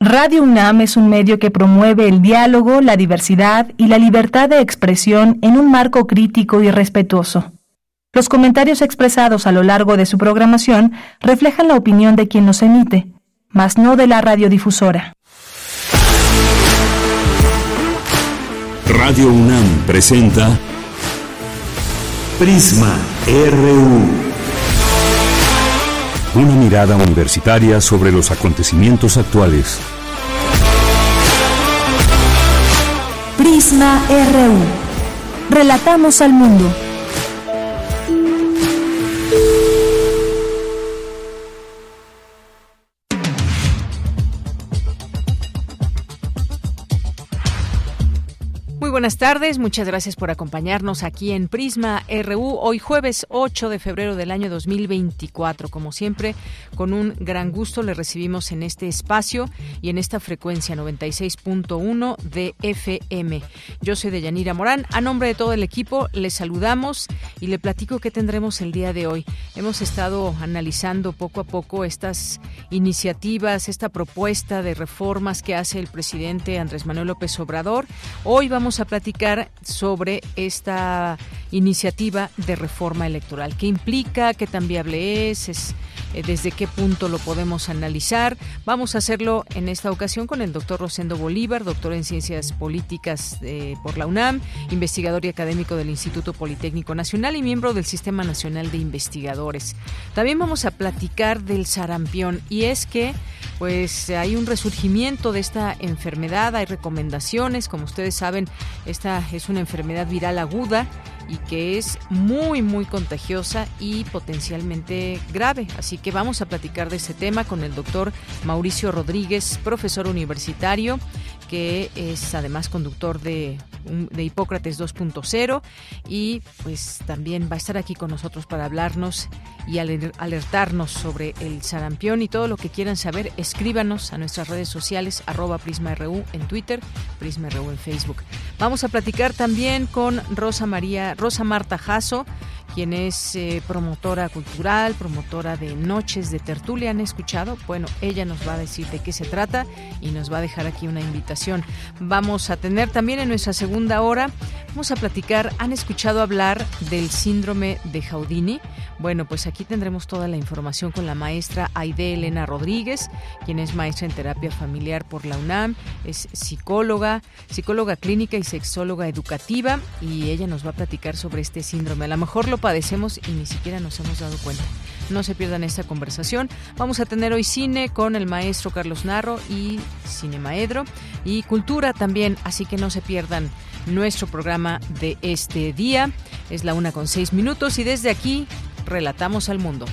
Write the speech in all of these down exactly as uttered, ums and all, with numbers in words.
Radio UNAM es un medio que promueve el diálogo, la diversidad y la libertad de expresión en un marco crítico y respetuoso. Los comentarios expresados a lo largo de su programación reflejan la opinión de quien los emite, mas no de la radiodifusora. Radio UNAM presenta Prisma R U. Una mirada universitaria sobre los acontecimientos actuales. Prisma R U. Relatamos al mundo. Muy buenas tardes, muchas gracias por acompañarnos aquí en Prisma R U, hoy jueves ocho de febrero del año dos mil veinticuatro. Como siempre, con un gran gusto le recibimos en este espacio y en esta frecuencia noventa y seis punto uno de F M. Yo soy Deyanira Morán, a nombre de todo el equipo le saludamos y le platico qué tendremos el día de hoy. Hemos estado analizando poco a poco estas iniciativas, esta propuesta de reformas que hace el presidente Andrés Manuel López Obrador. Hoy vamos a platicar sobre esta iniciativa de reforma electoral. ¿Qué implica? ¿Qué tan viable es? es eh, ¿Desde qué punto lo podemos analizar? Vamos a hacerlo en esta ocasión con el doctor Rosendo Bolívar, doctor en Ciencias Políticas eh, por la UNAM, investigador y académico del Instituto Politécnico Nacional y miembro del Sistema Nacional de Investigadores. También vamos a platicar del sarampión, y es que pues hay un resurgimiento de esta enfermedad, hay recomendaciones, como ustedes saben, esta es una enfermedad viral aguda y que es muy, muy contagiosa y potencialmente grave. Así que vamos a platicar de ese tema con el doctor Mauricio Rodríguez, profesor universitario, que es además conductor de, de Hipócrates dos punto cero, y pues también va a estar aquí con nosotros para hablarnos y alertarnos sobre el sarampión. Y todo lo que quieran saber, escríbanos a nuestras redes sociales, arroba Prisma R U en Twitter, Prisma R U en Facebook. Vamos a platicar también con Rosa María, Rosa Marta Jasso, quien es eh, promotora cultural, promotora de noches de tertulia. ¿Han escuchado? Bueno, ella nos va a decir de qué se trata y nos va a dejar aquí una invitación. Vamos a tener también en nuestra segunda hora, vamos a platicar, ¿han escuchado hablar del síndrome de Houdini? Bueno, pues aquí tendremos toda la información con la maestra Aide Elena Rodríguez, quien es maestra en terapia familiar por la UNAM, es psicóloga, psicóloga clínica y sexóloga educativa, y ella nos va a platicar sobre este síndrome. A lo mejor lo padecemos y ni siquiera nos hemos dado cuenta. No se pierdan esta conversación. Vamos a tener hoy cine con el maestro Carlos Narro y Cinemaedro, y cultura también, así que no se pierdan nuestro programa de este día. Es la una con seis minutos y desde aquí relatamos al mundo.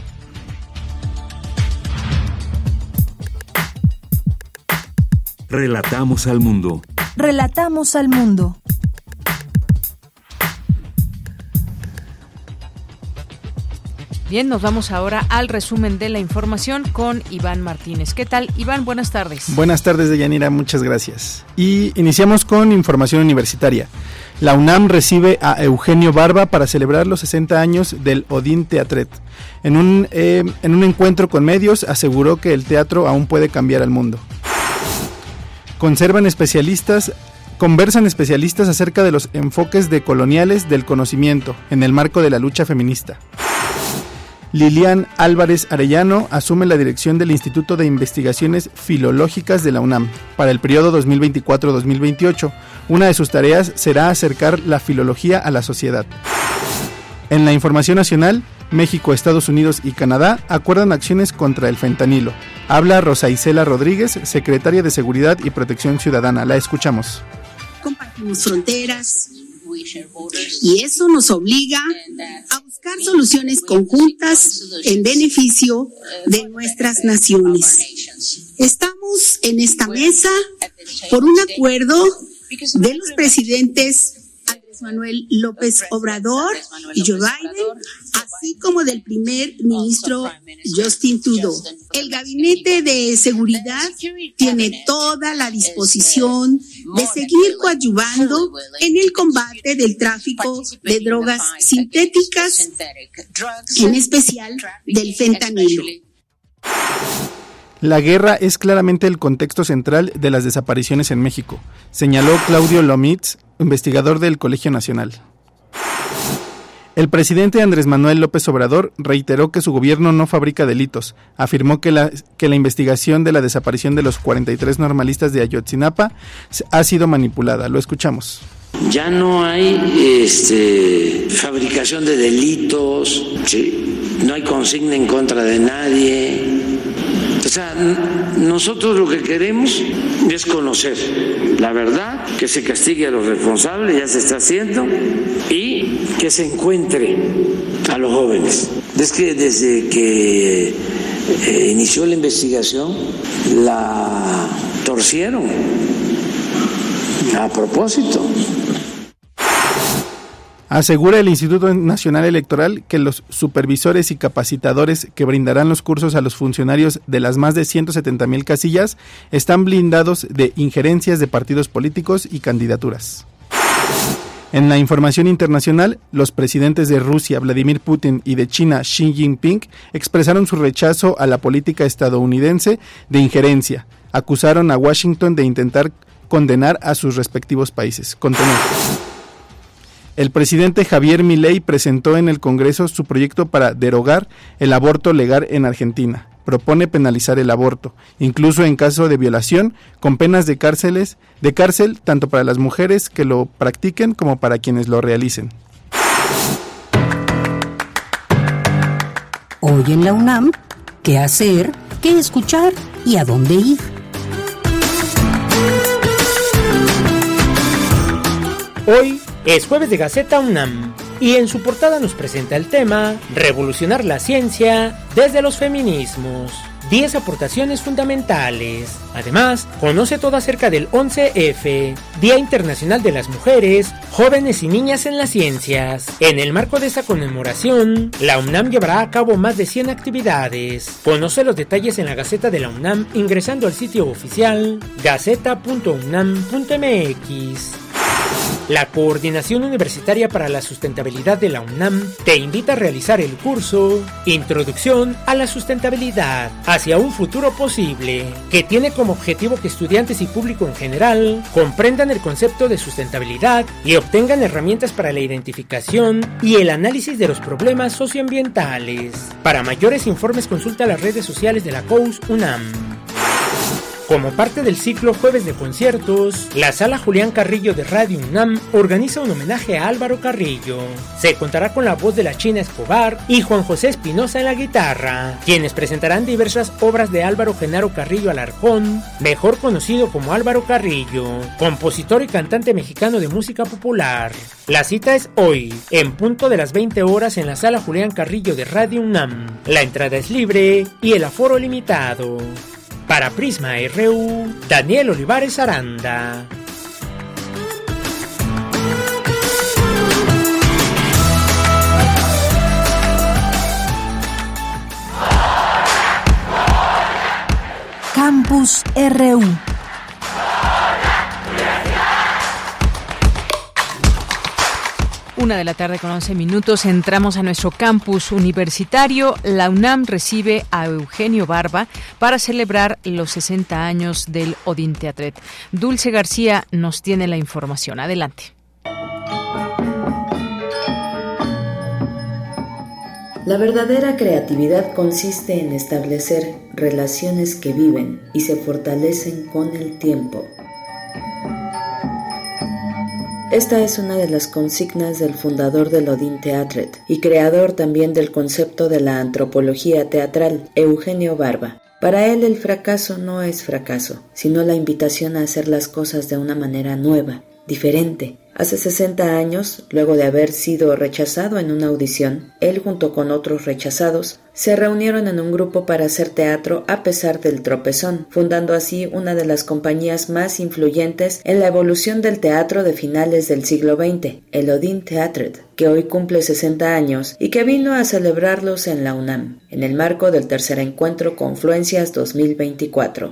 Relatamos al mundo. Relatamos al mundo. Bien, nos vamos ahora al resumen de la información con Iván Martínez. ¿Qué tal, Iván? Buenas tardes. Buenas tardes, Deyanira, muchas gracias. Y iniciamos con información universitaria. La UNAM recibe a Eugenio Barba para celebrar los sesenta años del Odín Teatret. En un, eh, en un encuentro con medios aseguró que el teatro aún puede cambiar al mundo. Conservan especialistas... Conversan especialistas acerca de los enfoques decoloniales del conocimiento en el marco de la lucha feminista. Lilian Álvarez Arellano asume la dirección del Instituto de Investigaciones Filológicas de la UNAM para el periodo dos mil veinticuatro a dos mil veintiocho. Una de sus tareas será acercar la filología a la sociedad. En la información nacional, México, Estados Unidos y Canadá acuerdan acciones contra el fentanilo. Habla Rosa Isela Rodríguez, secretaria de Seguridad y Protección Ciudadana. La escuchamos. Compartimos fronteras y eso nos obliga a buscar soluciones conjuntas en beneficio de nuestras naciones. Estamos en esta mesa por un acuerdo de los presidentes Andrés Manuel López Obrador y Joe Biden, así como del primer ministro Justin Trudeau. El Gabinete de Seguridad tiene toda la disposición de seguir coadyuvando en el combate del tráfico de drogas sintéticas, en especial del fentanilo. La guerra es claramente el contexto central de las desapariciones en México, señaló Claudio Lomitz, investigador del Colegio Nacional. El presidente Andrés Manuel López Obrador reiteró que su gobierno no fabrica delitos. Afirmó que la, que la investigación de la desaparición de los cuarenta y tres normalistas de Ayotzinapa ha sido manipulada. Lo escuchamos. Ya no hay este, fabricación de delitos, ¿sí? No hay consigna en contra de nadie. O sea, nosotros lo que queremos es conocer la verdad, que se castigue a los responsables, ya se está haciendo, y que se encuentre a los jóvenes. Es que desde que eh, inició la investigación, la torcieron a propósito. Asegura el Instituto Nacional Electoral que los supervisores y capacitadores que brindarán los cursos a los funcionarios de las más de ciento setenta mil casillas están blindados de injerencias de partidos políticos y candidaturas. En la información internacional, los presidentes de Rusia, Vladimir Putin, y de China, Xi Jinping, expresaron su rechazo a la política estadounidense de injerencia. Acusaron a Washington de intentar condenar a sus respectivos países. Contener. El presidente Javier Milei presentó en el Congreso su proyecto para derogar el aborto legal en Argentina. Propone penalizar el aborto, incluso en caso de violación, con penas de cárceles, de cárcel tanto para las mujeres que lo practiquen como para quienes lo realicen. Hoy en la UNAM, ¿qué hacer? ¿Qué escuchar? ¿Y a dónde ir? Hoy es jueves de Gaceta UNAM y en su portada nos presenta el tema Revolucionar la ciencia desde los feminismos. diez aportaciones fundamentales. Además, conoce todo acerca del once efe, Día Internacional de las Mujeres, Jóvenes y Niñas en las Ciencias. En el marco de esta conmemoración, la UNAM llevará a cabo más de cien actividades. Conoce los detalles en la Gaceta de la UNAM ingresando al sitio oficial gaceta punto unam punto eme equis. La Coordinación Universitaria para la Sustentabilidad de la UNAM te invita a realizar el curso Introducción a la Sustentabilidad hacia un futuro posible, que tiene como objetivo que estudiantes y público en general comprendan el concepto de sustentabilidad y obtengan herramientas para la identificación y el análisis de los problemas socioambientales. Para mayores informes consulta las redes sociales de la C O U S UNAM. Como parte del ciclo Jueves de Conciertos, la Sala Julián Carrillo de Radio UNAM organiza un homenaje a Álvaro Carrillo. Se contará con la voz de la China Escobar y Juan José Espinosa en la guitarra, quienes presentarán diversas obras de Álvaro Genaro Carrillo Alarcón, mejor conocido como Álvaro Carrillo, compositor y cantante mexicano de música popular. La cita es hoy, en punto de las veinte horas en la Sala Julián Carrillo de Radio UNAM. La entrada es libre y el aforo limitado. Para Prisma R U, Daniel Olivares Aranda. Campus R U. Una de la tarde con once minutos, entramos a nuestro campus universitario. La UNAM recibe a Eugenio Barba para celebrar los sesenta años del Odinteatret. Dulce García nos tiene la información. Adelante. La verdadera creatividad consiste en establecer relaciones que viven y se fortalecen con el tiempo. Esta es una de las consignas del fundador del Odinteatret y creador también del concepto de la antropología teatral, Eugenio Barba. Para él el fracaso no es fracaso, sino la invitación a hacer las cosas de una manera nueva, diferente. Hace sesenta años, luego de haber sido rechazado en una audición, él junto con otros rechazados, se reunieron en un grupo para hacer teatro a pesar del tropezón, fundando así una de las compañías más influyentes en la evolución del teatro de finales del siglo veinte, el Odinteatret, que hoy cumple sesenta años y que vino a celebrarlos en la UNAM, en el marco del tercer encuentro Confluencias dos mil veinticuatro.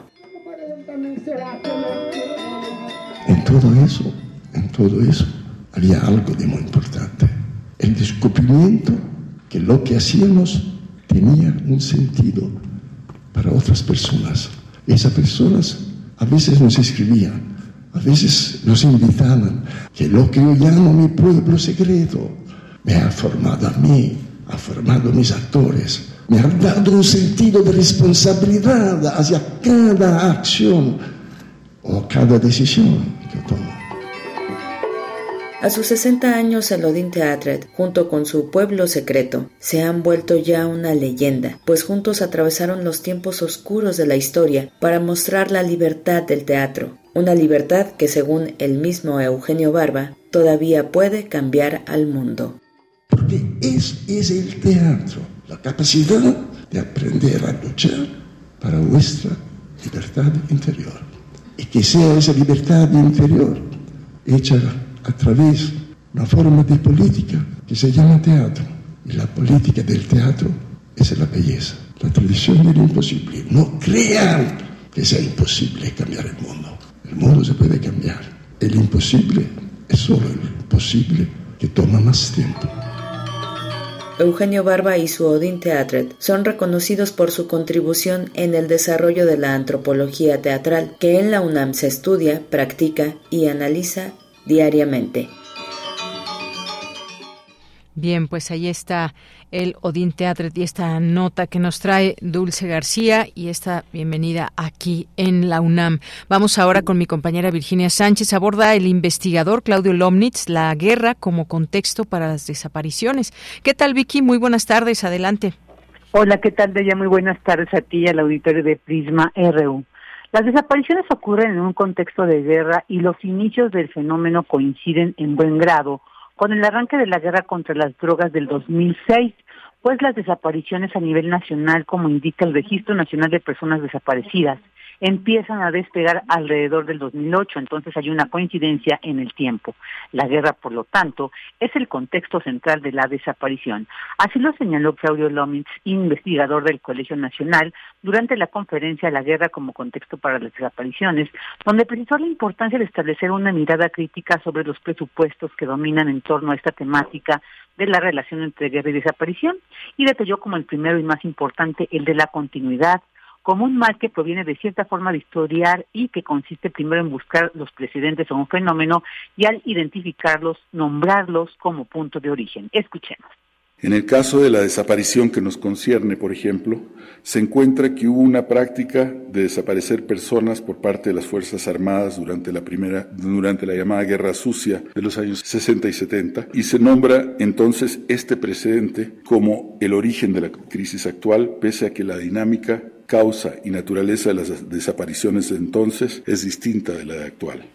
En todo eso, en todo eso, había algo de muy importante. El descubrimiento que lo que hacíamos tenía un sentido para otras personas. Esas personas a veces nos escribían, a veces nos invitaban, que lo que yo llamo mi pueblo secreto me ha formado a mí, ha formado a mis actores, me ha dado un sentido de responsabilidad hacia cada acción o cada decisión que tomo. A sus sesenta años, el Odín Teatret, junto con su pueblo secreto, se han vuelto ya una leyenda, pues juntos atravesaron los tiempos oscuros de la historia para mostrar la libertad del teatro, una libertad que, según el mismo Eugenio Barba, todavía puede cambiar al mundo. Porque es, es el teatro, la capacidad de aprender a luchar para vuestra libertad interior. Y que sea esa libertad interior hecha a través de una forma de política que se llama teatro. Y la política del teatro es la belleza, la tradición del imposible. No crean que sea imposible cambiar el mundo. El mundo se puede cambiar. El imposible es solo el posible que toma más tiempo. Eugenio Barba y su Odín Teatret son reconocidos por su contribución en el desarrollo de la antropología teatral, que en la UNAM se estudia, practica y analiza diariamente. Bien, pues ahí está el Odín Teatret y esta nota que nos trae Dulce García y esta bienvenida aquí en la UNAM. Vamos ahora con mi compañera Virginia Sánchez. Aborda el investigador Claudio Lomnitz la guerra como contexto para las desapariciones. ¿Qué tal, Vicky? Muy buenas tardes, adelante. Hola, ¿qué tal, Deya? Muy buenas tardes a ti y al auditorio de Prisma R U. Las desapariciones ocurren en un contexto de guerra y los inicios del fenómeno coinciden en buen grado con el arranque de la guerra contra las drogas del dos mil seis, pues las desapariciones a nivel nacional, como indica el Registro Nacional de Personas Desaparecidas, empiezan a despegar alrededor del dos mil ocho, entonces hay una coincidencia en el tiempo. La guerra, por lo tanto, es el contexto central de la desaparición. Así lo señaló Claudio Lomnitz, investigador del Colegio Nacional, durante la conferencia La guerra como contexto para las desapariciones, donde precisó la importancia de establecer una mirada crítica sobre los presupuestos que dominan en torno a esta temática de la relación entre guerra y desaparición, y detalló como el primero y más importante el de la continuidad, como un mal que proviene de cierta forma de historiar y que consiste primero en buscar los precedentes a un fenómeno y al identificarlos, nombrarlos como punto de origen. Escuchemos. En el caso de la desaparición que nos concierne, por ejemplo, se encuentra que hubo una práctica de desaparecer personas por parte de las Fuerzas Armadas durante la primera, durante la llamada Guerra Sucia de los años sesenta y setenta, y se nombra entonces este precedente como el origen de la crisis actual, pese a que la dinámica, causa y naturaleza de las desapariciones de entonces es distinta de la de actual.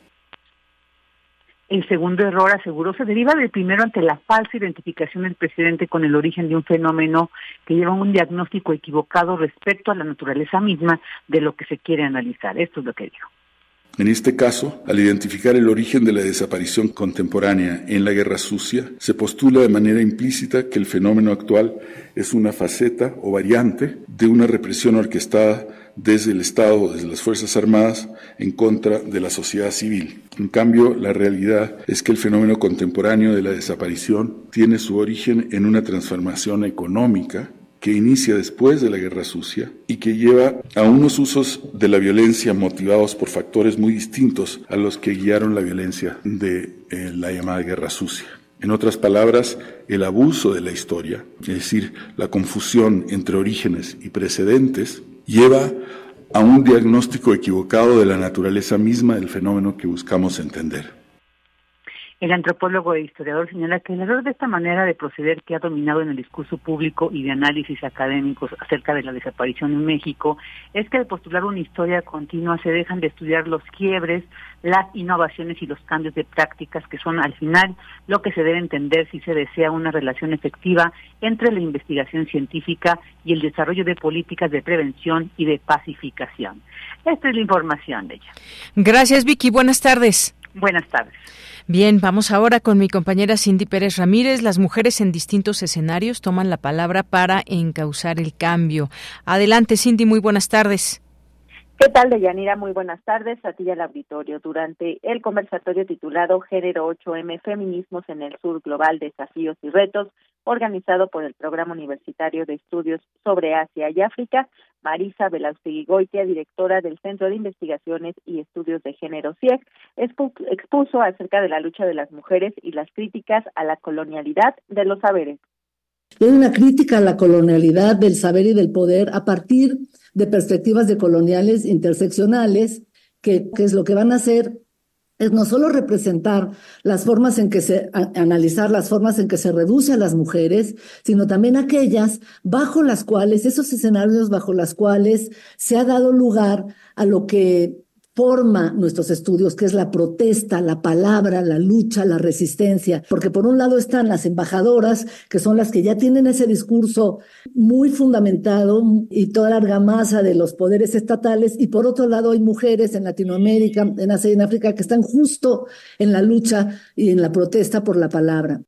El segundo error, aseguró, se deriva del primero ante la falsa identificación del presidente con el origen de un fenómeno que lleva un diagnóstico equivocado respecto a la naturaleza misma de lo que se quiere analizar. Esto es lo que dijo. En este caso, al identificar el origen de la desaparición contemporánea en la Guerra Sucia, se postula de manera implícita que el fenómeno actual es una faceta o variante de una represión orquestada desde el Estado o desde las Fuerzas Armadas en contra de la sociedad civil. En cambio, la realidad es que el fenómeno contemporáneo de la desaparición tiene su origen en una transformación económica que inicia después de la Guerra Sucia y que lleva a unos usos de la violencia motivados por factores muy distintos a los que guiaron la violencia de eh, la llamada Guerra Sucia. En otras palabras, el abuso de la historia, es decir, la confusión entre orígenes y precedentes, lleva a un diagnóstico equivocado de la naturaleza misma del fenómeno que buscamos entender. El antropólogo e historiador señala que el error de esta manera de proceder que ha dominado en el discurso público y de análisis académicos acerca de la desaparición en México es que al postular una historia continua se dejan de estudiar los quiebres, las innovaciones y los cambios de prácticas que son al final lo que se debe entender si se desea una relación efectiva entre la investigación científica y el desarrollo de políticas de prevención y de pacificación. Esta es la información de ella. Gracias, Vicky. Buenas tardes. Buenas tardes. Bien, vamos ahora con mi compañera Cindy Pérez Ramírez. Las mujeres en distintos escenarios toman la palabra para encauzar el cambio. Adelante, Cindy, muy buenas tardes. ¿Qué tal, Deyanira? Muy buenas tardes, a ti y al auditorio. Durante el conversatorio titulado Género ocho eme, Feminismos en el Sur Global, Desafíos y Retos, organizado por el Programa Universitario de Estudios sobre Asia y África, Marisa Belaustegui-Goitia, directora del Centro de Investigaciones y Estudios de Género C I E C, expuso acerca de la lucha de las mujeres y las críticas a la colonialidad de los saberes. Es una crítica a la colonialidad del saber y del poder a partir de perspectivas decoloniales interseccionales, que, que es lo que van a hacer, es no solo representar las formas en que se, a, analizar las formas en que se reduce a las mujeres, sino también aquellas bajo las cuales, esos escenarios bajo las cuales se ha dado lugar a lo que forma nuestros estudios, que es la protesta, la palabra, la lucha, la resistencia, porque por un lado están las embajadoras, que son las que ya tienen ese discurso muy fundamentado y toda la argamasa de los poderes estatales, y por otro lado hay mujeres en Latinoamérica, en Asia y en África que están justo en la lucha y en la protesta por la palabra.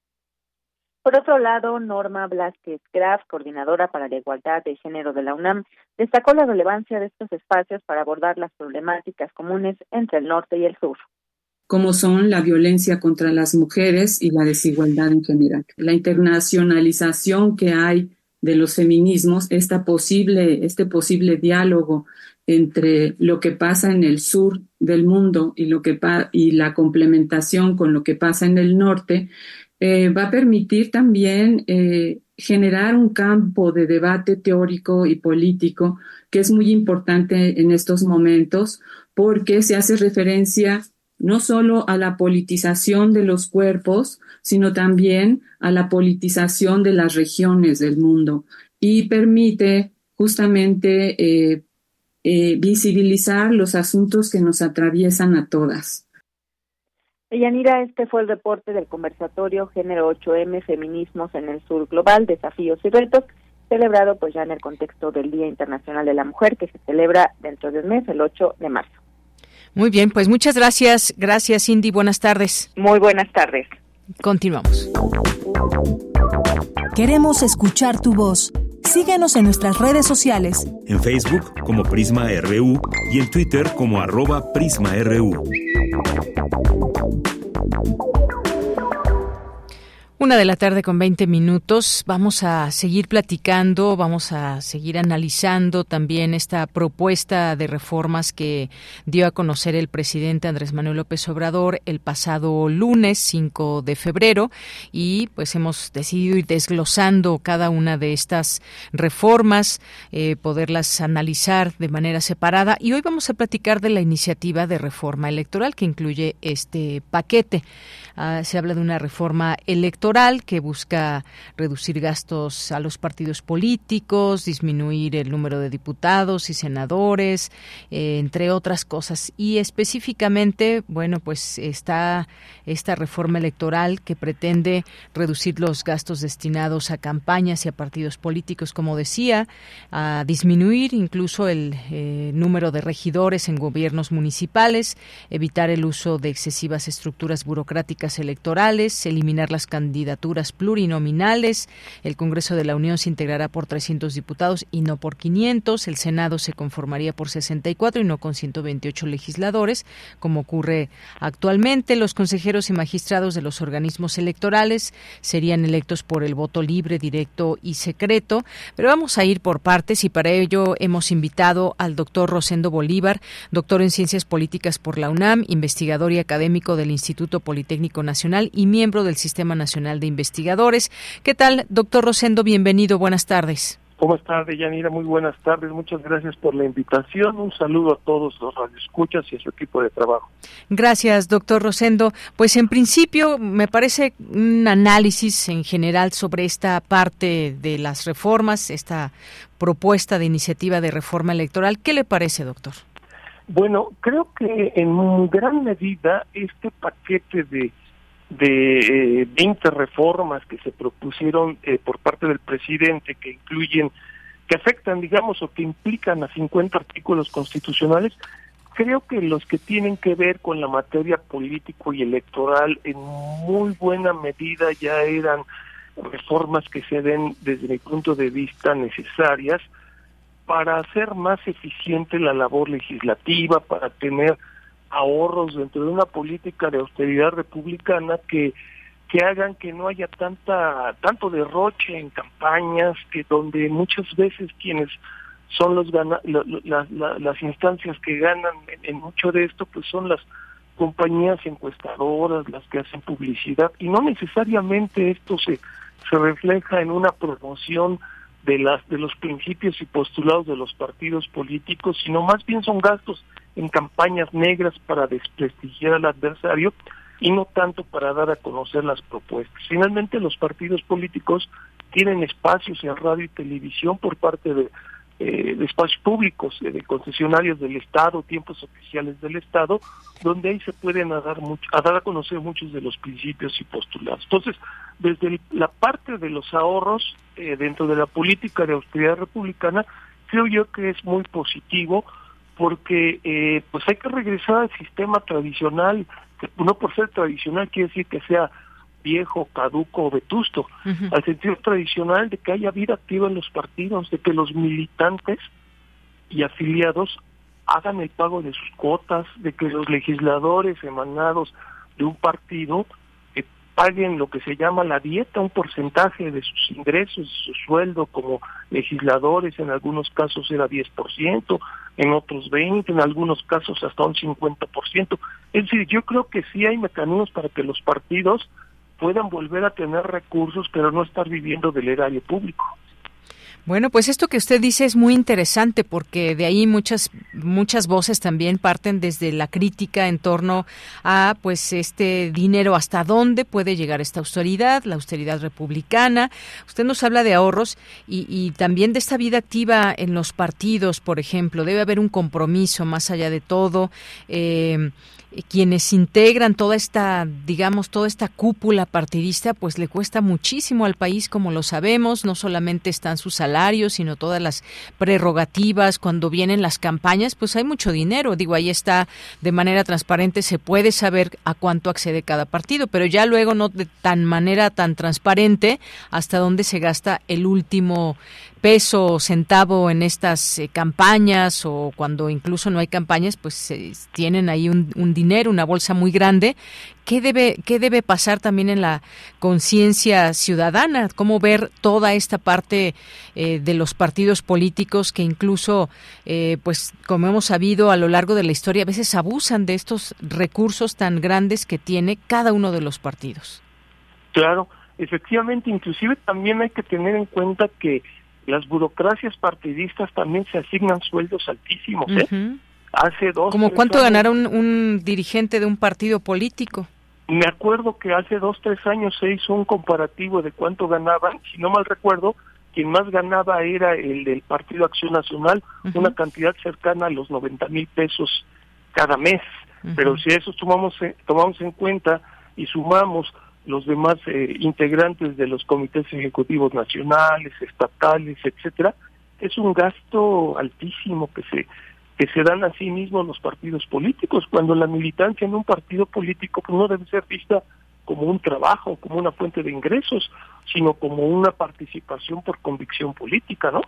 Por otro lado, Norma Blázquez Graf, coordinadora para la igualdad de género de la UNAM, destacó la relevancia de estos espacios para abordar las problemáticas comunes entre el norte y el sur, como son la violencia contra las mujeres y la desigualdad en general. La internacionalización que hay de los feminismos, esta posible, este posible diálogo entre lo que pasa en el sur del mundo y, lo que pa- y la complementación con lo que pasa en el norte, Eh, va a permitir también eh, generar un campo de debate teórico y político que es muy importante en estos momentos, porque se hace referencia no solo a la politización de los cuerpos, sino también a la politización de las regiones del mundo, y permite justamente eh, eh, visibilizar los asuntos que nos atraviesan a todas. Yanira, este fue el reporte del conversatorio Género ocho eme, Feminismos en el Sur Global, Desafíos y Retos, celebrado pues ya en el contexto del Día Internacional de la Mujer, que se celebra dentro de un mes, el ocho de marzo. Muy bien, pues muchas gracias. Gracias, Cindy. Buenas tardes. Muy buenas tardes. Continuamos. Queremos escuchar tu voz. Síguenos en nuestras redes sociales. En Facebook como Prisma R U y en Twitter como arroba Prisma R U. Una de la tarde con veinte minutos. Vamos a seguir platicando, vamos a seguir analizando también esta propuesta de reformas que dio a conocer el presidente Andrés Manuel López Obrador el pasado lunes cinco de febrero, y pues hemos decidido ir desglosando cada una de estas reformas, eh, poderlas analizar de manera separada, y hoy vamos a platicar de la iniciativa de reforma electoral que incluye este paquete. Uh, se habla de una reforma electoral que busca reducir gastos a los partidos políticos, disminuir el número de diputados y senadores, eh, entre otras cosas. Y específicamente, bueno, pues está esta reforma electoral que pretende reducir los gastos destinados a campañas y a partidos políticos, como decía, a disminuir incluso el eh, número de regidores en gobiernos municipales, evitar el uso de excesivas estructuras burocráticas electorales, eliminar las candidaturas plurinominales. El Congreso de la Unión se integrará por trescientos diputados y no por quinientos. El Senado se conformaría por sesenta y cuatro y no con ciento veintiocho legisladores, como ocurre actualmente. Los consejeros y magistrados de los organismos electorales serían electos por el voto libre, directo y secreto. Pero vamos a ir por partes, y para ello hemos invitado al doctor Rosendo Bolívar, doctor en Ciencias Políticas por la UNAM, investigador y académico del Instituto Politécnico Nacional y miembro del Sistema Nacional de Investigadores. ¿Qué tal, doctor Rosendo? Bienvenido, buenas tardes. ¿Cómo está, Deyanira? Muy buenas tardes, muchas gracias por la invitación. Un saludo a todos los radioescuchas y a su equipo de trabajo. Gracias, doctor Rosendo. Pues en principio me parece un análisis en general sobre esta parte de las reformas, esta propuesta de iniciativa de reforma electoral. ¿Qué le parece, doctor? Bueno, creo que en gran medida este paquete de de eh, veinte reformas que se propusieron eh, por parte del presidente, que incluyen, que afectan, digamos, o que implican a cincuenta artículos constitucionales, creo que los que tienen que ver con la materia político y electoral en muy buena medida ya eran reformas que se ven desde mi punto de vista necesarias, para hacer más eficiente la labor legislativa, para tener ahorros dentro de una política de austeridad republicana que que hagan que no haya tanta tanto derroche en campañas, que donde muchas veces quienes son los gana, la, la, la, las instancias que ganan en, en mucho de esto, pues son las compañías encuestadoras, las que hacen publicidad, y no necesariamente esto se se refleja en una promoción de las de los principios y postulados de los partidos políticos, sino más bien son gastos en campañas negras para desprestigiar al adversario y no tanto para dar a conocer las propuestas. Finalmente, los partidos políticos tienen espacios en radio y televisión por parte de, eh, de espacios públicos, eh, de concesionarios del Estado, tiempos oficiales del Estado, donde ahí se pueden a dar, mucho, a dar a conocer muchos de los principios y postulados. Entonces, desde el, la parte de los ahorros eh, dentro de la política de austeridad republicana, creo yo que es muy positivo, porque eh, pues hay que regresar al sistema tradicional, que no por ser tradicional quiere decir que sea viejo, caduco o vetusto, uh-huh. al sentido tradicional de que haya vida activa en los partidos, de que los militantes y afiliados hagan el pago de sus cuotas, de que los legisladores emanados de un partido eh, paguen lo que se llama la dieta, un porcentaje de sus ingresos, su sueldo como legisladores, en algunos casos era diez por ciento, en otros veinte, en algunos casos hasta un cincuenta por ciento. Es decir, yo creo que sí hay mecanismos para que los partidos puedan volver a tener recursos, pero no estar viviendo del erario público. Bueno, pues esto que usted dice es muy interesante, porque de ahí muchas muchas voces también parten desde la crítica en torno a pues este dinero, hasta dónde puede llegar esta austeridad, la austeridad republicana. Usted nos habla de ahorros y, y también de esta vida activa en los partidos, por ejemplo. Debe haber un compromiso más allá de todo. Eh, quienes integran toda esta, digamos, toda esta cúpula partidista, pues le cuesta muchísimo al país, como lo sabemos. No solamente están sus salarios, sino todas las prerrogativas. Cuando vienen las campañas, pues hay mucho dinero. Digo, ahí está de manera transparente, se puede saber a cuánto accede cada partido, pero ya luego no de tan manera tan transparente hasta dónde se gasta el último peso o centavo en estas eh, campañas, o cuando incluso no hay campañas, pues eh, tienen ahí un, un dinero, una bolsa muy grande. ¿Qué debe, qué debe pasar también en la conciencia ciudadana? ¿Cómo ver toda esta parte eh, de los partidos políticos que incluso, eh, pues como hemos sabido a lo largo de la historia, a veces abusan de estos recursos tan grandes que tiene cada uno de los partidos? Claro, efectivamente, inclusive también hay que tener en cuenta que las burocracias partidistas también se asignan sueldos altísimos, ¿eh? Uh-huh. Hace dos. ¿Cómo cuánto años, ganará un, un dirigente de un partido político? Me acuerdo que hace dos, tres años se hizo un comparativo de cuánto ganaban. Si no mal recuerdo, quien más ganaba era el del Partido Acción Nacional, uh-huh. una cantidad cercana a los noventa mil pesos cada mes. Uh-huh. Pero si eso tomamos, tomamos en cuenta y sumamos los demás eh, integrantes de los comités ejecutivos nacionales, estatales, etcétera, es un gasto altísimo que se que se dan a sí mismos los partidos políticos, cuando la militancia en un partido político pues no debe ser vista como un trabajo, como una fuente de ingresos, sino como una participación por convicción política, ¿no?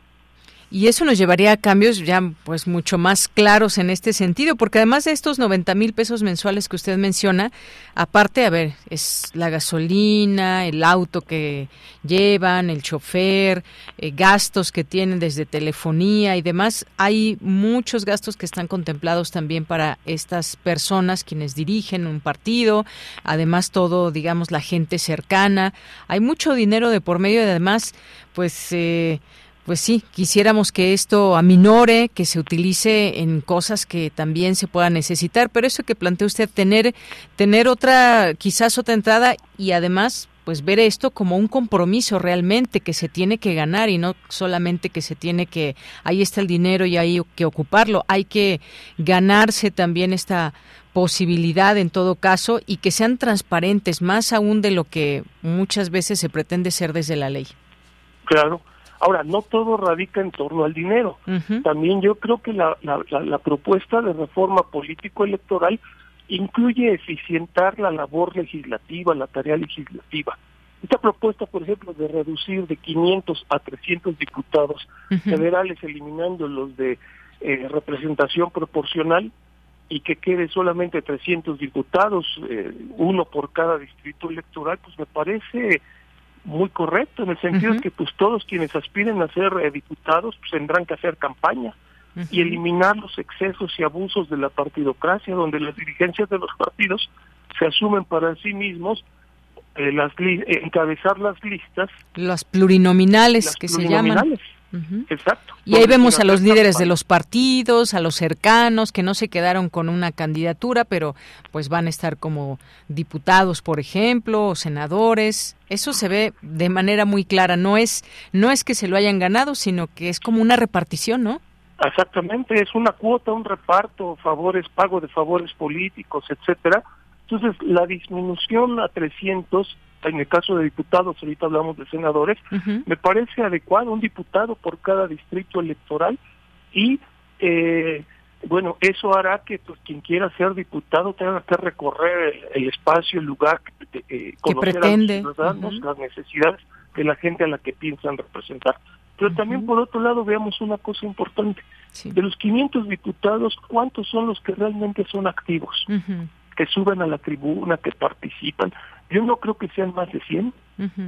Y eso nos llevaría a cambios ya pues mucho más claros en este sentido, porque además de estos noventa mil pesos mensuales que usted menciona, aparte, a ver, es la gasolina, el auto que llevan, el chofer, eh, gastos que tienen desde telefonía y demás. Hay muchos gastos que están contemplados también para estas personas quienes dirigen un partido, además todo, digamos, la gente cercana. Hay mucho dinero de por medio y además, pues... Eh, Pues sí, quisiéramos que esto aminore, que se utilice en cosas que también se puedan necesitar, pero eso que plantea usted, tener tener otra, quizás otra entrada y además pues ver esto como un compromiso realmente que se tiene que ganar y no solamente que se tiene que, ahí está el dinero y hay que ocuparlo, hay que ganarse también esta posibilidad en todo caso y que sean transparentes, más aún de lo que muchas veces se pretende ser desde la ley. Claro. Ahora, no todo radica en torno al dinero. Uh-huh. También yo creo que la, la, la, la propuesta de reforma político-electoral incluye eficientar la labor legislativa, la tarea legislativa. Esta propuesta, por ejemplo, de reducir de quinientos a trescientos diputados uh-huh. federales, eliminando los de eh, representación proporcional, y que quede solamente trescientos diputados, eh, uno por cada distrito electoral, pues me parece muy correcto, en el sentido uh-huh. de que pues todos quienes aspiren a ser eh, diputados pues tendrán que hacer campaña uh-huh. y eliminar los excesos y abusos de la partidocracia, donde las dirigencias de los partidos se asumen para sí mismos eh, las li- eh, encabezar las listas. Las plurinominales las que plurinominales. se llaman. Uh-huh. Exacto. Y ahí vemos a los líderes de los partidos, a los cercanos, que no se quedaron con una candidatura, pero pues van a estar como diputados, por ejemplo, o senadores. Eso se ve de manera muy clara. No es, no es que se lo hayan ganado, sino que es como una repartición, ¿no? Exactamente, es una cuota, un reparto, favores, pago de favores políticos, etcétera. Entonces, la disminución a trescientos, en el caso de diputados, ahorita hablamos de senadores, uh-huh. me parece adecuado, un diputado por cada distrito electoral, y eh, bueno, eso hará que pues quien quiera ser diputado tenga que recorrer el, el espacio, el lugar, eh, conocer que pretende. a los ciudadanos, uh-huh. las necesidades de la gente a la que piensan representar. Pero uh-huh. también, por otro lado, veamos una cosa importante. Sí. De los quinientos diputados, ¿cuántos son los que realmente son activos? Uh-huh. Que suben a la tribuna, que participan. Yo no creo que sean más de cien. Uh-huh.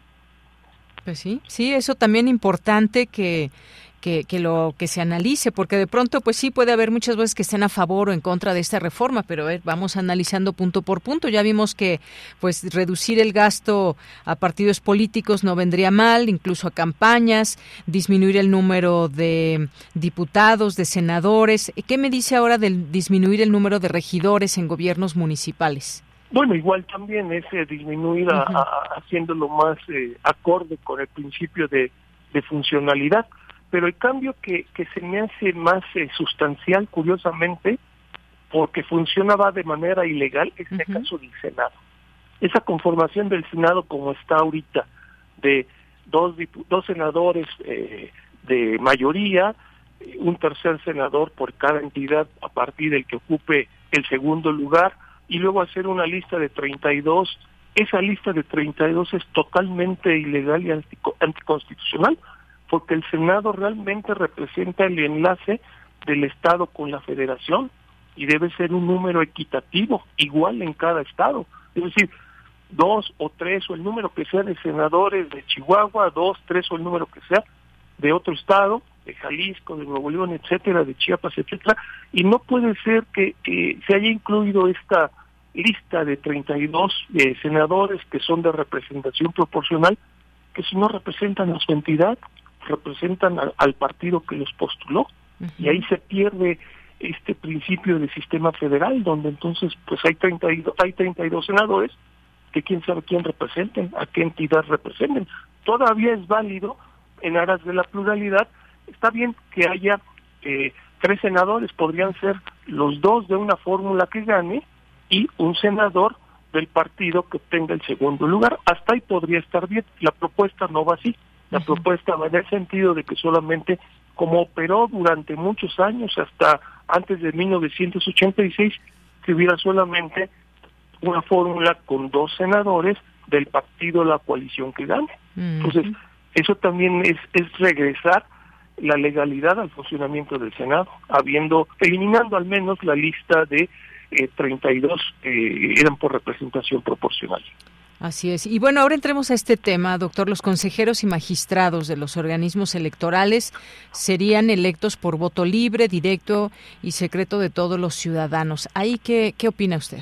Pues sí, sí, eso también importante que, que que lo que se analice, porque de pronto pues sí puede haber muchas veces que estén a favor o en contra de esta reforma, pero a ver, vamos analizando punto por punto. Ya vimos que pues reducir el gasto a partidos políticos no vendría mal, incluso a campañas, disminuir el número de diputados, de senadores. ¿Qué me dice ahora del disminuir el número de regidores en gobiernos municipales? Bueno, igual también es eh, disminuir a, uh-huh. a, haciéndolo más eh, acorde con el principio de, de funcionalidad. Pero el cambio que, que se me hace más eh, sustancial, curiosamente, porque funcionaba de manera ilegal, es uh-huh. el caso del Senado. Esa conformación del Senado como está ahorita, de dos, dipu- dos senadores eh, de mayoría, un tercer senador por cada entidad a partir del que ocupe el segundo lugar, y luego hacer una lista de treinta y dos, esa lista de treinta y dos es totalmente ilegal y anticonstitucional, porque el Senado realmente representa el enlace del Estado con la Federación, y debe ser un número equitativo, igual en cada Estado. Es decir, dos o tres, o el número que sea de senadores de Chihuahua, dos, tres, o el número que sea de otro Estado, de Jalisco, de Nuevo León, etcétera, de Chiapas, etcétera, y no puede ser que, que se haya incluido esta lista de treinta y dos eh, senadores que son de representación proporcional, que si no representan a su entidad, representan a, al partido que los postuló, uh-huh. y ahí se pierde este principio de sistema federal, donde entonces pues hay treinta y dos, hay treinta y dos senadores que quién sabe quién representen, a qué entidad representen. Todavía es válido, en aras de la pluralidad, está bien que haya eh, tres senadores, podrían ser los dos de una fórmula que gane y un senador del partido que obtenga el segundo lugar. Hasta ahí podría estar bien. La propuesta no va así. La uh-huh. propuesta va en el sentido de que solamente, como operó durante muchos años, hasta antes de mil novecientos ochenta y seis, que hubiera solamente una fórmula con dos senadores del partido de la coalición que gane. Uh-huh. Entonces, eso también es, es regresar la legalidad al funcionamiento del Senado, habiendo eliminando al menos la lista de eh, treinta y dos que eran por representación proporcional. Así es. Y bueno, ahora entremos a este tema, doctor. Los consejeros y magistrados de los organismos electorales serían electos por voto libre, directo y secreto de todos los ciudadanos. ¿Ahí qué, qué opina usted?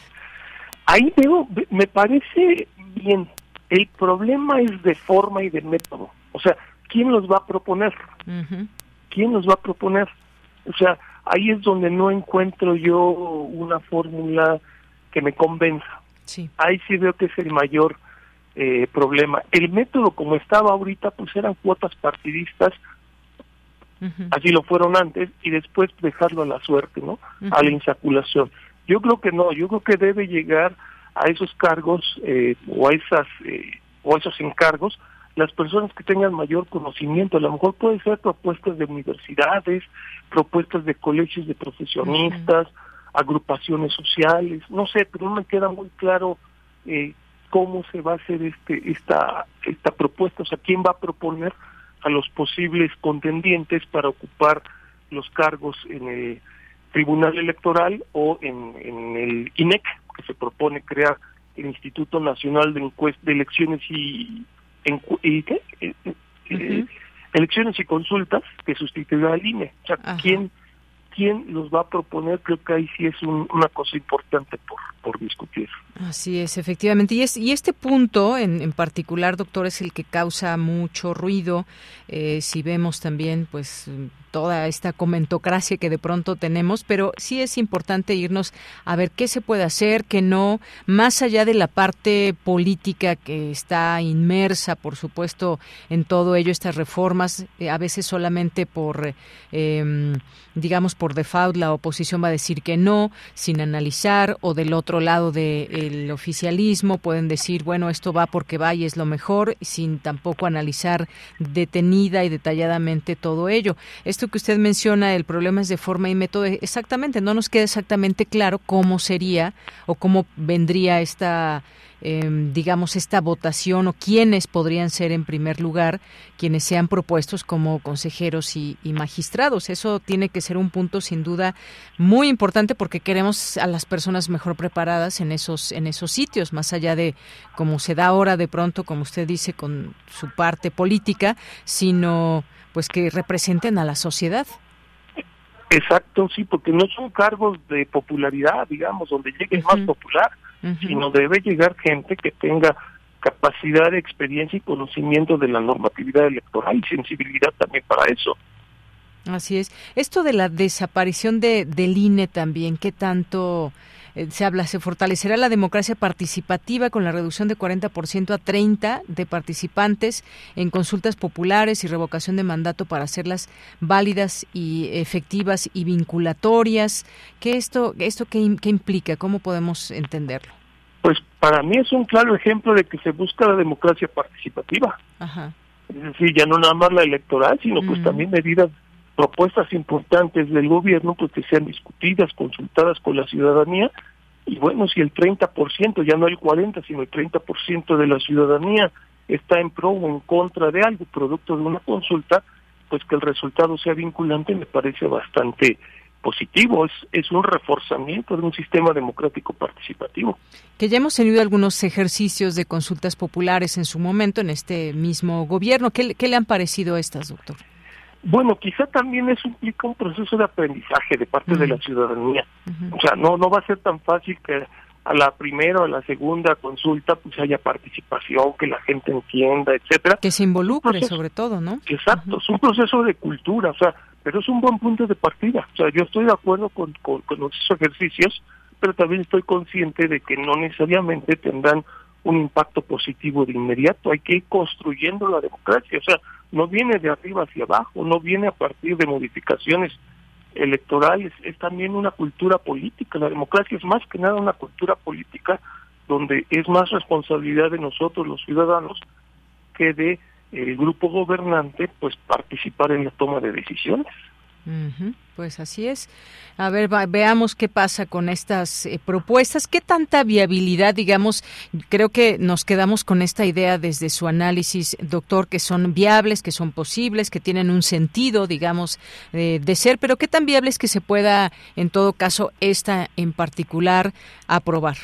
Ahí veo, me parece bien. El problema es de forma y de método. O sea, ¿quién los va a proponer? Uh-huh. ¿Quién los va a proponer? O sea, ahí es donde no encuentro yo una fórmula que me convenza. Sí. Ahí sí veo que es el mayor eh, problema. El método como estaba ahorita, pues eran cuotas partidistas, uh-huh. así lo fueron antes, y después dejarlo a la suerte, ¿no? Uh-huh. A la insaculación. Yo creo que no, yo creo que debe llegar a esos cargos eh, o a esas eh, o a esos encargos las personas que tengan mayor conocimiento. A lo mejor puede ser propuestas de universidades, propuestas de colegios de profesionistas, uh-huh. agrupaciones sociales, no sé, pero no me queda muy claro eh, cómo se va a hacer este esta esta propuesta, o sea, quién va a proponer a los posibles contendientes para ocupar los cargos en el Tribunal Electoral o en, en el I N E C, que se propone crear el Instituto Nacional de, Encuest- de Elecciones y, encu- y ¿qué? Eh, eh, uh-huh. Elecciones y Consultas, que sustituirá al I N E. O sea, Ajá. quién quién los va a proponer, creo que ahí sí es un, una cosa importante por, por discutir. Así es, efectivamente. Y, es, y este punto en, en particular, doctor, es el que causa mucho ruido. Eh, si vemos también, pues, toda esta comentocracia que de pronto tenemos, pero sí es importante irnos a ver qué se puede hacer, qué no, más allá de la parte política que está inmersa, por supuesto, en todo ello, estas reformas, eh, a veces solamente por, eh, digamos, por default, la oposición va a decir que no, sin analizar, o del otro lado del oficialismo pueden decir, bueno, esto va porque va y es lo mejor, sin tampoco analizar detenida y detalladamente todo ello. Esto que usted menciona, el problema es de forma y método, exactamente, no nos queda exactamente claro cómo sería o cómo vendría esta, eh, digamos, esta votación o quiénes podrían ser en primer lugar quienes sean propuestos como consejeros y, y magistrados. Eso tiene que ser un punto sin duda muy importante porque queremos a las personas mejor preparadas en esos, en esos sitios, más allá de cómo se da ahora de pronto, como usted dice, con su parte política, sino pues que representen a la sociedad. Exacto, sí, porque no son cargos de popularidad, digamos, donde llegue el uh-huh. más popular, uh-huh. sino debe llegar gente que tenga capacidad, experiencia y conocimiento de la normatividad electoral y sensibilidad también para eso. Así es. Esto de la desaparición de del I N E también, ¿qué tanto eh, se habla? ¿Se fortalecerá la democracia participativa con la reducción de cuarenta por ciento a treinta de participantes en consultas populares y revocación de mandato para hacerlas válidas y efectivas y vinculatorias? ¿Qué esto esto qué, qué implica? ¿Cómo podemos entenderlo? Pues para mí es un claro ejemplo de que se busca la democracia participativa. Ajá. Es decir, ya no nada más la electoral, sino mm. pues también medidas, propuestas importantes del gobierno, pues que sean discutidas, consultadas con la ciudadanía, y bueno, si el treinta por ciento, ya no el cuarenta por ciento, sino el treinta por ciento de la ciudadanía está en pro o en contra de algo, producto de una consulta, pues que el resultado sea vinculante me parece bastante positivo, es, es un reforzamiento de un sistema democrático participativo. Que ya hemos tenido algunos ejercicios de consultas populares en su momento en este mismo gobierno. ¿Qué, qué le han parecido estas, doctor? Bueno, quizá también eso implica un proceso de aprendizaje de parte uh-huh. de la ciudadanía. Uh-huh. O sea, no no va a ser tan fácil que a la primera o a la segunda consulta pues haya participación, que la gente entienda, etcétera. Que se involucre sobre todo, ¿no? Exacto, uh-huh. es un proceso de cultura, o sea, pero es un buen punto de partida. O sea, yo estoy de acuerdo con, con, con esos ejercicios, pero también estoy consciente de que no necesariamente tendrán un impacto positivo de inmediato. Hay que ir construyendo la democracia, o sea, no viene de arriba hacia abajo, no viene a partir de modificaciones electorales, es también una cultura política. La democracia es más que nada una cultura política donde es más responsabilidad de nosotros los ciudadanos que de el grupo gobernante pues participar en la toma de decisiones. Uh-huh. Pues así es. A ver, va, veamos qué pasa con estas eh, propuestas. ¿Qué tanta viabilidad, digamos? Creo que nos quedamos con esta idea desde su análisis, doctor, que son viables, que son posibles, que tienen un sentido, digamos, eh, de ser, pero ¿qué tan viable es que se pueda, en todo caso, esta en particular, aprobar?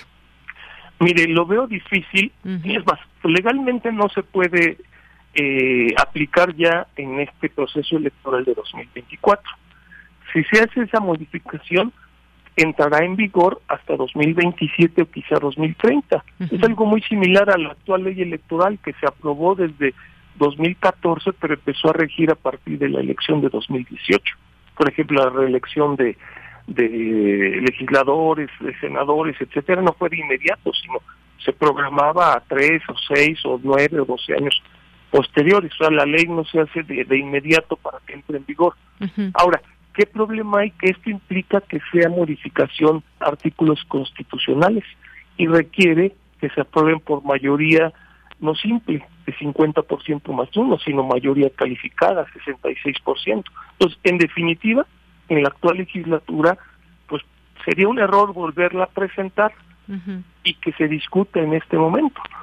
Mire, lo veo difícil, uh-huh. y es más, legalmente no se puede eh, aplicar ya en este proceso electoral de dos mil veinticuatro. Si se hace esa modificación, entrará en vigor hasta dos mil veintisiete o quizá dos mil treinta. Uh-huh. Es algo muy similar a la actual ley electoral que se aprobó desde dos mil catorce, pero empezó a regir a partir de la elección de dos mil dieciocho. Por ejemplo, la reelección de, de legisladores, de senadores, etcétera, no fue de inmediato, sino se programaba a tres o seis o nueve o doce años posteriores. O sea, la ley no se hace de, de inmediato para que entre en vigor. Uh-huh. Ahora, ¿qué problema hay? Que esto implica que sea modificación a artículos constitucionales y requiere que se aprueben por mayoría no simple, de cincuenta por ciento más uno, sino mayoría calificada, sesenta y seis por ciento. Entonces, en definitiva, en la actual legislatura, pues sería un error volverla a presentar uh-huh. y que se discute en este momento.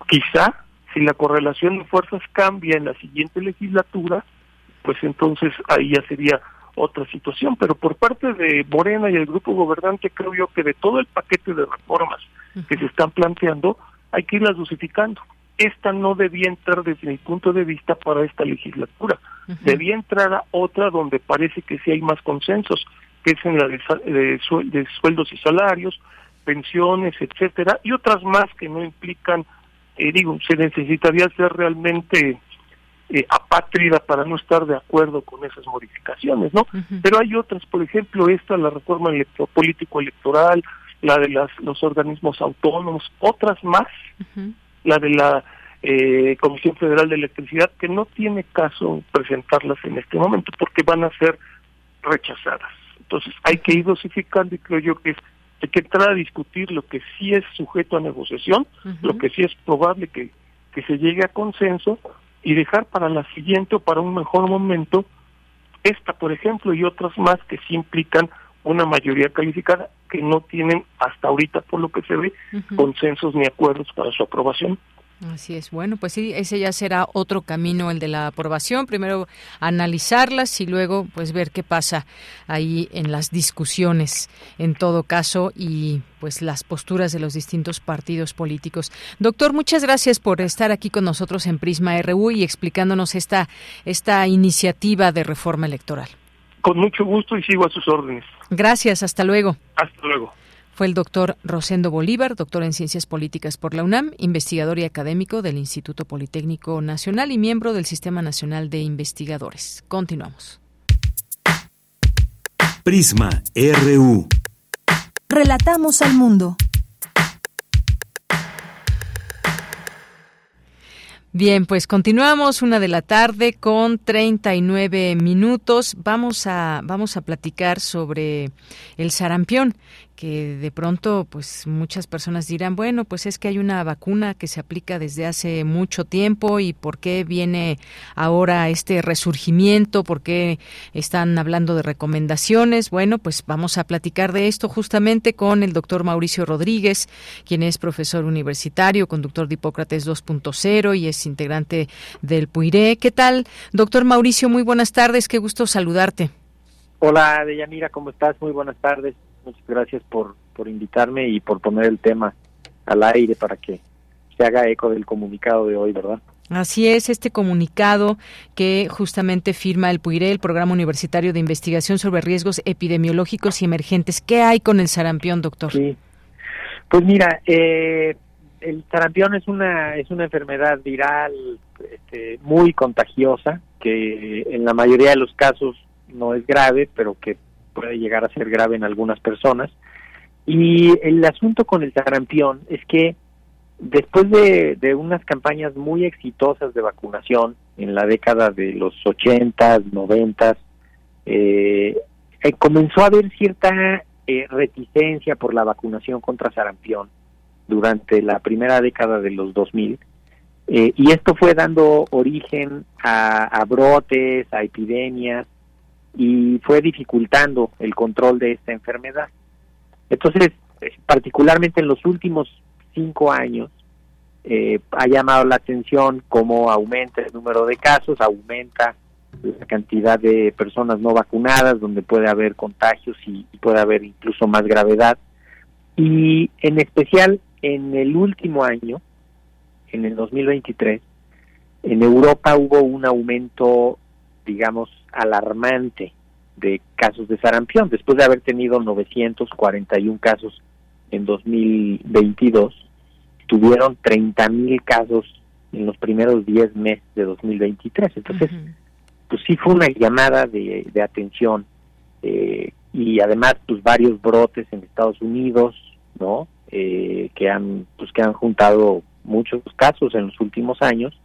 quizá, si la correlación de fuerzas cambia en la siguiente legislatura, pues entonces ahí ya sería otra situación. Pero por parte de Morena y el grupo gobernante, creo yo que de todo el paquete de reformas uh-huh. que se están planteando, hay que irlas dosificando. Esta no debía entrar desde mi punto de vista para esta legislatura. Uh-huh. Debía entrar a otra donde parece que sí hay más consensos, que es en la de, de, de sueldos y salarios, pensiones, etcétera, y otras más que no implican, eh, digo, se necesitaría ser realmente eh, apátrida para no estar de acuerdo con esas modificaciones, ¿no? Uh-huh. Pero hay otras, por ejemplo, esta, la reforma electro, político-electoral, la de las, los organismos autónomos, otras más, uh-huh. la de la eh, Comisión Federal de Electricidad, que no tiene caso presentarlas en este momento porque van a ser rechazadas. Entonces hay que ir dosificando y creo yo que es hay que entrar a discutir lo que sí es sujeto a negociación, uh-huh. lo que sí es probable que, que se llegue a consenso y dejar para la siguiente o para un mejor momento esta, por ejemplo, y otras más que sí implican una mayoría calificada que no tienen hasta ahorita, por lo que se ve, uh-huh. consensos ni acuerdos para su aprobación. Así es. Bueno, pues sí, ese ya será otro camino, el de la aprobación. Primero analizarlas y luego pues ver qué pasa ahí en las discusiones, en todo caso, y pues las posturas de los distintos partidos políticos. Doctor, muchas gracias por estar aquí con nosotros en Prisma R U y explicándonos esta esta iniciativa de reforma electoral. Con mucho gusto y sigo a sus órdenes. Gracias, hasta luego. Hasta luego. Fue el doctor Rosendo Bolívar, doctor en Ciencias Políticas por la UNAM, investigador y académico del Instituto Politécnico Nacional y miembro del Sistema Nacional de Investigadores. Continuamos. Prisma R U. Relatamos al mundo. Bien, pues continuamos, una de la tarde con treinta y nueve minutos. Vamos a, vamos a platicar sobre el sarampión, que de pronto pues muchas personas dirán, bueno, pues es que hay una vacuna que se aplica desde hace mucho tiempo y ¿por qué viene ahora este resurgimiento? ¿Por qué están hablando de recomendaciones? Bueno, pues vamos a platicar de esto justamente con el doctor Mauricio Rodríguez, quien es profesor universitario, conductor de Hipócrates dos punto cero y es integrante del PUIRE. ¿Qué tal, doctor Mauricio? Muy buenas tardes, qué gusto saludarte. Hola, Deyanira, ¿cómo estás? Muy buenas tardes. Muchas gracias por, por invitarme y por poner el tema al aire para que se haga eco del comunicado de hoy, ¿verdad? Así es, este comunicado que justamente firma el PUIRE, el Programa Universitario de Investigación sobre Riesgos Epidemiológicos y Emergentes. ¿Qué hay con el sarampión, doctor? Sí, pues mira, eh, el sarampión es una es una enfermedad viral este, muy contagiosa, que en la mayoría de los casos no es grave, pero que puede llegar a ser grave en algunas personas. Y el asunto con el sarampión es que después de, de unas campañas muy exitosas de vacunación en la década de los ochentas, noventas, eh, eh, comenzó a haber cierta eh, reticencia por la vacunación contra sarampión durante la primera década de los dos mil, eh, y esto fue dando origen a, a brotes, a epidemias, y fue dificultando el control de esta enfermedad. Entonces, particularmente en los últimos cinco años, eh, ha llamado la atención cómo aumenta el número de casos, aumenta la cantidad de personas no vacunadas, donde puede haber contagios y, y puede haber incluso más gravedad. Y en especial en el último año, en el dos mil veintitrés, en Europa hubo un aumento, digamos, alarmante de casos de sarampión, después de haber tenido novecientos cuarenta y uno casos en dos mil veintidós, tuvieron treinta mil casos en los primeros diez meses de dos mil veintitrés. Entonces, uh-huh. pues sí fue una llamada de, de atención, eh, y además pues varios brotes en Estados Unidos, ¿no? Eh, que han pues que han juntado muchos casos en los últimos años,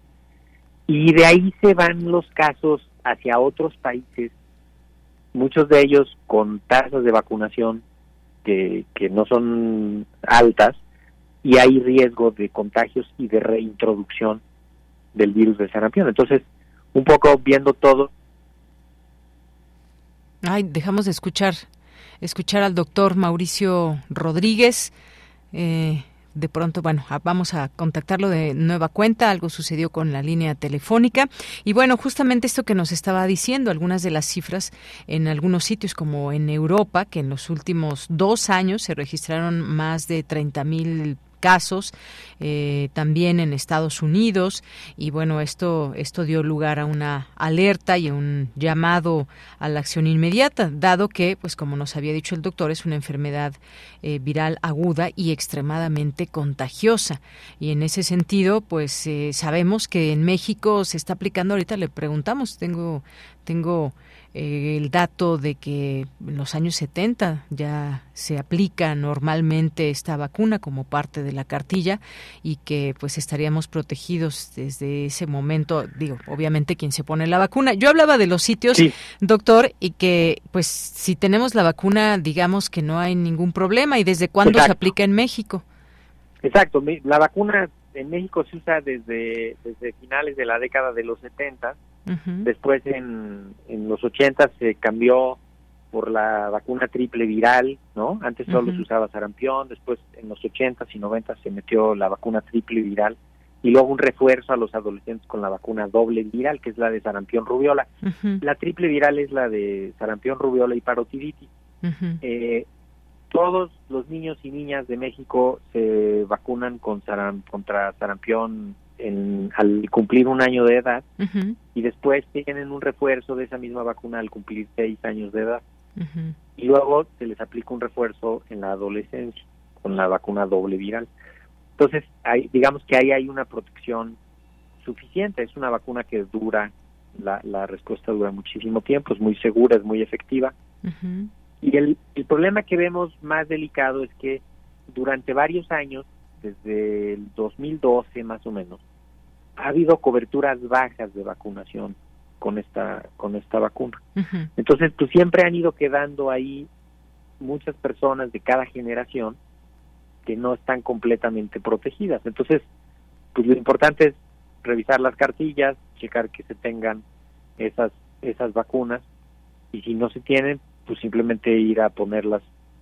y de ahí se van los casos hacia otros países, muchos de ellos con tasas de vacunación que, que no son altas, y hay riesgo de contagios y de reintroducción del virus del sarampión. Entonces, un poco viendo todo. Ay, dejamos de escuchar, escuchar al doctor Mauricio Rodríguez. Eh, de pronto, bueno, vamos a contactarlo de nueva cuenta, algo sucedió con la línea telefónica. Y bueno, justamente esto que nos estaba diciendo, algunas de las cifras en algunos sitios como en Europa, que en los últimos dos años se registraron más de treinta mil casos, eh, también en Estados Unidos, y bueno, esto esto dio lugar a una alerta y a un llamado a la acción inmediata, dado que, pues como nos había dicho el doctor, es una enfermedad eh, viral aguda y extremadamente contagiosa, y en ese sentido, pues eh, sabemos que en México se está aplicando, ahorita le preguntamos, tengo tengo Eh, el dato de que en los años setenta ya se aplica normalmente esta vacuna como parte de la cartilla y que pues estaríamos protegidos desde ese momento, digo, obviamente quien se pone la vacuna. Yo hablaba de los sitios, sí, doctor, y que pues si tenemos la vacuna, digamos que no hay ningún problema. ¿Y desde cuándo Exacto. se aplica en México? Exacto, la vacuna en México se usa desde, desde finales de la década de los setenta. Uh-huh. Después en, en los ochenta se cambió por la vacuna triple viral, ¿no? Antes solo uh-huh. se usaba sarampión, después en los ochentas y noventas se metió la vacuna triple viral y luego un refuerzo a los adolescentes con la vacuna doble viral, que es la de sarampión rubiola. Uh-huh. La triple viral es la de sarampión, rubiola y parotiditis. Uh-huh. Eh, todos los niños y niñas de México se vacunan con saram, contra sarampión En, al cumplir un año de edad, uh-huh. y después tienen un refuerzo de esa misma vacuna al cumplir seis años de edad, uh-huh. y luego se les aplica un refuerzo en la adolescencia con la vacuna doble viral. Entonces, hay, digamos que ahí hay una protección suficiente, es una vacuna que dura, la, la respuesta dura muchísimo tiempo, es muy segura, es muy efectiva, uh-huh. y el, el problema que vemos más delicado es que durante varios años, desde el dos mil doce más o menos, ha habido coberturas bajas de vacunación con esta con esta vacuna. Uh-huh. Entonces, pues siempre han ido quedando ahí muchas personas de cada generación que no están completamente protegidas. Entonces, pues lo importante es revisar las cartillas, checar que se tengan esas esas vacunas, y si no se tienen, pues simplemente ir a ponerlas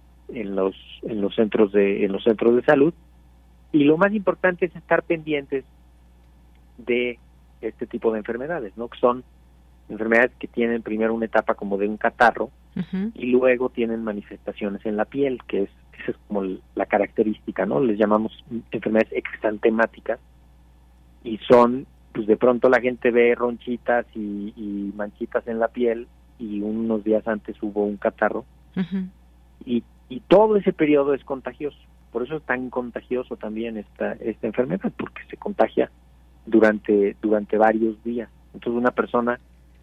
en los en los centros de en los centros de salud. Y lo más importante es estar pendientes de este tipo de enfermedades, ¿no? Que son enfermedades que tienen primero una etapa como de un catarro, uh-huh. y luego tienen manifestaciones en la piel, que es esa es como la característica, ¿no? Les llamamos enfermedades exantemáticas, y son, pues de pronto la gente ve ronchitas y, y manchitas en la piel, y unos días antes hubo un catarro, uh-huh. y, y todo ese periodo es contagioso. Por eso es tan contagioso también esta esta enfermedad, porque se contagia durante durante varios días. Entonces una persona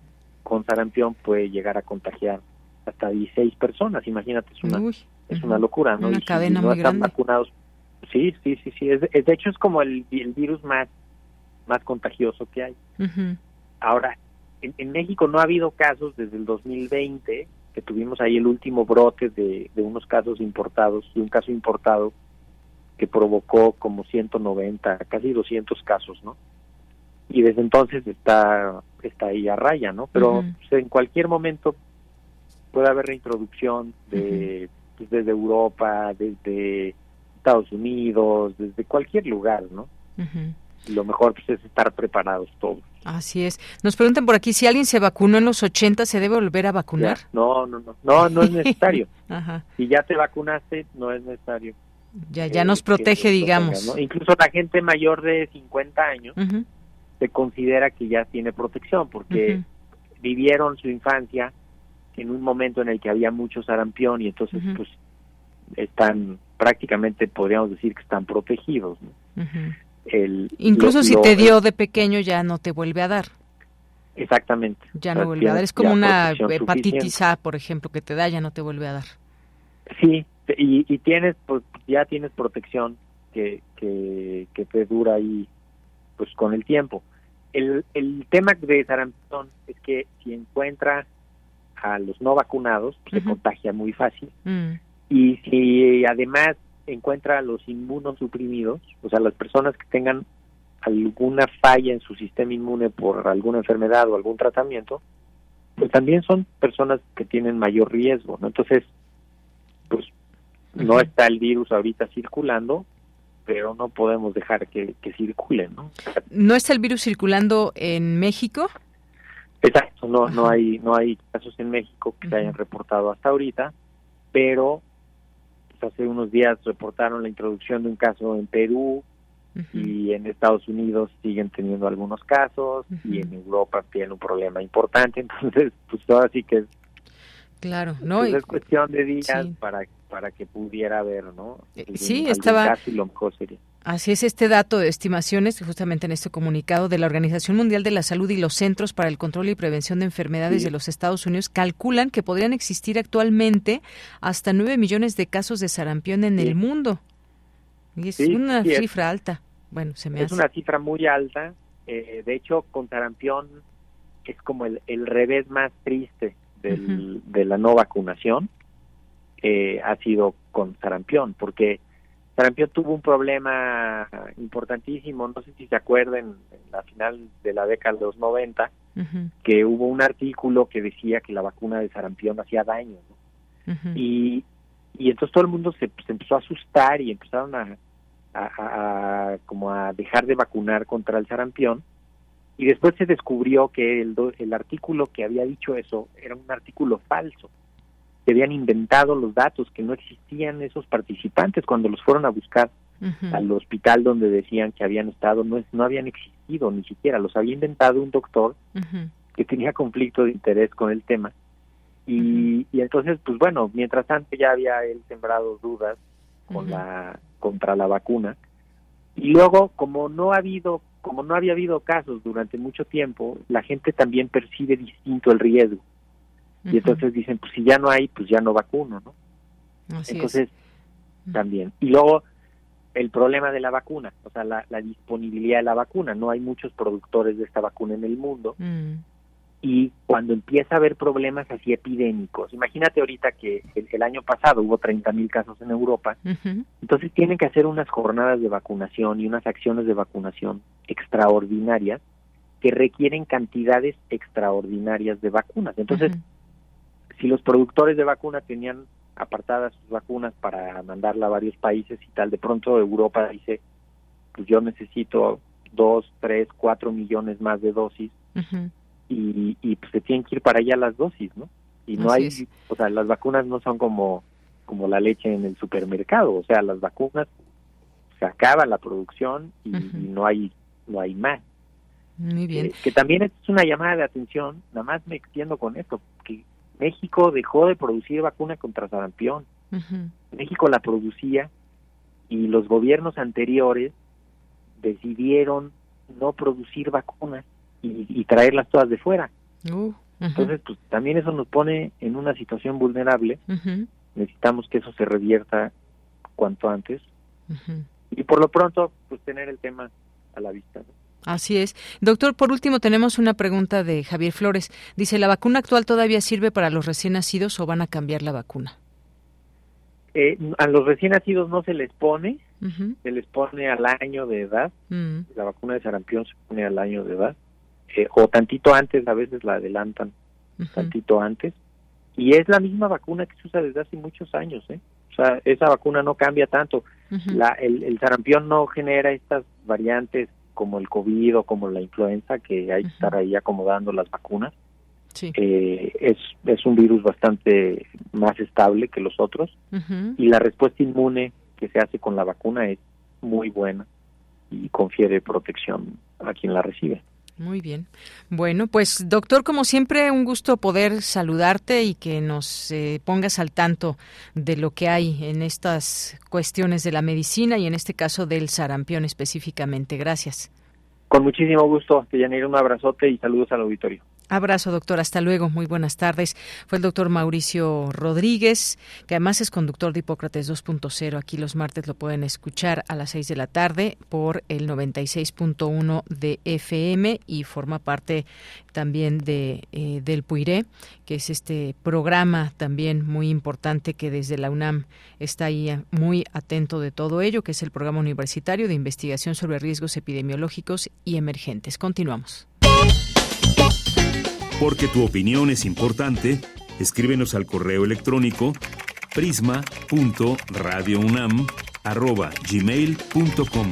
con sarampión puede llegar a contagiar hasta dieciséis personas. Imagínate, es una Uy, es uh-huh. una locura, ¿no? Una y cadena si no muy están grande. vacunados, sí, sí, sí, sí. Es, es, de hecho es como el, el virus más más contagioso que hay. Uh-huh. Ahora, en, en México no ha habido casos desde el dos mil veinte, que tuvimos ahí el último brote de, de unos casos importados, de un caso importado que provocó como ciento noventa, casi doscientos casos, ¿no? Y desde entonces está está ahí a raya, ¿no? Pero uh-huh. pues, en cualquier momento puede haber reintroducción de uh-huh. pues, desde Europa, desde Estados Unidos, desde cualquier lugar, ¿no? Uh-huh. Y lo mejor pues es estar preparados todos. Así es. Nos preguntan por aquí, si alguien se vacunó en los ochenta, ¿se debe volver a vacunar? Ya. No, no, no, no, no es necesario. Ajá. Si ya te vacunaste, no es necesario. Ya, ya nos protege, digamos. Tenga, ¿no? Incluso la gente mayor de cincuenta años uh-huh. se considera que ya tiene protección, porque uh-huh. vivieron su infancia en un momento en el que había mucho sarampión, y entonces uh-huh. pues están, prácticamente podríamos decir que están protegidos, ¿no? Uh-huh. El, Incluso lo, si lo, te dio de pequeño ya no te vuelve a dar. Exactamente. Ya no vuelve a dar. Es como una hepatitis A, por ejemplo, que te da, ya no te vuelve a dar. Sí, y, y tienes, pues ya tienes protección que, que, que te dura ahí pues con el tiempo. El, el tema de sarampión es que si encuentra a los no vacunados, pues uh-huh. se contagia muy fácil. Uh-huh. Y si además encuentra a los inmunosuprimidos, o sea, las personas que tengan alguna falla en su sistema inmune por alguna enfermedad o algún tratamiento, pues también son personas que tienen mayor riesgo, ¿no? Entonces, pues uh-huh. no está el virus ahorita circulando, pero no podemos dejar que, que circulen, ¿no? ¿No está el virus circulando en México? Exacto, no, no hay, no hay casos en México que uh-huh. se hayan reportado hasta ahorita, pero pues, hace unos días reportaron la introducción de un caso en Perú, uh-huh. y en Estados Unidos siguen teniendo algunos casos, uh-huh. y en Europa tienen un problema importante, entonces pues ahora sí que es, claro, ¿no? pues, y, es cuestión de días sí. para para que pudiera haber, ¿no? Sí, algún estaba caso y lo mejor sería. Así es, este dato de estimaciones, justamente en este comunicado de la Organización Mundial de la Salud y los Centros para el Control y Prevención de Enfermedades sí. de los Estados Unidos calculan que podrían existir actualmente hasta nueve millones de casos de sarampión en sí. el mundo. Y es sí, una sí, cifra es, alta. Bueno, se me es hace. una cifra muy alta. Eh, de hecho, con sarampión es como el, el revés más triste del, uh-huh. de la no vacunación. Eh, ha sido con sarampión, porque sarampión tuvo un problema importantísimo, no sé si se acuerdan, en la final de la década de los noventa, uh-huh. que hubo un artículo que decía que la vacuna de sarampión hacía daño, ¿no? Uh-huh. y, y entonces todo el mundo se, se empezó a asustar y empezaron a, a, a, a como a dejar de vacunar contra el sarampión, y después se descubrió que el, el artículo que había dicho eso era un artículo falso. Se habían inventado los datos, que no existían esos participantes cuando los fueron a buscar uh-huh. al hospital donde decían que habían estado, no, no habían existido ni siquiera, los había inventado un doctor uh-huh. que tenía conflicto de interés con el tema, y, uh-huh. y entonces, pues bueno, mientras tanto ya había él sembrado dudas con uh-huh. la contra la vacuna, y luego como no ha habido, como no había habido casos durante mucho tiempo, la gente también percibe distinto el riesgo. Y entonces dicen, pues si ya no hay, pues ya no vacuno, ¿no? Así entonces, es. también. Y luego, el problema de la vacuna, o sea, la, la disponibilidad de la vacuna. No hay muchos productores de esta vacuna en el mundo. Mm. Y cuando empieza a haber problemas así epidémicos, imagínate ahorita que el, el año pasado hubo treinta mil casos en Europa, uh-huh. entonces tienen que hacer unas jornadas de vacunación y unas acciones de vacunación extraordinarias que requieren cantidades extraordinarias de vacunas. Entonces, uh-huh. si los productores de vacunas tenían apartadas sus vacunas para mandarla a varios países y tal, de pronto Europa dice, pues yo necesito dos, tres, cuatro millones más de dosis, uh-huh. y, y pues se tienen que ir para allá las dosis, ¿no? Y no Así hay, es. o sea, las vacunas no son como, como la leche en el supermercado, o sea, las vacunas se acaba la producción y, uh-huh. y no hay, no hay más. Muy bien. Eh, que también es una llamada de atención, nada más me extiendo con esto, que México dejó de producir vacuna contra sarampión. Uh-huh. México la producía y los gobiernos anteriores decidieron no producir vacunas y, y traerlas todas de fuera. Uh, uh-huh. Entonces, pues también eso nos pone en una situación vulnerable. Uh-huh. Necesitamos que eso se revierta cuanto antes. Uh-huh. Y por lo pronto, pues tener el tema a la vista, ¿no? Así es. Doctor, por último tenemos una pregunta de Javier Flores. Dice, ¿la vacuna actual todavía sirve para los recién nacidos o van a cambiar la vacuna? Eh, a los recién nacidos no se les pone, uh-huh. se les pone al año de edad. Uh-huh. La vacuna de sarampión se pone al año de edad. Eh, o tantito antes, a veces la adelantan uh-huh. tantito antes. Y es la misma vacuna que se usa desde hace muchos años, ¿eh? O sea, esa vacuna no cambia tanto. Uh-huh. La, el, el sarampión no genera estas variantes como el COVID o como la influenza, que hay que uh-huh. estar ahí acomodando las vacunas. Sí. Eh, es, es un virus bastante más estable que los otros, uh-huh. y la respuesta inmune que se hace con la vacuna es muy buena y confiere protección a quien la recibe. Muy bien. Bueno, pues doctor, como siempre, un gusto poder saludarte y que nos eh, pongas al tanto de lo que hay en estas cuestiones de la medicina y en este caso del sarampión específicamente. Gracias. Con muchísimo gusto, Deyanira, un abrazote y saludos al auditorio. Abrazo, doctor. Hasta luego. Muy buenas tardes. Fue el doctor Mauricio Rodríguez, que además es conductor de Hipócrates dos punto cero. Aquí los martes lo pueden escuchar a las seis de la tarde por el noventa y seis punto uno de F M y forma parte también de eh, del Puiré, que es este programa también muy importante que desde la UNAM está ahí muy atento de todo ello, que es el Programa Universitario de Investigación sobre Riesgos Epidemiológicos y Emergentes. Continuamos. Porque tu opinión es importante, escríbenos al correo electrónico prisma punto radio unam arroba gmail punto com.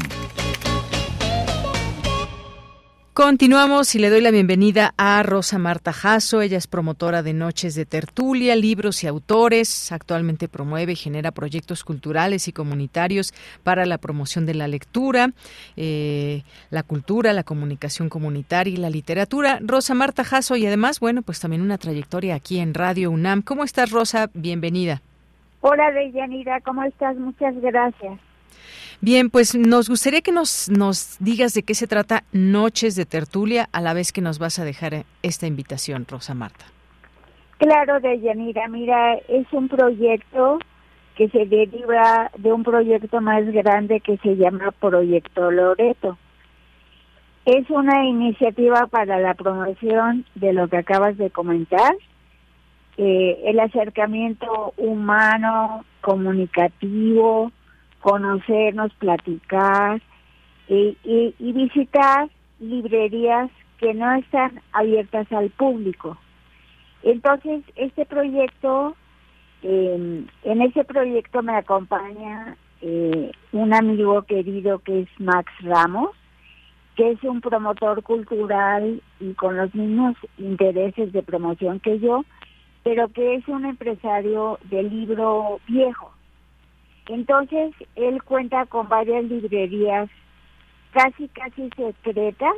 Continuamos y le doy la bienvenida a Rosa Marta Jasso. Ella es promotora de Noches de Tertulia, Libros y Autores. Actualmente promueve y genera proyectos culturales y comunitarios para la promoción de la lectura, eh, la cultura, la comunicación comunitaria y la literatura. Rosa Marta Jasso, y además, bueno, pues también una trayectoria aquí en Radio UNAM. ¿Cómo estás, Rosa? Bienvenida. Hola, Deyanira, ¿cómo estás? Muchas gracias. Bien, pues nos gustaría que nos, nos digas de qué se trata Noches de Tertulia, a la vez que nos vas a dejar esta invitación, Rosa Marta. Claro, Deyanira, mira, es un proyecto que se deriva de un proyecto más grande que se llama Proyecto Loreto. Es una iniciativa para la promoción de lo que acabas de comentar, eh, el acercamiento humano, comunicativo, conocernos, platicar y, y, y visitar librerías que no están abiertas al público. Entonces, este proyecto, eh, en ese proyecto me acompaña eh, un amigo querido que es Max Ramos, que es un promotor cultural y con los mismos intereses de promoción que yo, pero que es un empresario del libro viejo. Entonces, él cuenta con varias librerías casi, casi secretas,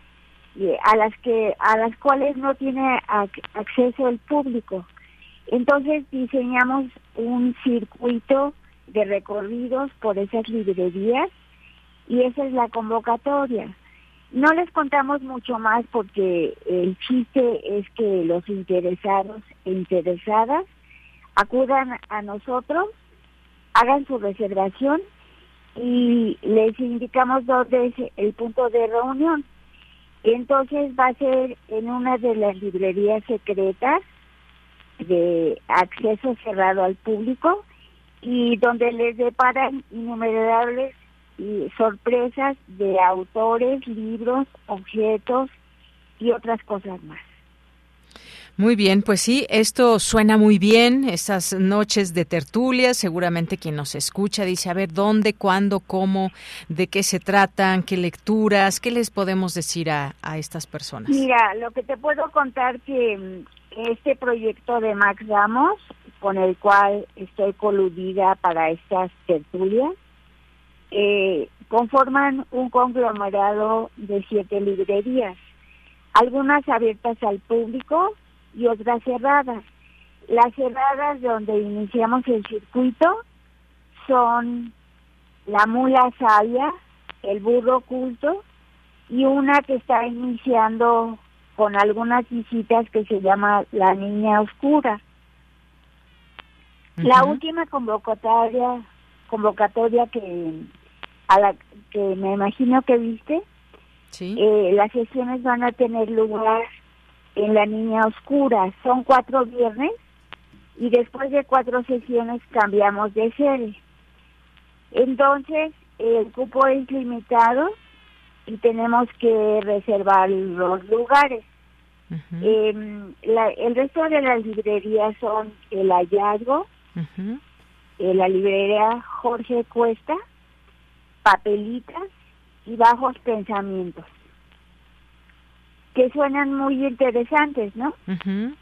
a las que a las cuales no tiene ac- acceso el público. Entonces, diseñamos un circuito de recorridos por esas librerías y esa es la convocatoria. No les contamos mucho más porque el chiste es que los interesados e interesadas acudan a nosotros, hagan su reservación y les indicamos dónde es el punto de reunión. Entonces va a ser en una de las librerías secretas de acceso cerrado al público y donde les deparan innumerables y sorpresas de autores, libros, objetos y otras cosas más. Muy bien, pues sí, esto suena muy bien, esas noches de tertulia, seguramente quien nos escucha dice, a ver, ¿dónde, cuándo, cómo, de qué se tratan, qué lecturas, qué les podemos decir a, a estas personas? Mira, lo que te puedo contar que este proyecto de Max Ramos, con el cual estoy coludida para estas tertulias, eh, conforman un conglomerado de siete librerías, algunas abiertas al público y otras cerradas. Las cerradas donde iniciamos el circuito son La Mula Sabia, El Burro Oculto y una que está iniciando con algunas visitas que se llama La Niña Oscura. Uh-huh. La última convocatoria convocatoria que a la que me imagino que viste, sí. eh, las sesiones van a tener lugar en La Niña Oscura. Son cuatro viernes y después de cuatro sesiones cambiamos de sede. Entonces, el cupo es limitado y tenemos que reservar los lugares. Uh-huh. Eh, la, el resto de las librerías son El Hallazgo, uh-huh. eh, la librería Jorge Cuesta, Papelitas y Bajos Pensamientos, que suenan muy interesantes, ¿no? Uh-huh.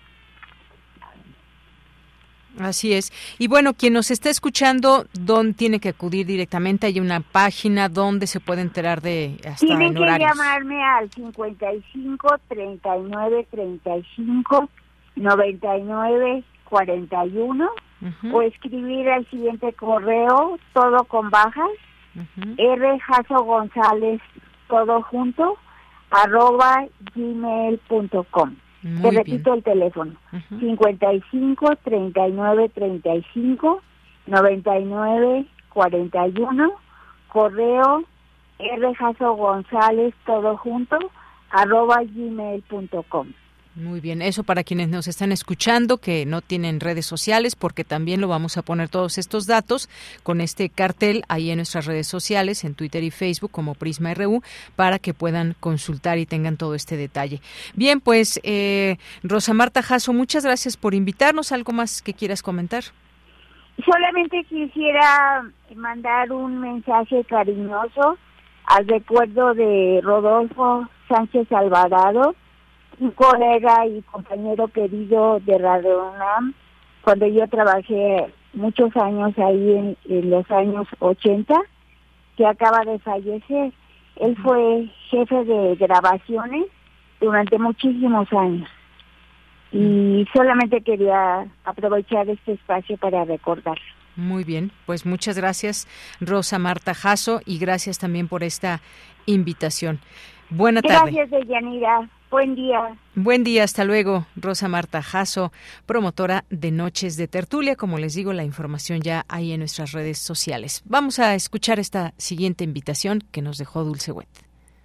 Así es. Y bueno, quien nos está escuchando, ¿dónde tiene que acudir directamente? ¿Hay una página donde se puede enterar de hasta Tienen en que horarios? llamarme al cincuenta y cinco, treinta y nueve, treinta y cinco, noventa y nueve, cuarenta y uno uh-huh. o escribir al siguiente correo, todo con bajas, uh-huh. R. Jasso González, todo junto, arroba gmail punto com. Te repito el teléfono, uh-huh. cincuenta y cinco, treinta y nueve, treinta y cinco, noventa y nueve, cuarenta y uno, correo R. Jasso González, todo junto, arroba gmail punto com. Muy bien, eso para quienes nos están escuchando que no tienen redes sociales, porque también lo vamos a poner todos estos datos con este cartel ahí en nuestras redes sociales, en Twitter y Facebook como Prisma R U, para que puedan consultar y tengan todo este detalle. Bien, pues eh, Rosa Marta Jasso, muchas gracias por invitarnos. ¿Algo más que quieras comentar? Solamente quisiera mandar un mensaje cariñoso al recuerdo de Rodolfo Sánchez Alvarado, un colega y compañero querido de Radio UNAM, cuando yo trabajé muchos años ahí en, en los años ochenta, que acaba de fallecer. Él fue jefe de grabaciones durante muchísimos años. Y solamente quería aprovechar este espacio para recordarlo. Muy bien, pues muchas gracias, Rosa Marta Jasso, y gracias también por esta invitación. Buena tarde. Gracias, Deyanira. Buen día. Buen día, hasta luego. Rosa Marta Jasso, promotora de Noches de Tertulia. Como les digo, la información ya hay en nuestras redes sociales. Vamos a escuchar esta siguiente invitación que nos dejó Dulce Wet.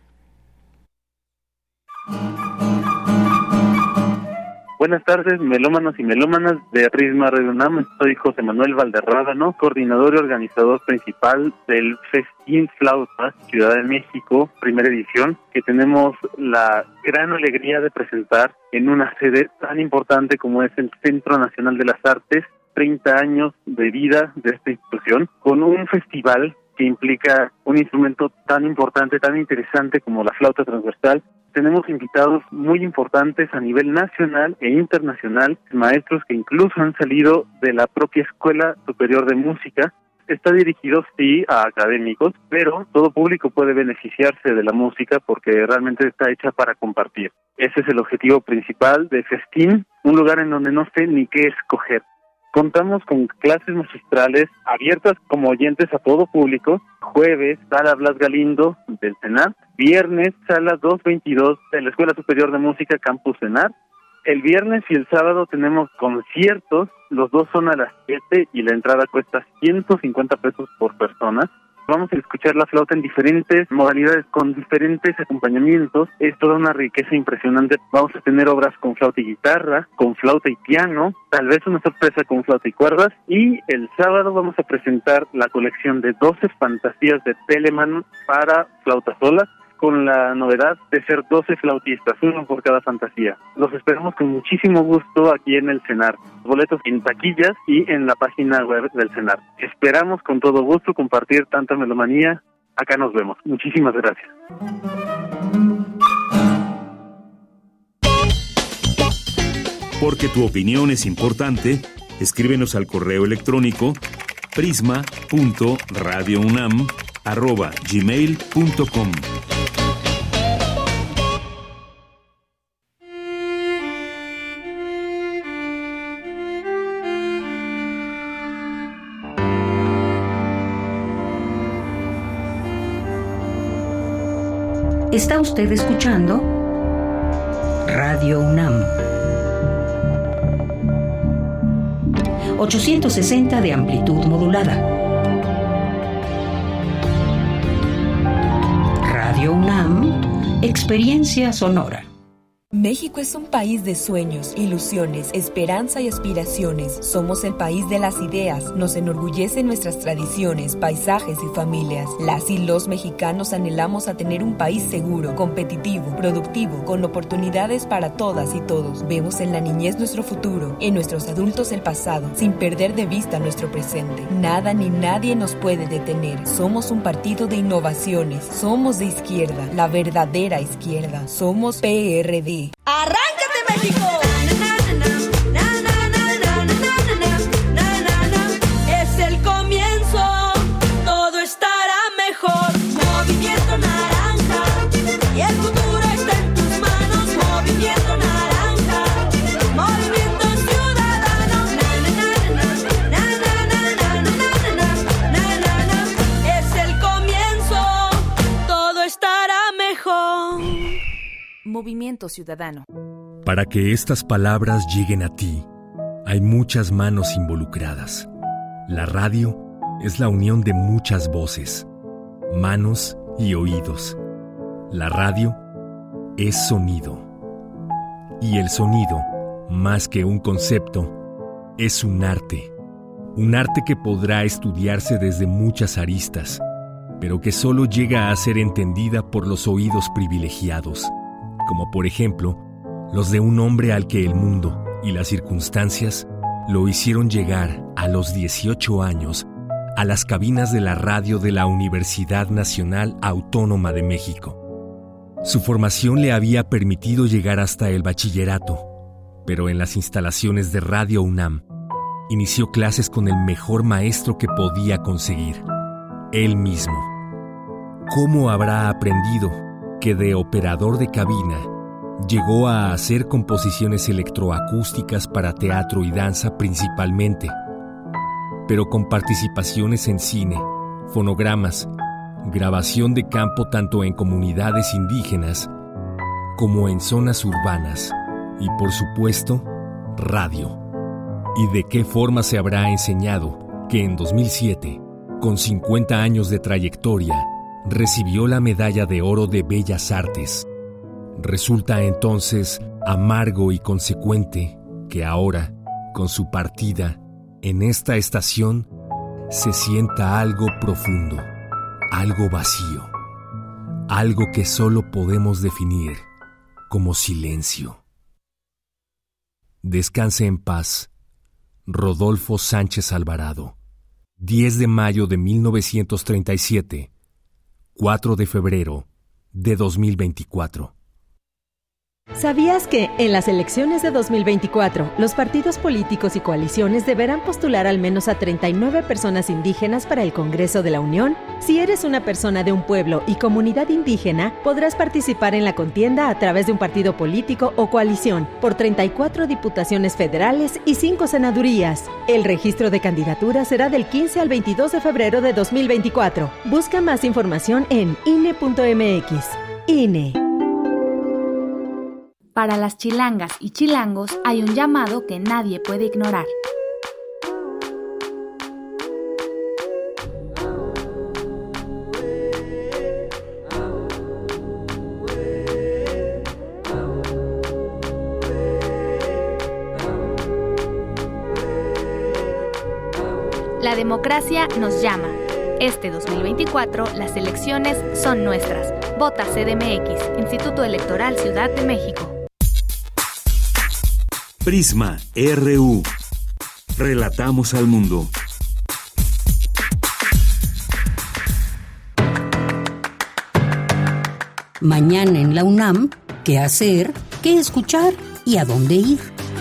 Buenas tardes, melómanos y melómanas de Prisma Radio UNAM. Soy José Manuel Valderrábano, coordinador y organizador principal del Festín Flautas Ciudad de México, primera edición, que tenemos la gran alegría de presentar en una sede tan importante como es el Centro Nacional de las Artes, treinta años de vida de esta institución, con un festival que implica un instrumento tan importante, tan interesante como la flauta transversal. Tenemos invitados muy importantes a nivel nacional e internacional, maestros que incluso han salido de la propia Escuela Superior de Música. Está dirigido, sí, a académicos, pero todo público puede beneficiarse de la música porque realmente está hecha para compartir. Ese es el objetivo principal de Festín, un lugar en donde no sé ni qué escoger. Contamos con clases magistrales abiertas como oyentes a todo público. Jueves, Sala Blas Galindo del CENAR. Viernes, Sala doscientos veintidós de la Escuela Superior de Música Campus CENAR. El viernes y el sábado tenemos conciertos. Los dos son a las siete y la entrada cuesta ciento cincuenta pesos por persona. Vamos a escuchar la flauta en diferentes modalidades, con diferentes acompañamientos. Es toda una riqueza impresionante. Vamos a tener obras con flauta y guitarra, con flauta y piano, tal vez una sorpresa con flauta y cuerdas. Y el sábado vamos a presentar la colección de doce fantasías de Telemann para flauta sola, con la novedad de ser doce flautistas, uno por cada fantasía. Los esperamos con muchísimo gusto aquí en el CENAR. Boletos en taquillas y en la página web del CENAR. Esperamos con todo gusto compartir tanta melomanía. Acá nos vemos. Muchísimas gracias. Porque tu opinión es importante, escríbenos al correo electrónico prisma punto radio unam arroba gmail punto com. Está usted escuchando Radio UNAM. ochocientos sesenta de amplitud modulada. Radio UNAM, experiencia sonora. México es un país de sueños, ilusiones, esperanza y aspiraciones. Somos el país de las ideas. Nos enorgullecen nuestras tradiciones, paisajes y familias. Las y los mexicanos anhelamos a tener un país seguro, competitivo, productivo, con oportunidades para todas y todos. Vemos en la niñez nuestro futuro, en nuestros adultos el pasado, sin perder de vista nuestro presente. Nada ni nadie nos puede detener. Somos un partido de innovaciones. Somos de izquierda, la verdadera izquierda. Somos P R D. ¡Arráncate, México! Es el comienzo, todo estará mejor. Movimiento Naranja, y el futuro está en tus manos. Movimiento Naranja, Movimiento Ciudadano. Es el comienzo, todo estará mejor. Movimiento Ciudadano. Para que estas palabras lleguen a ti, hay muchas manos involucradas. La radio es la unión de muchas voces, manos y oídos. La radio es sonido. Y el sonido, más que un concepto, es un arte. Un arte que podrá estudiarse desde muchas aristas, pero que solo llega a ser entendida por los oídos privilegiados, como por ejemplo, los de un hombre al que el mundo y las circunstancias lo hicieron llegar a los dieciocho años a las cabinas de la radio de la Universidad Nacional Autónoma de México. Su formación le había permitido llegar hasta el bachillerato, pero en las instalaciones de Radio UNAM inició clases con el mejor maestro que podía conseguir, él mismo. ¿Cómo habrá aprendido que de operador de cabina llegó a hacer composiciones electroacústicas para teatro y danza principalmente, pero con participaciones en cine, fonogramas, grabación de campo tanto en comunidades indígenas como en zonas urbanas y, por supuesto, radio? ¿Y de qué forma se habrá enseñado que en dos mil siete, con cincuenta años de trayectoria, recibió la Medalla de Oro de Bellas Artes? Resulta entonces amargo y consecuente que ahora, con su partida, en esta estación, se sienta algo profundo, algo vacío, algo que solo podemos definir como silencio. Descanse en paz, Rodolfo Sánchez Alvarado. diez de mayo de mil novecientos treinta y siete, cuatro de febrero de dos mil veinticuatro. ¿Sabías que en las elecciones de dos mil veinticuatro los partidos políticos y coaliciones deberán postular al menos a treinta y nueve personas indígenas para el Congreso de la Unión? Si eres una persona de un pueblo y comunidad indígena, podrás participar en la contienda a través de un partido político o coalición por treinta y cuatro diputaciones federales y cinco senadurías. El registro de candidaturas será del quince al veintidós de febrero de dos mil veinticuatro. Busca más información en I N E punto M X. I N E. Para las chilangas y chilangos hay un llamado que nadie puede ignorar. La democracia nos llama. Este dos mil veinticuatro las elecciones son nuestras. Vota C D M X, Instituto Electoral Ciudad de México. Prisma R U. Relatamos al mundo. Mañana en la UNAM, ¿qué hacer? ¿Qué escuchar? ¿Y a dónde ir?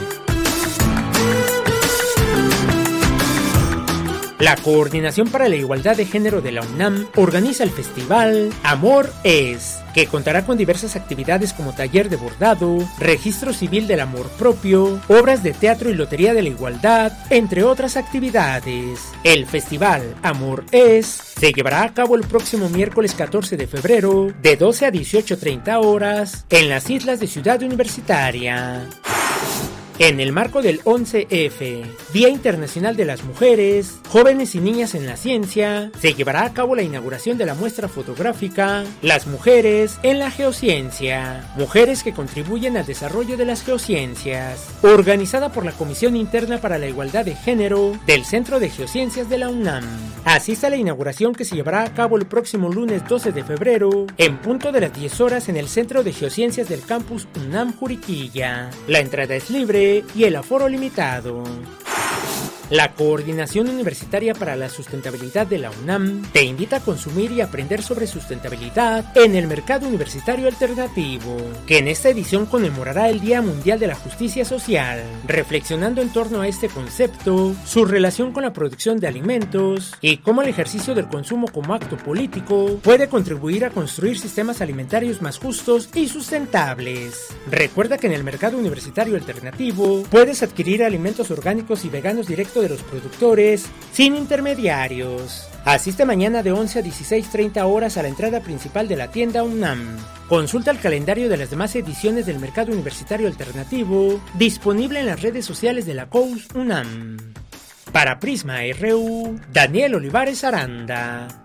La Coordinación para la Igualdad de Género de la UNAM organiza el festival Amor Es, que contará con diversas actividades como taller de bordado, registro civil del amor propio, obras de teatro y lotería de la igualdad, entre otras actividades. El festival Amor Es se llevará a cabo el próximo miércoles catorce de febrero de doce a dieciocho treinta horas en las islas de Ciudad Universitaria. En el marco del once efe, Día Internacional de las Mujeres, Jóvenes y Niñas en la Ciencia, se llevará a cabo la inauguración de la muestra fotográfica Las Mujeres en la Geociencia, mujeres que contribuyen al desarrollo de las geociencias, organizada por la Comisión Interna para la Igualdad de Género del Centro de Geociencias de la UNAM. Asista a la inauguración que se llevará a cabo el próximo lunes doce de febrero, en punto de las diez horas en el Centro de Geociencias del Campus UNAM Juriquilla. La entrada es libre y el aforo limitado. La Coordinación Universitaria para la Sustentabilidad de la UNAM te invita a consumir y aprender sobre sustentabilidad en el mercado universitario alternativo, que en esta edición conmemorará el Día Mundial de la Justicia Social, reflexionando en torno a este concepto, su relación con la producción de alimentos y cómo el ejercicio del consumo como acto político puede contribuir a construir sistemas alimentarios más justos y sustentables. Recuerda que en el mercado universitario alternativo puedes adquirir alimentos orgánicos y veganos directos de los productores sin intermediarios. Asiste mañana de once a dieciséis treinta horas a la entrada principal de la tienda UNAM. Consulta el calendario de las demás ediciones del Mercado Universitario Alternativo disponible en las redes sociales de la C O U S UNAM. Para Prisma R U, Daniel Olivares Aranda.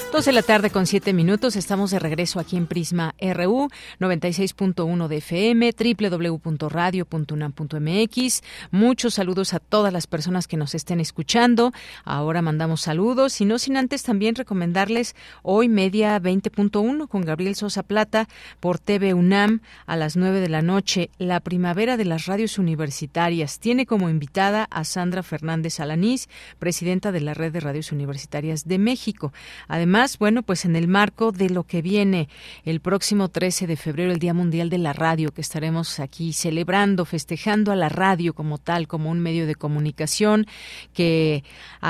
Dos de la tarde con siete minutos, estamos de regreso aquí en Prisma R U, noventa y seis punto uno de F M, doble u doble u doble u punto radio punto unam punto m x. Muchos saludos a todas las personas que nos estén escuchando. Ahora mandamos saludos y no sin antes también recomendarles hoy Media veinte punto uno con Gabriel Sosa Plata por T V UNAM a las nueve de la noche. La primavera de las radios universitarias tiene como invitada a Sandra Fernández Alanís, presidenta de la Red de Radios Universitarias de México. Además, bueno, pues en el marco de lo que viene el próximo trece de febrero, el Día Mundial de la Radio, que estaremos aquí celebrando, festejando a la radio como tal, como un medio de comunicación que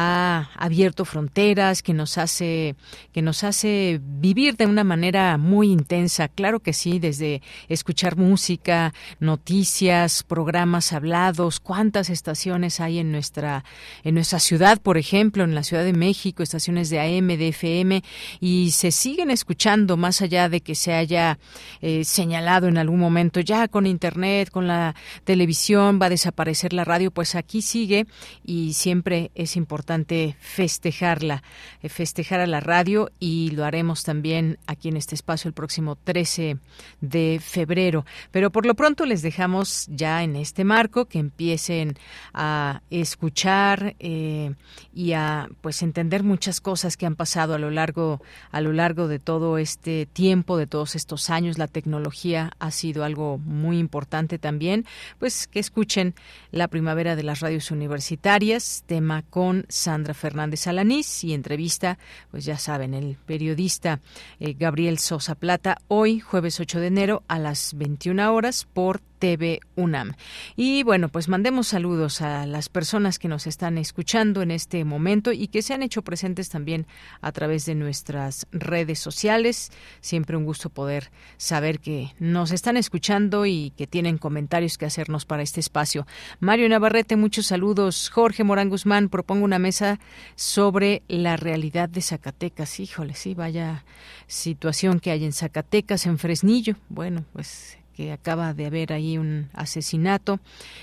ha abierto fronteras, que nos hace, que nos hace vivir de una manera muy intensa. Claro que sí, desde escuchar música, noticias, programas hablados, cuántas estaciones hay en nuestra, en nuestra ciudad, por ejemplo, en la Ciudad de México, estaciones de A M, de F M, y se siguen escuchando más allá de que se haya eh, señalado en algún momento ya con internet, con la televisión va a desaparecer la radio, pues aquí sigue y siempre es importante festejarla, eh, festejar a la radio, y lo haremos también aquí en este espacio el próximo trece de febrero. Pero por lo pronto les dejamos ya en este marco que empiecen a escuchar eh, y a pues entender muchas cosas que han pasado a lo largo a lo largo de todo este tiempo, de todos estos años. La tecnología ha sido algo muy importante también. Pues que escuchen La Primavera de las Radios Universitarias, tema con Sandra Fernández Alanís, y entrevista, pues ya saben, el periodista eh, Gabriel Sosa Plata, hoy jueves ocho de enero a las veintiuna horas por T V UNAM. Y bueno, pues mandemos saludos a las personas que nos están escuchando en este momento y que se han hecho presentes también a través de nuestras redes sociales. Siempre un gusto poder saber que nos están escuchando y que tienen comentarios que hacernos para este espacio. Mario Navarrete, muchos saludos. Jorge Morán Guzmán, propongo una mesa sobre la realidad de Zacatecas. Híjole, sí, vaya situación que hay en Zacatecas, en Fresnillo. Bueno, pues que acaba de haber ahí un asesinato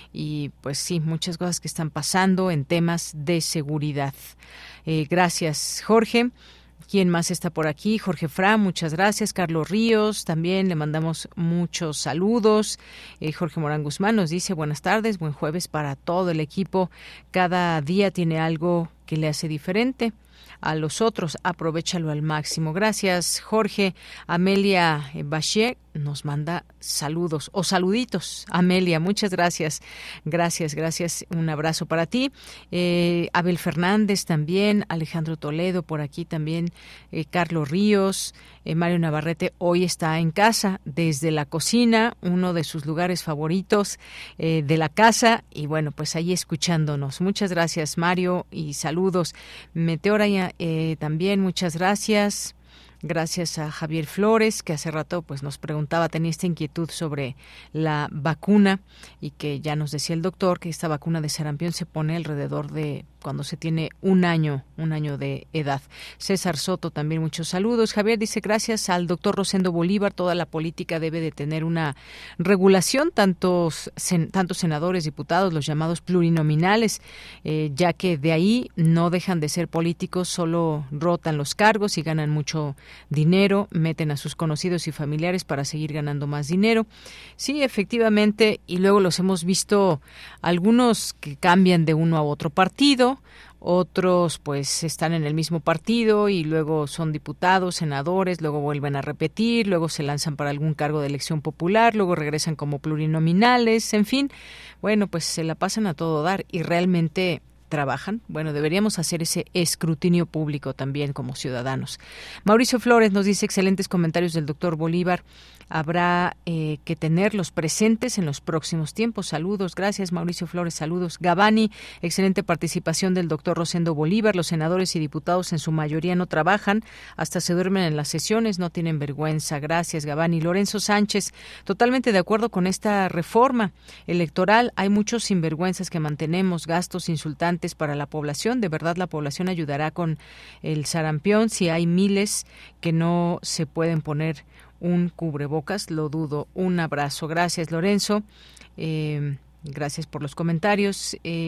y pues sí, muchas cosas que están pasando en temas de seguridad. Eh, gracias, Jorge. ¿Quién más está por aquí? Jorge Fra, muchas gracias. Carlos Ríos, también le mandamos muchos saludos. Eh, Jorge Morán Guzmán nos dice buenas tardes, buen jueves para todo el equipo. Cada día tiene algo que le hace diferente a los otros, aprovéchalo al máximo. Gracias, Jorge. Amelia Bachek nos manda saludos o saluditos. Amelia, muchas gracias. Gracias, gracias. Un abrazo para ti. Eh, Abel Fernández también, Alejandro Toledo por aquí también, eh, Carlos Ríos, eh, Mario Navarrete hoy está en casa desde la cocina, uno de sus lugares favoritos eh, de la casa, y bueno, pues ahí escuchándonos. Muchas gracias, Mario, y saludos. Meteora eh, también, muchas gracias. Gracias a Javier Flores, que hace rato pues nos preguntaba, tenía esta inquietud sobre la vacuna y que ya nos decía el doctor que esta vacuna de sarampión se pone alrededor de cuando se tiene un año, un año de edad. César Soto también muchos saludos. Javier dice, gracias al doctor Rosendo Bolívar, toda la política debe de tener una regulación, tantos, sen, tantos senadores, diputados, los llamados plurinominales, eh, ya que de ahí no dejan de ser políticos, solo rotan los cargos y ganan mucho dinero, meten a sus conocidos y familiares para seguir ganando más dinero. Sí, efectivamente, y luego los hemos visto algunos que cambian de uno a otro partido, otros pues están en el mismo partido y luego son diputados, senadores, luego vuelven a repetir, luego se lanzan para algún cargo de elección popular, luego regresan como plurinominales, en fin, bueno, pues se la pasan a todo dar y realmente trabajan. Bueno, deberíamos hacer ese escrutinio público también como ciudadanos. Mauricio Flores nos dice excelentes comentarios del doctor Bolívar. Habrá eh, que tenerlos presentes en los próximos tiempos. Saludos, gracias Mauricio Flores, saludos. Gavani, excelente participación del doctor Rosendo Bolívar. Los senadores y diputados en su mayoría no trabajan, hasta se duermen en las sesiones, no tienen vergüenza. Gracias, Gavani. Lorenzo Sánchez, totalmente de acuerdo con esta reforma electoral. Hay muchos sinvergüenzas que mantenemos, gastos insultantes para la población. De verdad, la población ayudará con el sarampión si hay miles que no se pueden poner un cubrebocas, lo dudo. Un abrazo. Gracias, Lorenzo. Eh, gracias por los comentarios. Eh,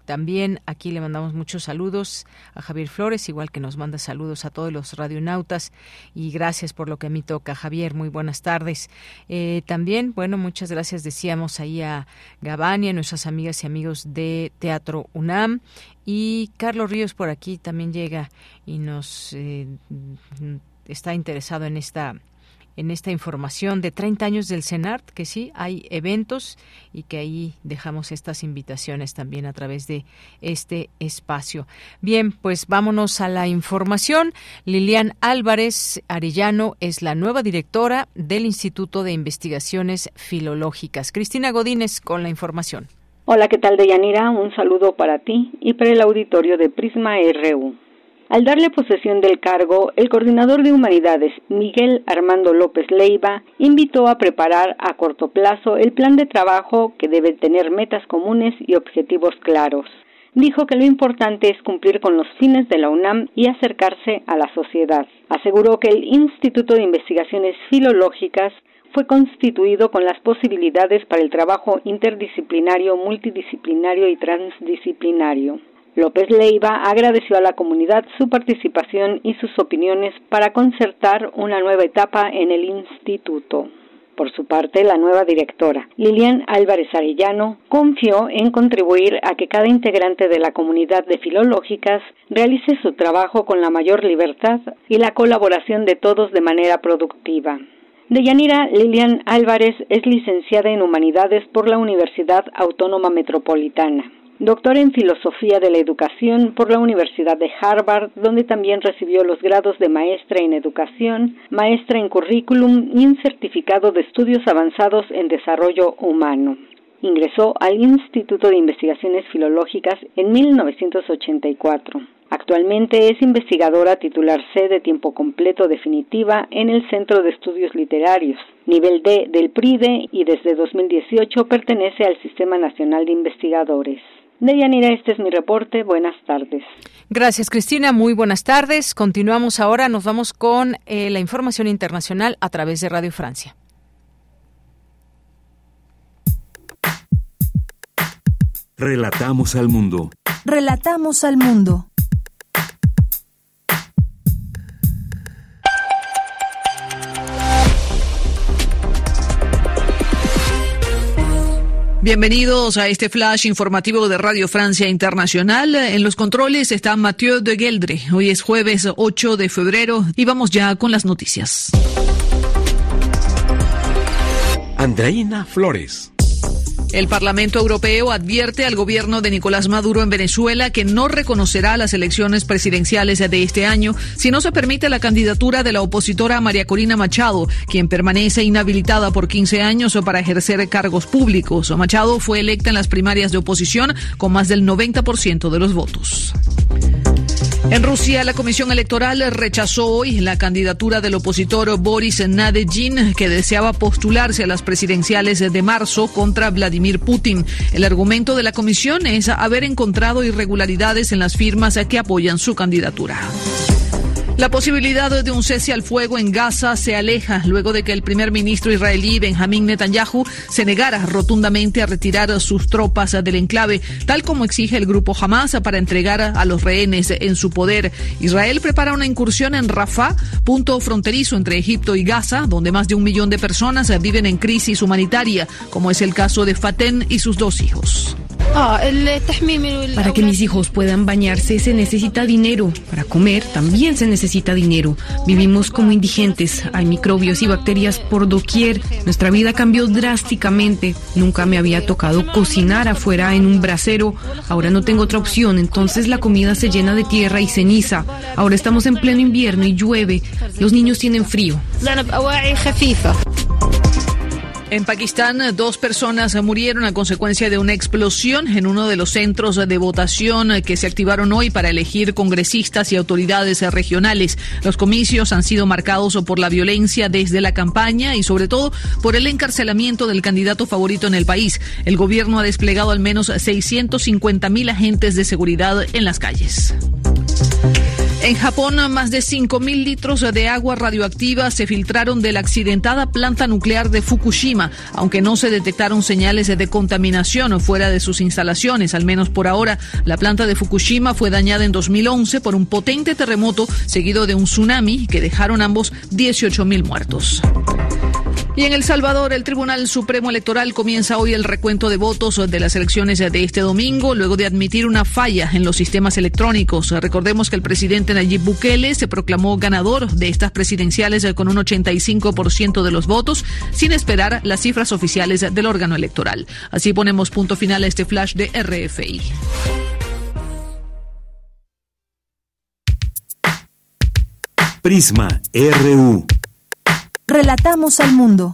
También aquí le mandamos muchos saludos a Javier Flores, igual que nos manda saludos a todos los radionautas, y gracias por lo que a mí toca, Javier, muy buenas tardes. Eh, también, bueno, muchas gracias, decíamos ahí a Gabania, nuestras amigas y amigos de Teatro UNAM, y Carlos Ríos por aquí también llega y nos eh, está interesado en esta en esta información de treinta años del CENART, que sí, hay eventos y que ahí dejamos estas invitaciones también a través de este espacio. Bien, pues vámonos a la información. Lilian Álvarez Arellano es la nueva directora del Instituto de Investigaciones Filológicas. Cristina Godínez con la información. Hola, ¿qué tal, Deyanira? Un saludo para ti y para el auditorio de Prisma R U. Al darle posesión del cargo, el coordinador de Humanidades, Miguel Armando López Leiva, invitó a preparar a corto plazo el plan de trabajo que debe tener metas comunes y objetivos claros. Dijo que lo importante es cumplir con los fines de la UNAM y acercarse a la sociedad. Aseguró que el Instituto de Investigaciones Filológicas fue constituido con las posibilidades para el trabajo interdisciplinario, multidisciplinario y transdisciplinario. López Leiva agradeció a la comunidad su participación y sus opiniones para concertar una nueva etapa en el instituto. Por su parte, la nueva directora, Lilian Álvarez Arellano, confió en contribuir a que cada integrante de la comunidad de filológicas realice su trabajo con la mayor libertad y la colaboración de todos de manera productiva. Deyanira, Lilian Álvarez es licenciada en Humanidades por la Universidad Autónoma Metropolitana. Doctor en Filosofía de la Educación por la Universidad de Harvard, donde también recibió los grados de Maestra en Educación, Maestra en Currículum y un certificado de Estudios Avanzados en Desarrollo Humano. Ingresó al Instituto de Investigaciones Filológicas en mil novecientos ochenta y cuatro. Actualmente es investigadora titular C de tiempo completo definitiva en el Centro de Estudios Literarios, nivel D del P R I D E, y desde dos mil dieciocho pertenece al Sistema Nacional de Investigadores. Deyanira, este es mi reporte. Buenas tardes. Gracias, Cristina. Muy buenas tardes. Continuamos ahora. Nos vamos con eh, la información internacional a través de Radio Francia. Relatamos al mundo. Relatamos al mundo. Bienvenidos a este flash informativo de Radio Francia Internacional. En los controles está Mathieu de Geldre. Hoy es jueves ocho de febrero y vamos ya con las noticias. Andreina Flores. El Parlamento Europeo advierte al gobierno de Nicolás Maduro en Venezuela que no reconocerá las elecciones presidenciales de este año si no se permite la candidatura de la opositora María Corina Machado, quien permanece inhabilitada por quince años para ejercer cargos públicos. Machado fue electa en las primarias de oposición con más del noventa por ciento de los votos. En Rusia, la Comisión Electoral rechazó hoy la candidatura del opositor Boris Nadezhdin, que deseaba postularse a las presidenciales de marzo contra Vladimir Putin. El argumento de la comisión es haber encontrado irregularidades en las firmas que apoyan su candidatura. La posibilidad de un cese al fuego en Gaza se aleja luego de que el primer ministro israelí Benjamín Netanyahu se negara rotundamente a retirar sus tropas del enclave, tal como exige el grupo Hamas para entregar a los rehenes en su poder. Israel prepara una incursión en Rafah, punto fronterizo entre Egipto y Gaza, donde más de un millón de personas viven en crisis humanitaria, como es el caso de Faten y sus dos hijos. Para que mis hijos puedan bañarse se necesita dinero. Para comer también se necesita dinero. Vivimos como indigentes. Hay microbios y bacterias por doquier. Nuestra vida cambió drásticamente. Nunca me había tocado cocinar afuera en un brasero. Ahora no tengo otra opción. Entonces la comida se llena de tierra y ceniza. Ahora estamos en pleno invierno y llueve. Los niños tienen frío. En Pakistán, dos personas murieron a consecuencia de una explosión en uno de los centros de votación que se activaron hoy para elegir congresistas y autoridades regionales. Los comicios han sido marcados por la violencia desde la campaña y sobre todo por el encarcelamiento del candidato favorito en el país. El gobierno ha desplegado al menos seiscientos cincuenta mil agentes de seguridad en las calles. En Japón, más de cinco mil litros de agua radioactiva se filtraron de la accidentada planta nuclear de Fukushima, aunque no se detectaron señales de contaminación fuera de sus instalaciones, al menos por ahora. La planta de Fukushima fue dañada en dos mil once por un potente terremoto seguido de un tsunami que dejaron ambos dieciocho mil muertos. Y en El Salvador, el Tribunal Supremo Electoral comienza hoy el recuento de votos de las elecciones de este domingo, luego de admitir una falla en los sistemas electrónicos. Recordemos que el presidente Nayib Bukele se proclamó ganador de estas presidenciales con un ochenta y cinco por ciento de los votos, sin esperar las cifras oficiales del órgano electoral. Así ponemos punto final a este flash de R F I. Prisma R U. Relatamos al mundo.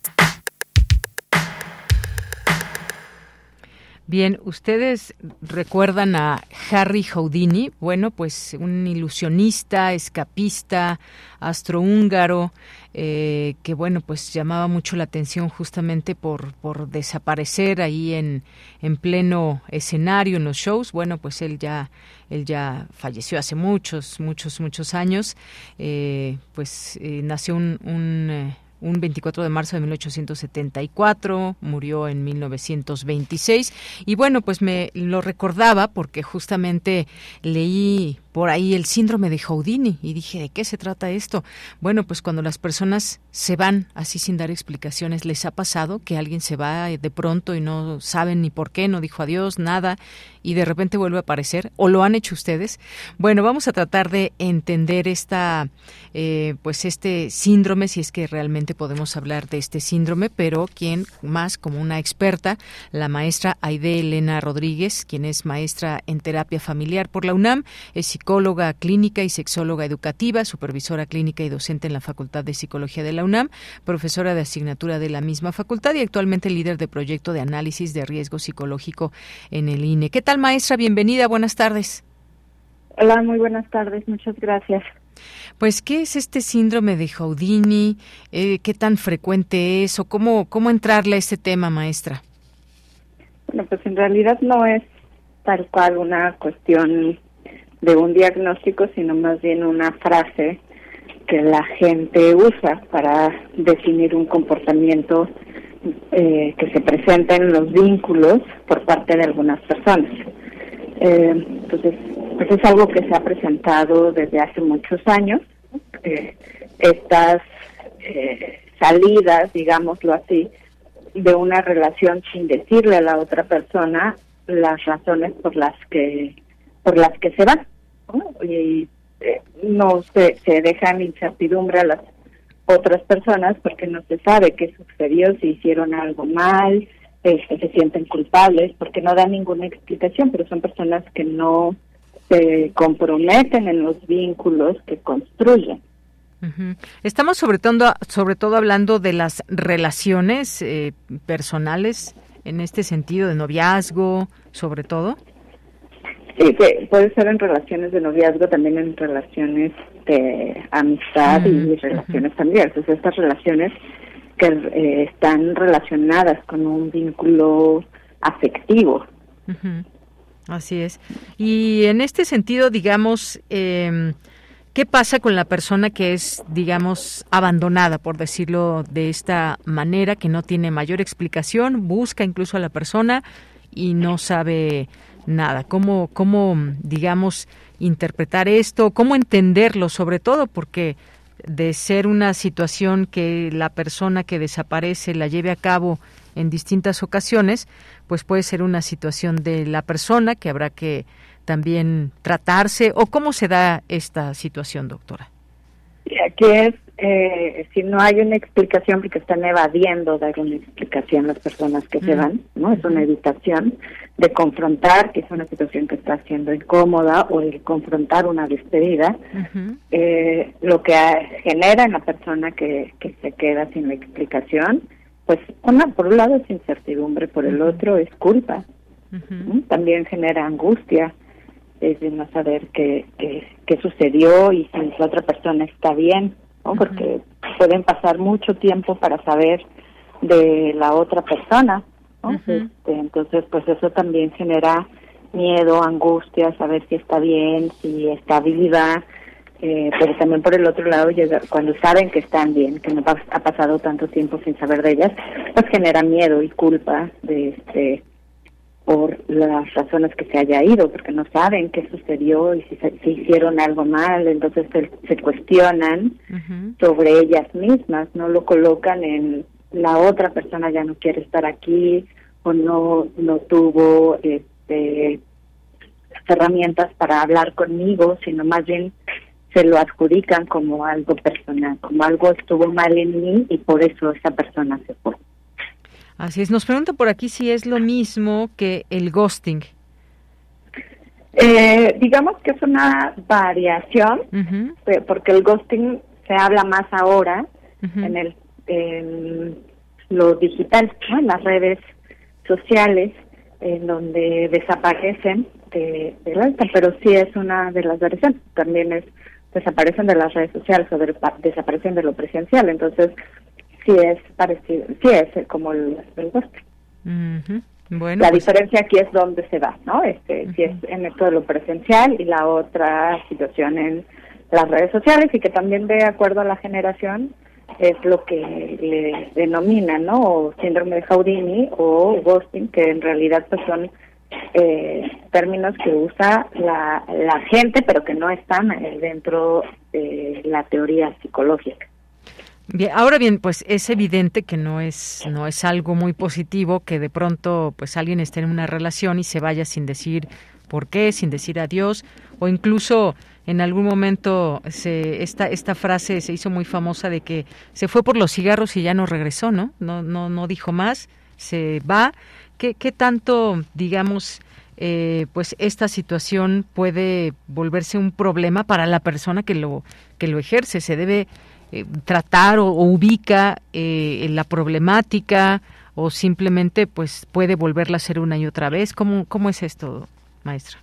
Bien, ¿ustedes recuerdan a Harry Houdini? Bueno, pues un ilusionista, escapista, astrohúngaro, eh, que bueno, pues llamaba mucho la atención justamente por, por desaparecer ahí en, en pleno escenario, en los shows. Bueno, pues él ya, él ya falleció hace muchos, muchos, muchos años. Eh, pues eh, nació un... un eh, un veinticuatro de marzo de mil ochocientos setenta y cuatro, murió en mil novecientos veintiséis y bueno, pues me lo recordaba porque justamente leí por ahí el síndrome de Houdini y dije, ¿de qué se trata esto? Bueno, pues cuando las personas se van así sin dar explicaciones, ¿les ha pasado que alguien se va de pronto y no saben ni por qué, no dijo adiós, nada, y de repente vuelve a aparecer? ¿O lo han hecho ustedes? Bueno, vamos a tratar de entender esta, eh, pues este síndrome, si es que realmente podemos hablar de este síndrome, pero quien más como una experta, la maestra Aide Elena Rodríguez, quien es maestra en terapia familiar por la UNAM, es psicóloga clínica y sexóloga educativa, supervisora clínica y docente en la Facultad de Psicología de la UNAM, profesora de asignatura de la misma facultad y actualmente líder de proyecto de análisis de riesgo psicológico en el I N E. ¿Qué tal, maestra? Bienvenida, buenas tardes. Hola, muy buenas tardes, muchas gracias. Pues, ¿qué es este síndrome de Houdini? Eh, ¿Qué tan frecuente es? ¿O cómo, cómo entrarle a este tema, maestra? Bueno, pues en realidad no es tal cual una cuestión de un diagnóstico, sino más bien una frase que la gente usa para definir un comportamiento eh, que se presenta en los vínculos por parte de algunas personas. Eh, entonces, pues es algo que se ha presentado desde hace muchos años. Eh, estas eh, salidas, digámoslo así, de una relación sin decirle a la otra persona las razones por las que por las que se van, ¿no? Y eh, no se, se dejan incertidumbre a las otras personas porque no se sabe qué sucedió, si hicieron algo mal, eh, se sienten culpables, porque no dan ninguna explicación, pero son personas que no se comprometen en los vínculos que construyen. Uh-huh. Estamos sobre todo, sobre todo hablando de las relaciones eh, personales, en este sentido, de noviazgo, sobre todo. Sí, que puede ser en relaciones de noviazgo, también en relaciones de amistad uh-huh. y relaciones uh-huh. familiares. O sea, estas relaciones que eh, están relacionadas con un vínculo afectivo. Uh-huh. Así es. Y en este sentido, digamos, eh, ¿qué pasa con la persona que es, digamos, abandonada, por decirlo de esta manera, que no tiene mayor explicación, busca incluso a la persona y no sabe nada? ¿Cómo, cómo digamos, interpretar esto? ¿Cómo entenderlo, sobre todo? Porque de ser una situación que la persona que desaparece la lleve a cabo en distintas ocasiones, pues puede ser una situación de la persona que habrá que también tratarse. ¿O cómo se da esta situación, doctora? Aquí es, eh, si no hay una explicación, porque están evadiendo dar una explicación las personas que mm. se van, ¿no? Es una evitación de confrontar, que es una situación que está siendo incómoda, o de confrontar una despedida, uh-huh. eh, lo que genera en la persona que, que se queda sin la explicación, pues una, por un lado es incertidumbre, por el uh-huh. otro es culpa, uh-huh. ¿no? También genera angustia, es de no saber qué, qué, qué sucedió y si la otra persona está bien, ¿no? Uh-huh. Porque pueden pasar mucho tiempo para saber de la otra persona, ¿no? Uh-huh. Este, entonces, pues eso también genera miedo, angustia, saber si está bien, si está viva, eh, pero también por el otro lado, llega, cuando saben que están bien, que no ha pasado tanto tiempo sin saber de ellas, pues genera miedo y culpa de este por las razones que se haya ido, porque no saben qué sucedió y si, si hicieron algo mal, entonces se, se cuestionan uh-huh. sobre ellas mismas, no lo colocan en la otra persona ya no quiere estar aquí o no no tuvo este herramientas para hablar conmigo, sino más bien se lo adjudican como algo personal, como algo estuvo mal en mí y por eso esa persona se fue. Así es. Nos pregunta por aquí si es lo mismo que el ghosting. Eh, digamos que es una variación, uh-huh. porque el ghosting se habla más ahora uh-huh. en el en lo digital, ¿no? En las redes sociales, en donde desaparecen de, de la alta, pero sí es una de las variaciones. También es desaparecen de las redes sociales o de, desaparecen de lo presencial, entonces sí es parecido, sí es como el, el ghosting. Uh-huh. Bueno, la pues, diferencia aquí es dónde se da, ¿no? Este, uh-huh. Si es en esto de lo presencial y la otra situación en las redes sociales, y que también de acuerdo a la generación es lo que le denominan, ¿no? O síndrome de Houdini o ghosting, que en realidad pues son eh, términos que usa la, la gente, pero que no están dentro de la teoría psicológica. Bien, ahora bien, pues es evidente que no es no es algo muy positivo que de pronto pues alguien esté en una relación y se vaya sin decir por qué, sin decir adiós, o incluso en algún momento se esta esta frase se hizo muy famosa de que se fue por los cigarros y ya no regresó, ¿no? No no no dijo más, se va. ¿Qué qué tanto, digamos, eh, pues esta situación puede volverse un problema para la persona que lo que lo ejerce? Se debe Eh, tratar o, o ubica eh, la problemática o simplemente pues puede volverla a hacer una y otra vez. ¿Cómo, cómo es esto, maestra?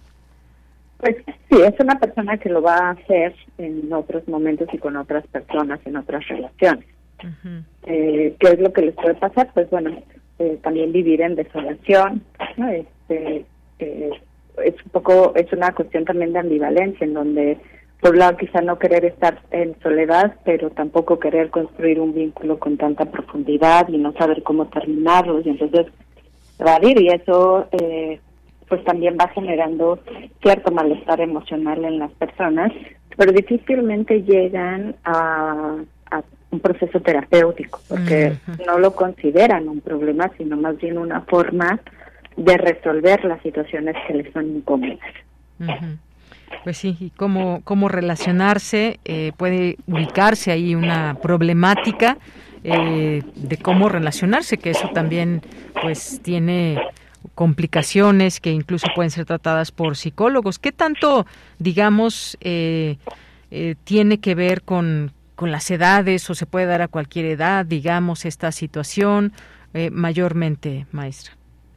Pues sí, es una persona que lo va a hacer en otros momentos y con otras personas, en otras relaciones. Uh-huh. Eh, ¿Qué es lo que les puede pasar? Pues bueno, eh, también vivir en desolación, ¿no? Este, eh, es un poco, es una cuestión también de ambivalencia, en donde por un lado quizá no querer estar en soledad, pero tampoco querer construir un vínculo con tanta profundidad y no saber cómo terminarlo, y entonces evadir, y eso eh, pues también va generando cierto malestar emocional en las personas, pero difícilmente llegan a, a un proceso terapéutico, porque uh-huh. no lo consideran un problema, sino más bien una forma de resolver las situaciones que les son incómodas. Uh-huh. Pues sí, y cómo, cómo relacionarse, eh, puede ubicarse ahí una problemática eh, de cómo relacionarse, que eso también pues tiene complicaciones que incluso pueden ser tratadas por psicólogos. ¿Qué tanto, digamos, eh, eh, tiene que ver con, con las edades o se puede dar a cualquier edad, digamos, esta situación eh, mayormente, maestra?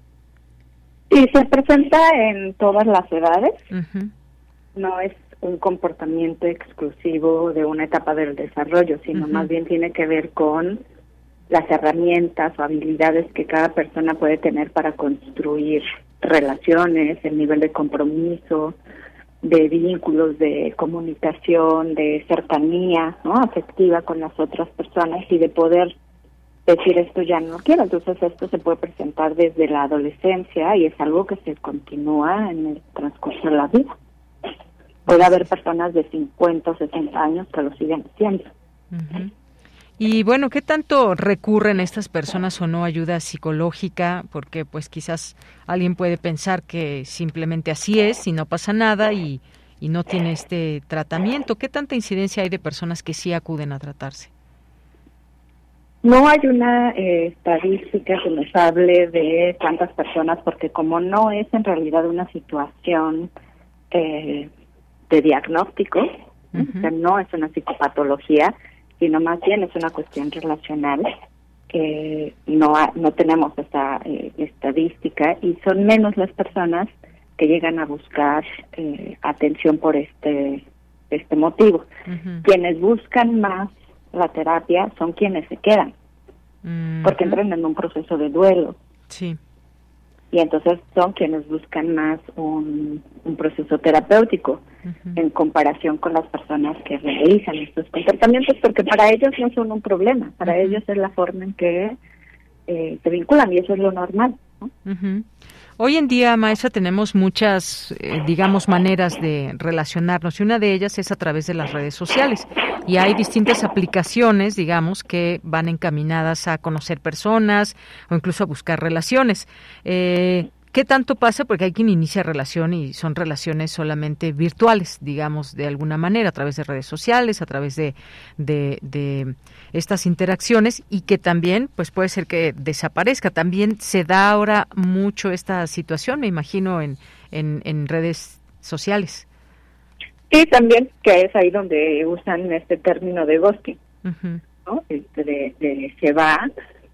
Y se presenta en todas las edades. Uh-huh. No es un comportamiento exclusivo de una etapa del desarrollo, sino uh-huh. más bien tiene que ver con las herramientas o habilidades que cada persona puede tener para construir relaciones, el nivel de compromiso, de vínculos, de comunicación, de cercanía, ¿no? Afectiva con las otras personas, y de poder decir esto ya no quiero. Entonces esto se puede presentar desde la adolescencia y es algo que se continúa en el transcurso de la vida. Puede haber personas de cincuenta o sesenta años que lo siguen haciendo. Uh-huh. Y bueno, ¿qué tanto recurren estas personas o no a ayuda psicológica? Porque pues quizás alguien puede pensar que simplemente así es y no pasa nada y, y no tiene este tratamiento. ¿Qué tanta incidencia hay de personas que sí acuden a tratarse? No hay una eh, estadística que nos hable de cuántas personas, porque como no es en realidad una situación eh, de diagnóstico, uh-huh. o sea, no es una psicopatología, sino más bien es una cuestión relacional. Eh, no ha, no tenemos esta eh, estadística y son menos las personas que llegan a buscar eh, atención por este este motivo. Uh-huh. Quienes buscan más la terapia son quienes se quedan, uh-huh. porque entran en un proceso de duelo. Sí. y entonces son quienes buscan más un, un proceso terapéutico uh-huh. en comparación con las personas que realizan estos comportamientos, porque para ellos no son un problema, para uh-huh. ellos es la forma en que eh, se vinculan y eso es lo normal, ¿no? Uh-huh. Hoy en día, maestra, tenemos muchas, eh, digamos, maneras de relacionarnos y una de ellas es a través de las redes sociales y hay distintas aplicaciones, digamos, que van encaminadas a conocer personas o incluso a buscar relaciones. Eh, ¿Qué tanto pasa? Porque hay quien inicia relación y son relaciones solamente virtuales, digamos, de alguna manera, a través de redes sociales, a través de, de, de estas interacciones y que también, pues puede ser que desaparezca. También se da ahora mucho esta situación, me imagino, en, en, en redes sociales. Sí, también, que es ahí donde usan este término de ghosting, uh-huh. ¿no? Este de, de se va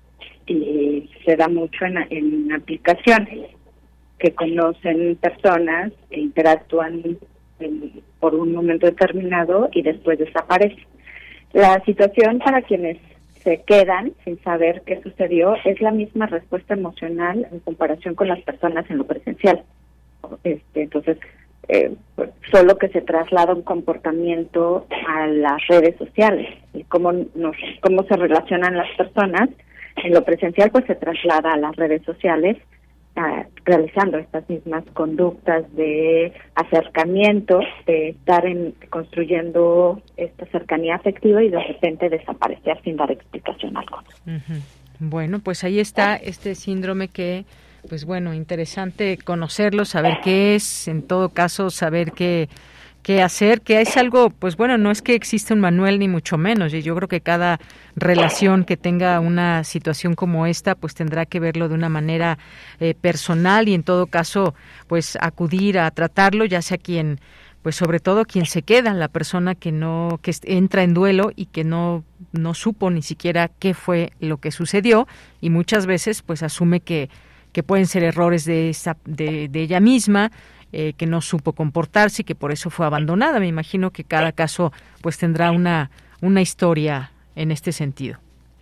y se da mucho en, en aplicaciones que conocen personas e interactúan en, por un momento determinado y después desaparecen. La situación para quienes se quedan sin saber qué sucedió es la misma respuesta emocional en comparación con las personas en lo presencial. Este, entonces, eh, solo que se traslada un comportamiento a las redes sociales y cómo nos, cómo se relacionan las personas en lo presencial, pues se traslada a las redes sociales, realizando estas mismas conductas de acercamiento, de estar en, construyendo esta cercanía afectiva y de repente desaparecer sin dar explicación alguna. Uh-huh. Bueno, pues ahí está este síndrome que, pues bueno, interesante conocerlo, saber qué es, en todo caso saber qué qué hacer, que es algo, pues bueno, no es que exista un manual ni mucho menos, y yo creo que cada relación que tenga una situación como esta, pues tendrá que verlo de una manera eh, personal y en todo caso, pues acudir a tratarlo, ya sea quien, pues sobre todo quien se queda, la persona que no, que entra en duelo y que no, no supo ni siquiera qué fue lo que sucedió y muchas veces, pues asume que, que pueden ser errores de esa, de, de ella misma, Eh, que no supo comportarse y que por eso fue abandonada. Me imagino que cada caso pues tendrá una una historia en este sentido.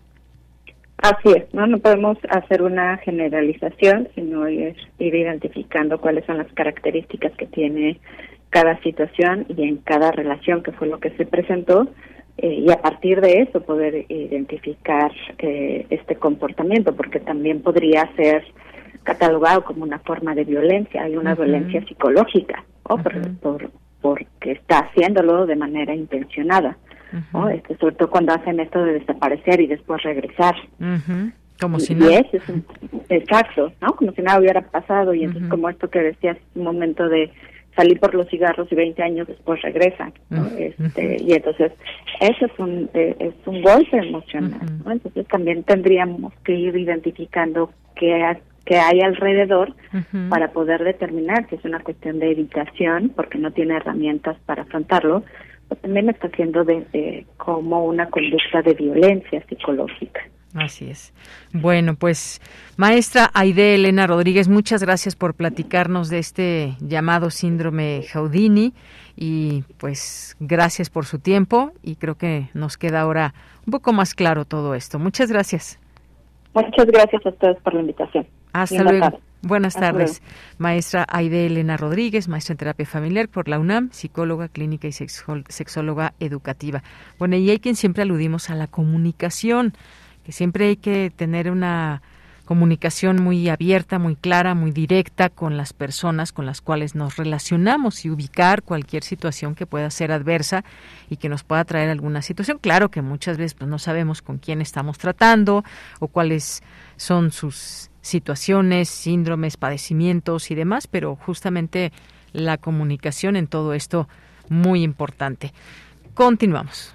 Así es, no no podemos hacer una generalización, sino ir, ir identificando cuáles son las características que tiene cada situación y en cada relación, que fue lo que se presentó, eh, y a partir de eso poder identificar eh, este comportamiento, porque también podría ser catalogado como una forma de violencia, hay una uh-huh. violencia psicológica, ¿no? uh-huh. por, por, porque está haciéndolo de manera intencionada, uh-huh. ¿no? Este, sobre todo cuando hacen esto de desaparecer y después regresar. Uh-huh. Como si y nada. Ese es un, exacto, ¿no? Como si nada hubiera pasado, y entonces uh-huh. como esto que decías, un momento de salir por los cigarros y veinte años después regresan, ¿no? Uh-huh. Este, y entonces eso es un eh, es un golpe emocional, uh-huh. ¿no? Entonces también tendríamos que ir identificando qué que hay alrededor uh-huh. para poder determinar si es una cuestión de evitación, porque no tiene herramientas para afrontarlo, o también está haciendo de, de, como una conducta de violencia psicológica. Así es. Bueno, pues, maestra Aide Elena Rodríguez, muchas gracias por platicarnos de este llamado síndrome Houdini y pues gracias por su tiempo y creo que nos queda ahora un poco más claro todo esto. Muchas gracias. Muchas gracias a ustedes por la invitación. Hasta luego. Tarde. Buenas Hasta tardes. Luego. Maestra Aide Elena Rodríguez, maestra en terapia familiar por la UNAM, psicóloga clínica y sexóloga educativa. Bueno, y hay quien siempre aludimos a la comunicación, que siempre hay que tener una comunicación muy abierta, muy clara, muy directa con las personas con las cuales nos relacionamos y ubicar cualquier situación que pueda ser adversa y que nos pueda traer alguna situación. Claro que muchas veces pues, no sabemos con quién estamos tratando o cuáles son sus situaciones, síndromes, padecimientos y demás, pero justamente la comunicación en todo esto muy importante. Continuamos.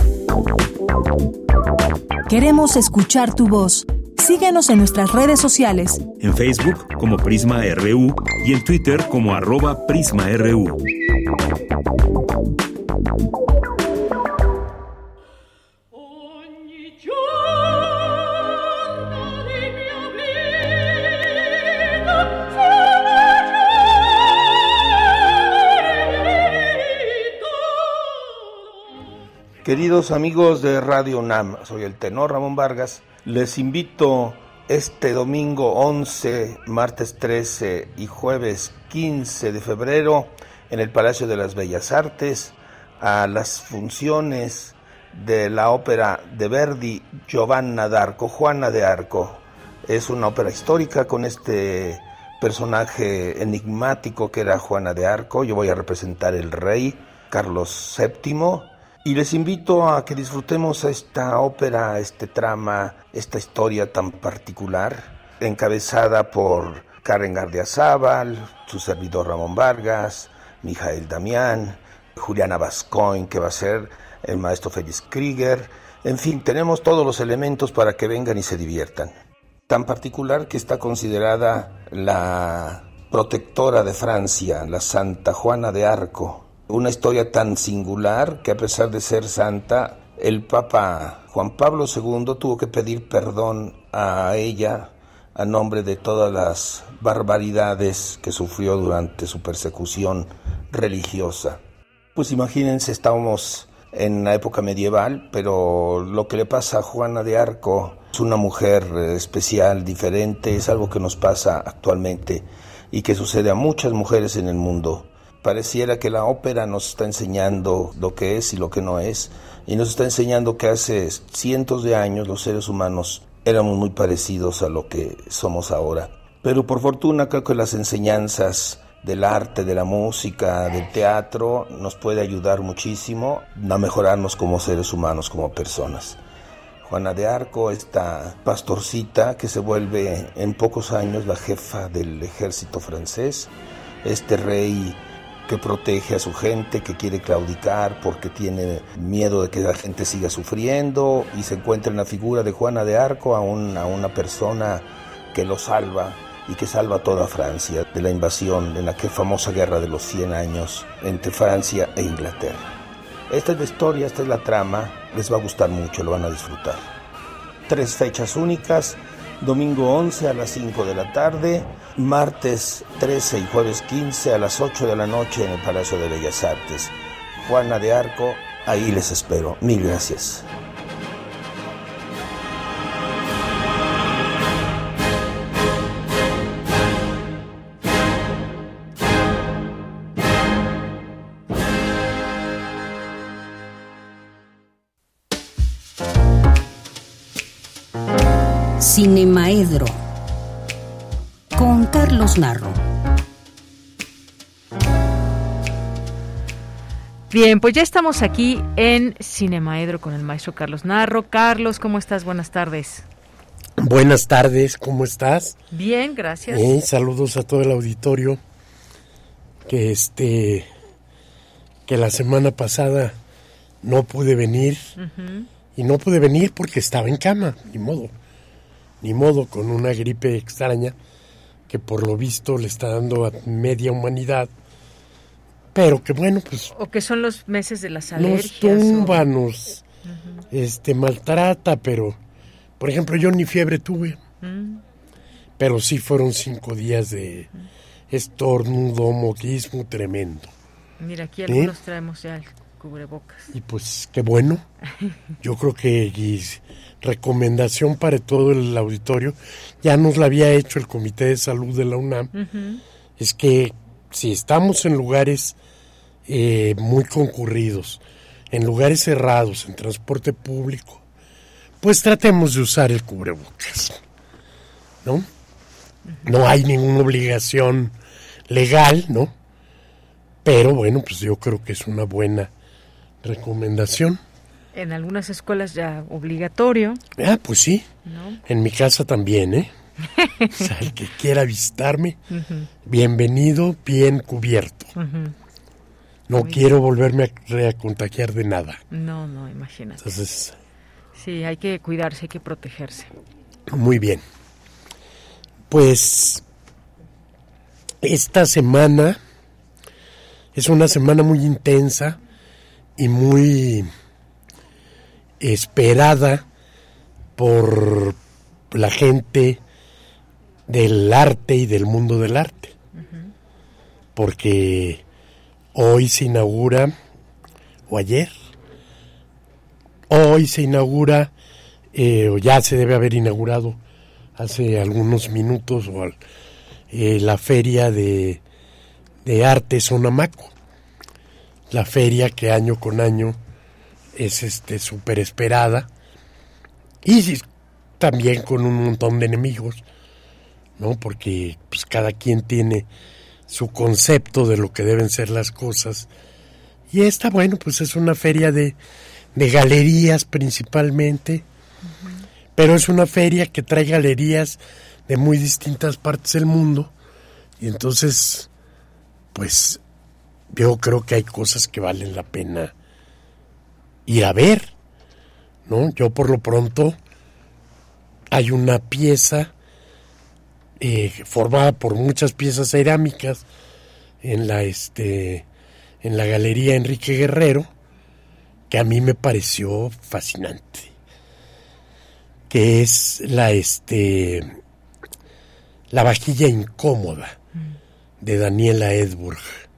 Queremos escuchar tu voz. Síguenos en nuestras redes sociales. En Facebook como Prisma R U y en Twitter como arroba Prisma R U. Queridos amigos de Radio UNAM, soy el tenor Ramón Vargas. Les invito este domingo once, martes trece y jueves quince de febrero en el Palacio de las Bellas Artes a las funciones de la ópera de Verdi, Giovanna d'Arco, Juana de Arco. Es una ópera histórica con este personaje enigmático que era Juana de Arco. Yo voy a representar el rey Carlos séptimo y les invito a que disfrutemos esta ópera, este trama, esta historia tan particular, encabezada por Karen Gardiazabal, su servidor Ramón Vargas, Mijael Damián, Juliana Bascoin, que va a ser el maestro Félix Krieger. En fin, tenemos todos los elementos para que vengan y se diviertan. Tan particular que está considerada la protectora de Francia, la Santa Juana de Arco. Una historia tan singular que a pesar de ser santa, el Papa Juan Pablo segundo tuvo que pedir perdón a ella a nombre de todas las barbaridades que sufrió durante su persecución religiosa. Pues imagínense, estábamos en la época medieval, pero lo que le pasa a Juana de Arco es una mujer especial, diferente, es algo que nos pasa actualmente y que sucede a muchas mujeres en el mundo. Pareciera que la ópera nos está enseñando lo que es y lo que no es, y nos está enseñando que hace cientos de años los seres humanos éramos muy parecidos a lo que somos ahora. Pero por fortuna creo que las enseñanzas del arte, de la música, del teatro, nos puede ayudar muchísimo a mejorarnos como seres humanos, como personas. Juana de Arco, esta pastorcita que se vuelve en pocos años la jefa del ejército francés, este rey que protege a su gente, que quiere claudicar porque tiene miedo de que la gente siga sufriendo, y se encuentra en la figura de Juana de Arco a, un, a una persona que lo salva y que salva a toda Francia de la invasión en la que famosa guerra de los cien años entre Francia e Inglaterra. Esta es la historia, esta es la trama, les va a gustar mucho, lo van a disfrutar. Tres fechas únicas, domingo once a las cinco de la tarde, martes trece y jueves quince a las ocho de la noche en el Palacio de Bellas Artes. Juana de Arco, ahí les espero. Mil gracias. Cinemaedro con Carlos Narro. Bien, pues ya estamos aquí en Cinemaedro con el maestro Carlos Narro. Carlos, ¿cómo estás? Buenas tardes. Buenas tardes, ¿cómo estás? Bien, gracias. Eh, saludos a todo el auditorio. Que este, que la semana pasada no pude venir, uh-huh. y no pude venir porque estaba en cama, ni modo. Ni modo, con una gripe extraña que por lo visto le está dando a media humanidad, pero que bueno, pues... O que son los meses de las alergias. Nos tumba, o... nos uh-huh. este, maltrata, pero, por ejemplo, yo ni fiebre tuve, uh-huh. pero sí fueron cinco días de uh-huh. estornudo, moquismo tremendo. Mira, aquí algunos ¿Eh? traemos ya el cubrebocas. Y pues, qué bueno, yo creo que... Y, recomendación para todo el auditorio, ya nos la había hecho el Comité de Salud de la UNAM, uh-huh. es que si estamos en lugares eh, muy concurridos, en lugares cerrados, en transporte público, pues tratemos de usar el cubrebocas, ¿no? Uh-huh. No hay ninguna obligación legal, ¿no? Pero bueno, pues yo creo que es una buena recomendación. En algunas escuelas ya obligatorio. Ah, pues sí. ¿No? En mi casa también, ¿eh? O sea, el que quiera visitarme, uh-huh. bienvenido, bien cubierto. Uh-huh. No Muy quiero bien. volverme a, a contagiar de nada. No, no, imagínate. Entonces... Sí, hay que cuidarse, hay que protegerse. Muy bien. Pues esta semana es una semana muy intensa y muy... esperada por la gente del arte y del mundo del arte, uh-huh. porque hoy se inaugura, o ayer, hoy se inaugura, eh, o ya se debe haber inaugurado, hace algunos minutos, o al, eh, la feria de, de arte Sonamaco, la feria que año con año es este súper esperada, y también con un montón de enemigos, ¿no? Porque pues cada quien tiene su concepto de lo que deben ser las cosas, y esta, bueno, pues es una feria de, de galerías principalmente, uh-huh. pero es una feria que trae galerías de muy distintas partes del mundo, y entonces, pues, yo creo que hay cosas que valen la pena ir a ver, ¿no? Yo por lo pronto, hay una pieza eh, formada por muchas piezas cerámicas en la, este, en la Galería Enrique Guerrero, que a mí me pareció fascinante, que es la, este, la vajilla incómoda de Daniela Edburg.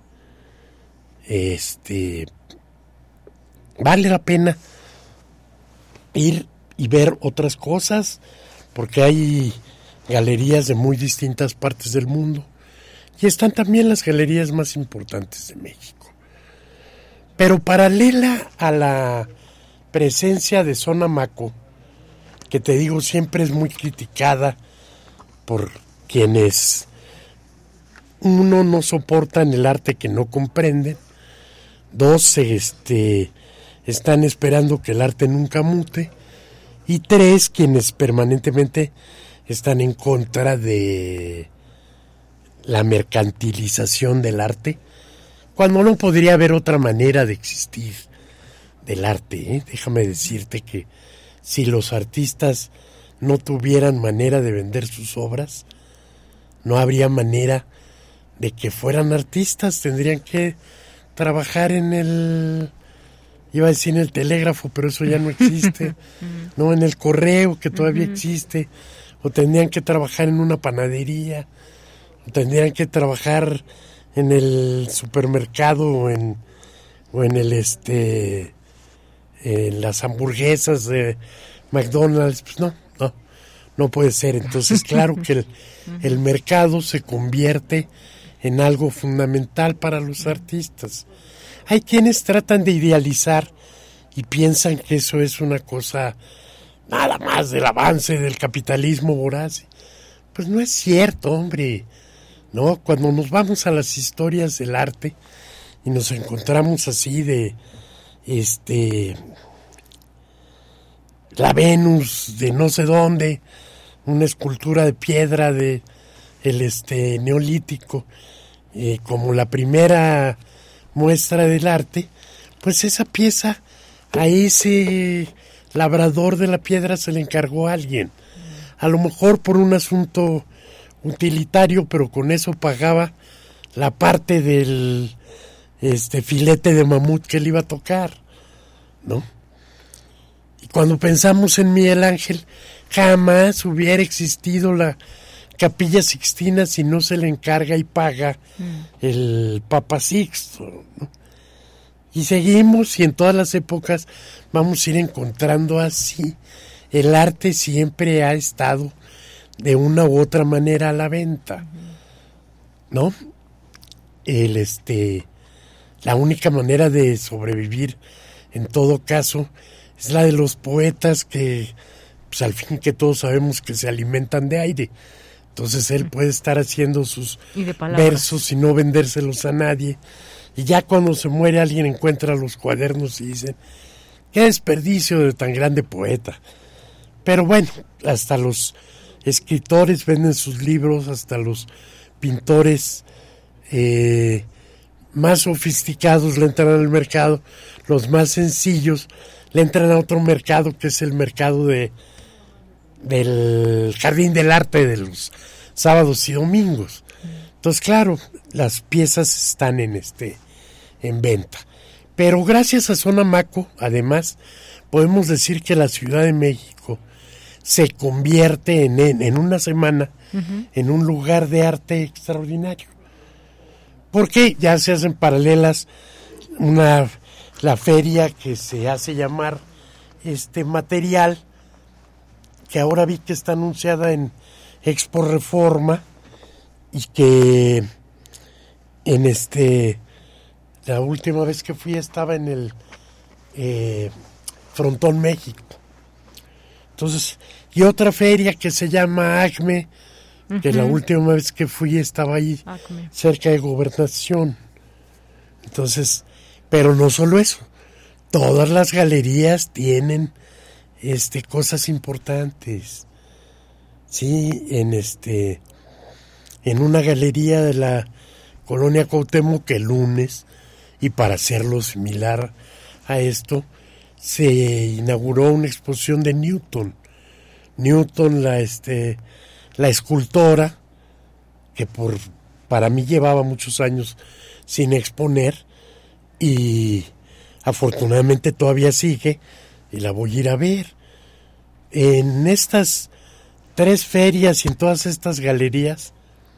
Este, vale la pena ir y ver otras cosas, porque hay galerías de muy distintas partes del mundo, y están también las galerías más importantes de México. Pero paralela a la presencia de Sonamaco, que te digo siempre es muy criticada por quienes, uno, no soportan el arte que no comprenden, dos, este, están esperando que el arte nunca mute, y tres, quienes permanentemente están en contra de la mercantilización del arte, cuando no podría haber otra manera de existir del arte, ¿eh? Déjame decirte que si los artistas no tuvieran manera de vender sus obras, no habría manera de que fueran artistas, tendrían que trabajar en el, iba a decir en el telégrafo, pero eso ya no existe, no, en el correo, que todavía uh-huh. existe, o tendrían que trabajar en una panadería, o tendrían que trabajar en el supermercado, o en, o en el este, en las hamburguesas de McDonald's. Pues no, no, no puede ser. Entonces, claro que el, el mercado se convierte en algo fundamental para los artistas. Hay quienes tratan de idealizar y piensan que eso es una cosa nada más del avance del capitalismo voraz. Pues no es cierto, hombre. No, cuando nos vamos a las historias del arte y nos encontramos así de este la Venus de no sé dónde, una escultura de piedra de el este neolítico, eh, como la primera muestra del arte, pues esa pieza a ese labrador de la piedra se le encargó a alguien, a lo mejor por un asunto utilitario, pero con eso pagaba la parte del este filete de mamut que le iba a tocar, ¿no? Y cuando pensamos en Miguel Ángel, jamás hubiera existido la Capilla Sixtina si no se le encarga y paga mm. el Papa Sixto, ¿no? Y seguimos, y en todas las épocas vamos a ir encontrando así. El arte siempre ha estado de una u otra manera a la venta, ¿no? El este, la única manera de sobrevivir, en todo caso, es la de los poetas que, pues al fin que todos sabemos que se alimentan de aire. Entonces él puede estar haciendo sus versos y no vendérselos a nadie. Y ya cuando se muere alguien encuentra los cuadernos y dicen, qué desperdicio de tan grande poeta. Pero bueno, hasta los escritores venden sus libros, hasta los pintores eh, más sofisticados le entran al mercado, los más sencillos le entran a otro mercado que es el mercado de del Jardín del Arte de los sábados y domingos. Entonces, claro, las piezas están en este en venta. Pero gracias a Sonamaco, además, podemos decir que la Ciudad de México se convierte en, en, en una semana uh-huh. en un lugar de arte extraordinario. Porque ya se hacen paralelas una la feria que se hace llamar este material, que ahora vi que está anunciada en, Expo Reforma, y que en este la última vez que fui estaba en el eh, Frontón México. Entonces, y otra feria que se llama ACME, uh-huh. que la última vez que fui estaba ahí ACME. Cerca de Gobernación. Entonces, pero no solo eso, todas las galerías tienen este cosas importantes. Sí, en este en una galería de la Colonia Cuauhtémoc el lunes, y para hacerlo similar a esto, se inauguró una exposición de Newton. Newton, la este la escultora, que por para mí llevaba muchos años sin exponer, y afortunadamente todavía sigue, y la voy a ir a ver. En estas tres ferias y en todas estas galerías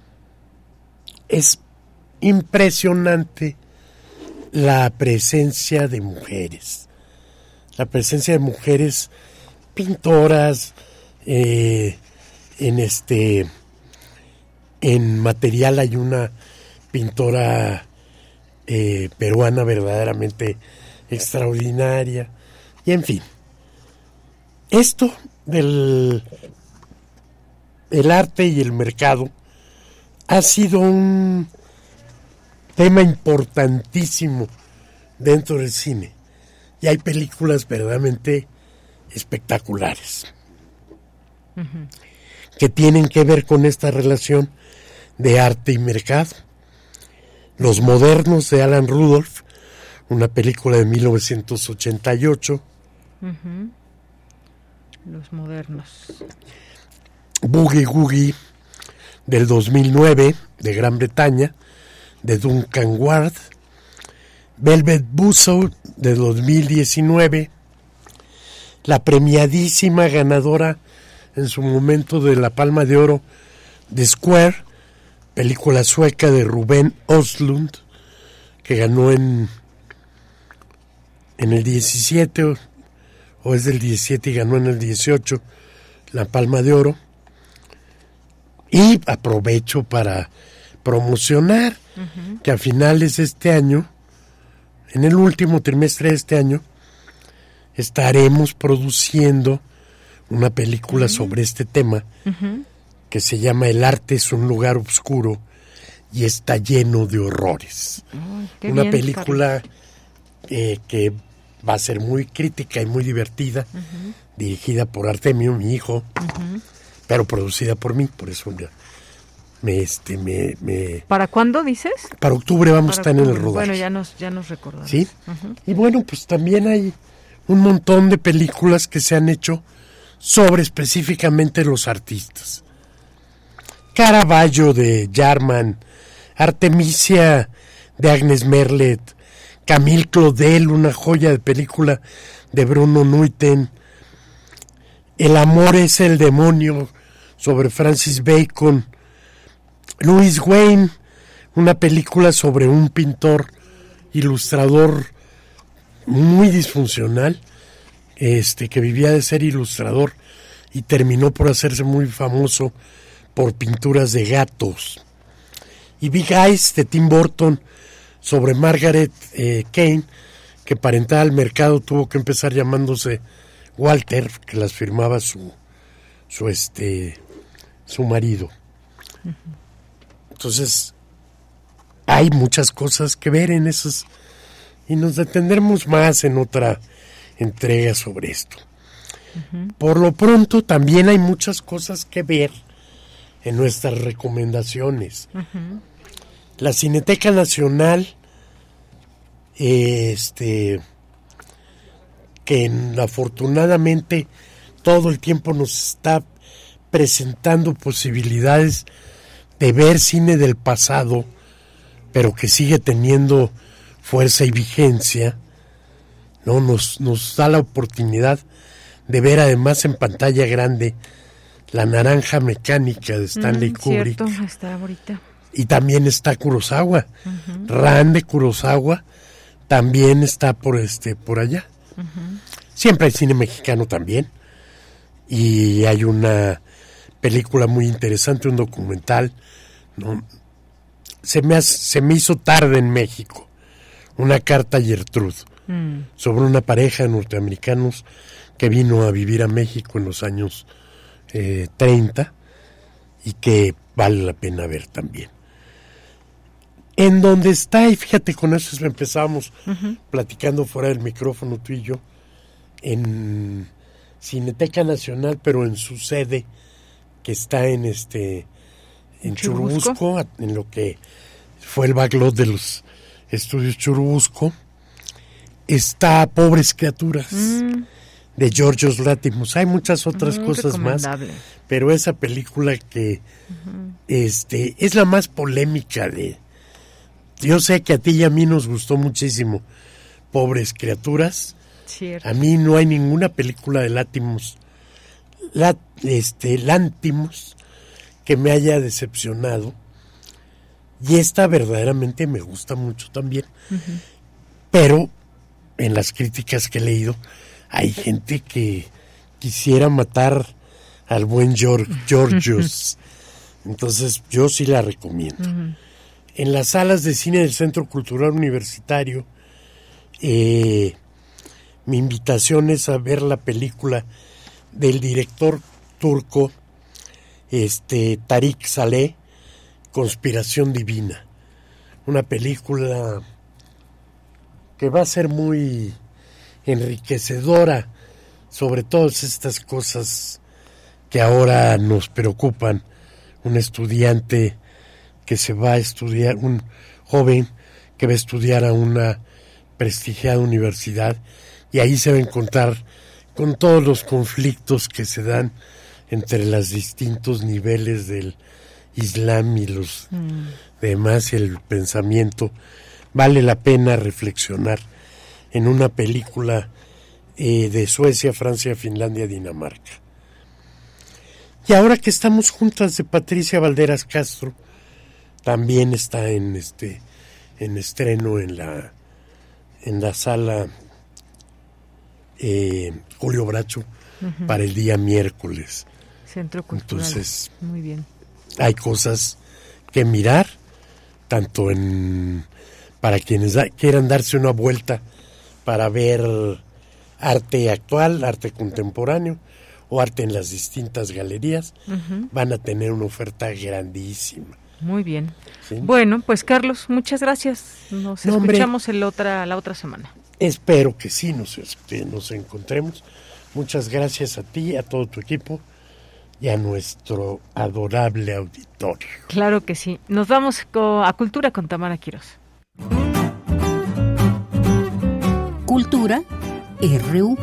es impresionante la presencia de mujeres. La presencia de mujeres pintoras, eh, en este en material hay una pintora eh, peruana verdaderamente extraordinaria, y en fin, esto del el arte y el mercado ha sido un tema importantísimo dentro del cine, y hay películas verdaderamente espectaculares uh-huh. que tienen que ver con esta relación de arte y mercado. Los Modernos, de Alan Rudolph, una película de mil novecientos ochenta y ocho. Uh-huh. Los Modernos. Boogie Woogie, del dos mil nueve, de Gran Bretaña, de Duncan Ward. Velvet Buzzsaw, de dos mil diecinueve. La premiadísima ganadora en su momento de la Palma de Oro, de Square, película sueca de Ruben Östlund, que ganó en en el diecisiete, o, o es del diecisiete y ganó en el dieciocho la Palma de Oro. Y aprovecho para promocionar uh-huh. que a finales de este año, en el último trimestre de este año, estaremos produciendo una película uh-huh. sobre este tema uh-huh. que se llama El arte es un lugar oscuro y está lleno de horrores. Oh, una bien, película eh, que va a ser muy crítica y muy divertida, uh-huh. dirigida por Artemio, mi hijo, uh-huh. pero producida por mí, por eso me, me este me, me ¿Para cuándo dices? Para octubre vamos Para a estar octubre. en el rodaje. Bueno, ya nos ya nos recordamos. Sí. Uh-huh. Y bueno, pues también hay un montón de películas que se han hecho sobre específicamente los artistas. Caravaggio de Jarman, Artemisia de Agnes Merlet, Camille Claudel, una joya de película de Bruno Nuiten, El amor es el demonio, sobre Francis Bacon, Louis Wayne, una película sobre un pintor ilustrador muy disfuncional, este que vivía de ser ilustrador y terminó por hacerse muy famoso por pinturas de gatos. Y Big Eyes de Tim Burton, sobre Margaret eh, Kane, que para entrar al mercado tuvo que empezar llamándose Walter, que las firmaba su su este su marido. Uh-huh. Entonces hay muchas cosas que ver en esas, y nos detendremos más en otra entrega sobre esto. Uh-huh. Por lo pronto también hay muchas cosas que ver en nuestras recomendaciones. Uh-huh. La Cineteca Nacional, este que afortunadamente todo el tiempo nos está presentando posibilidades de ver cine del pasado, pero que sigue teniendo fuerza y vigencia, ¿no? Nos, nos da la oportunidad de ver además en pantalla grande La Naranja Mecánica de Stanley mm, Kubrick. Cierto, está ahorita. Y también está Kurosawa. Uh-huh. Ran de Kurosawa también está por este por allá. Uh-huh. Siempre hay cine mexicano también. Y hay una película muy interesante, un documental, ¿no? Se me, hace, se me hizo tarde en México, una carta a Gertrude, mm. sobre una pareja de norteamericanos que vino a vivir a México en los años eh, treinta y que vale la pena ver también. En donde está, y fíjate, con eso empezamos uh-huh. platicando fuera del micrófono tú y yo, en Cineteca Nacional, pero en su sede, que está en este en Churubusco, Churubusco en lo que fue el backlot de los estudios Churubusco, está Pobres Criaturas, mm. de Yorgos Lanthimos. Hay muchas otras Muy cosas más, pero esa película que uh-huh. este es la más polémica de... Yo sé que a ti y a mí nos gustó muchísimo Pobres Criaturas. Cierto. A mí no hay ninguna película de Lanthimos, la, este, Lanthimos que me haya decepcionado. Y esta verdaderamente me gusta mucho también. Uh-huh. Pero en las críticas que he leído hay gente que quisiera matar al buen George, Georgios. Entonces yo sí la recomiendo. Uh-huh. En las salas de cine del Centro Cultural Universitario, eh, mi invitación es a ver la película del director turco este Tarik Saleh, Conspiración Divina. Una película que va a ser muy enriquecedora sobre todas estas cosas que ahora nos preocupan. Un estudiante que se va a estudiar, un joven que va a estudiar a una prestigiada universidad, y ahí se va a encontrar con todos los conflictos que se dan entre los distintos niveles del Islam y los mm. demás, el pensamiento. Vale la pena reflexionar en una película eh, de Suecia, Francia, Finlandia, Dinamarca. Y ahora que estamos juntas, de Patricia Valderas Castro, también está en este en estreno en la en la sala eh, Julio Bracho uh-huh. para el día miércoles. Centro Cultural. Entonces, muy bien. Hay cosas que mirar, tanto en para quienes da, quieran darse una vuelta para ver arte actual, arte contemporáneo o arte en las distintas galerías, uh-huh. van a tener una oferta grandísima. Muy bien. ¿Sí? Bueno, pues Carlos, muchas gracias. Nos no, escuchamos el otra, la otra semana. Espero que sí nos, que nos encontremos. Muchas gracias a ti, a todo tu equipo y a nuestro adorable auditorio. Claro que sí. Nos vamos a Cultura con Tamara Quirós. Cultura R U.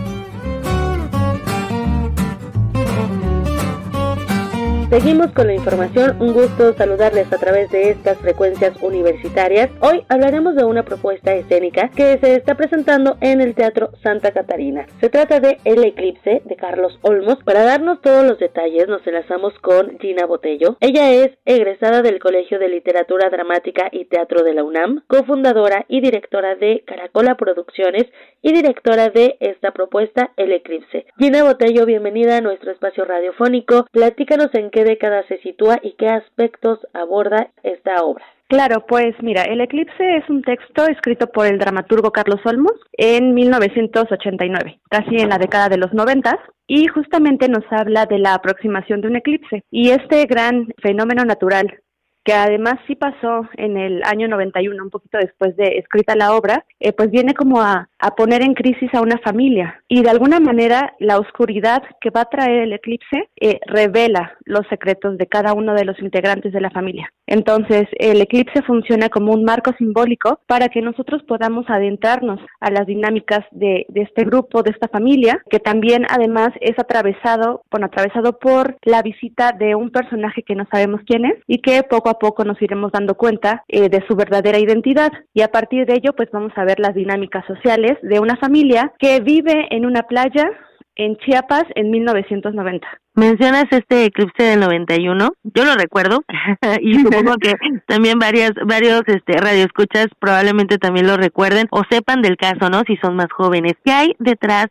Seguimos con la información, un gusto saludarles a través de estas frecuencias universitarias. Hoy hablaremos de una propuesta escénica que se está presentando en el Teatro Santa Catarina. Se trata de El Eclipse, de Carlos Olmos. Para darnos todos los detalles nos enlazamos con Gina Botello. Ella es egresada del Colegio de Literatura Dramática y Teatro de la UNAM, cofundadora y directora de Caracola Producciones y directora de esta propuesta, El Eclipse. Gina Botello, bienvenida a nuestro espacio radiofónico. Platícanos en qué década se sitúa y qué aspectos aborda esta obra. Claro, pues mira, El Eclipse es un texto escrito por el dramaturgo Carlos Olmos en mil novecientos ochenta y nueve, casi en la década de los noventas, y justamente nos habla de la aproximación de un eclipse y este gran fenómeno natural que además sí pasó en el año noventa y uno, un poquito después de escrita la obra, eh, pues viene como a, a poner en crisis a una familia. Y de alguna manera la oscuridad que va a traer el eclipse eh, revela los secretos de cada uno de los integrantes de la familia. Entonces el eclipse funciona como un marco simbólico para que nosotros podamos adentrarnos a las dinámicas de, de este grupo, de esta familia, que también además es atravesado, bueno, atravesado por la visita de un personaje que no sabemos quién es y que poco a poco nos iremos dando cuenta eh, de su verdadera identidad, y a partir de ello pues vamos a ver las dinámicas sociales de una familia que vive en una playa en Chiapas en mil novecientos noventa. Mencionas este eclipse del noventa y uno, yo lo recuerdo y supongo que también varias, varios este, radioescuchas probablemente también lo recuerden o sepan del caso, ¿no? Si son más jóvenes. ¿Qué hay detrás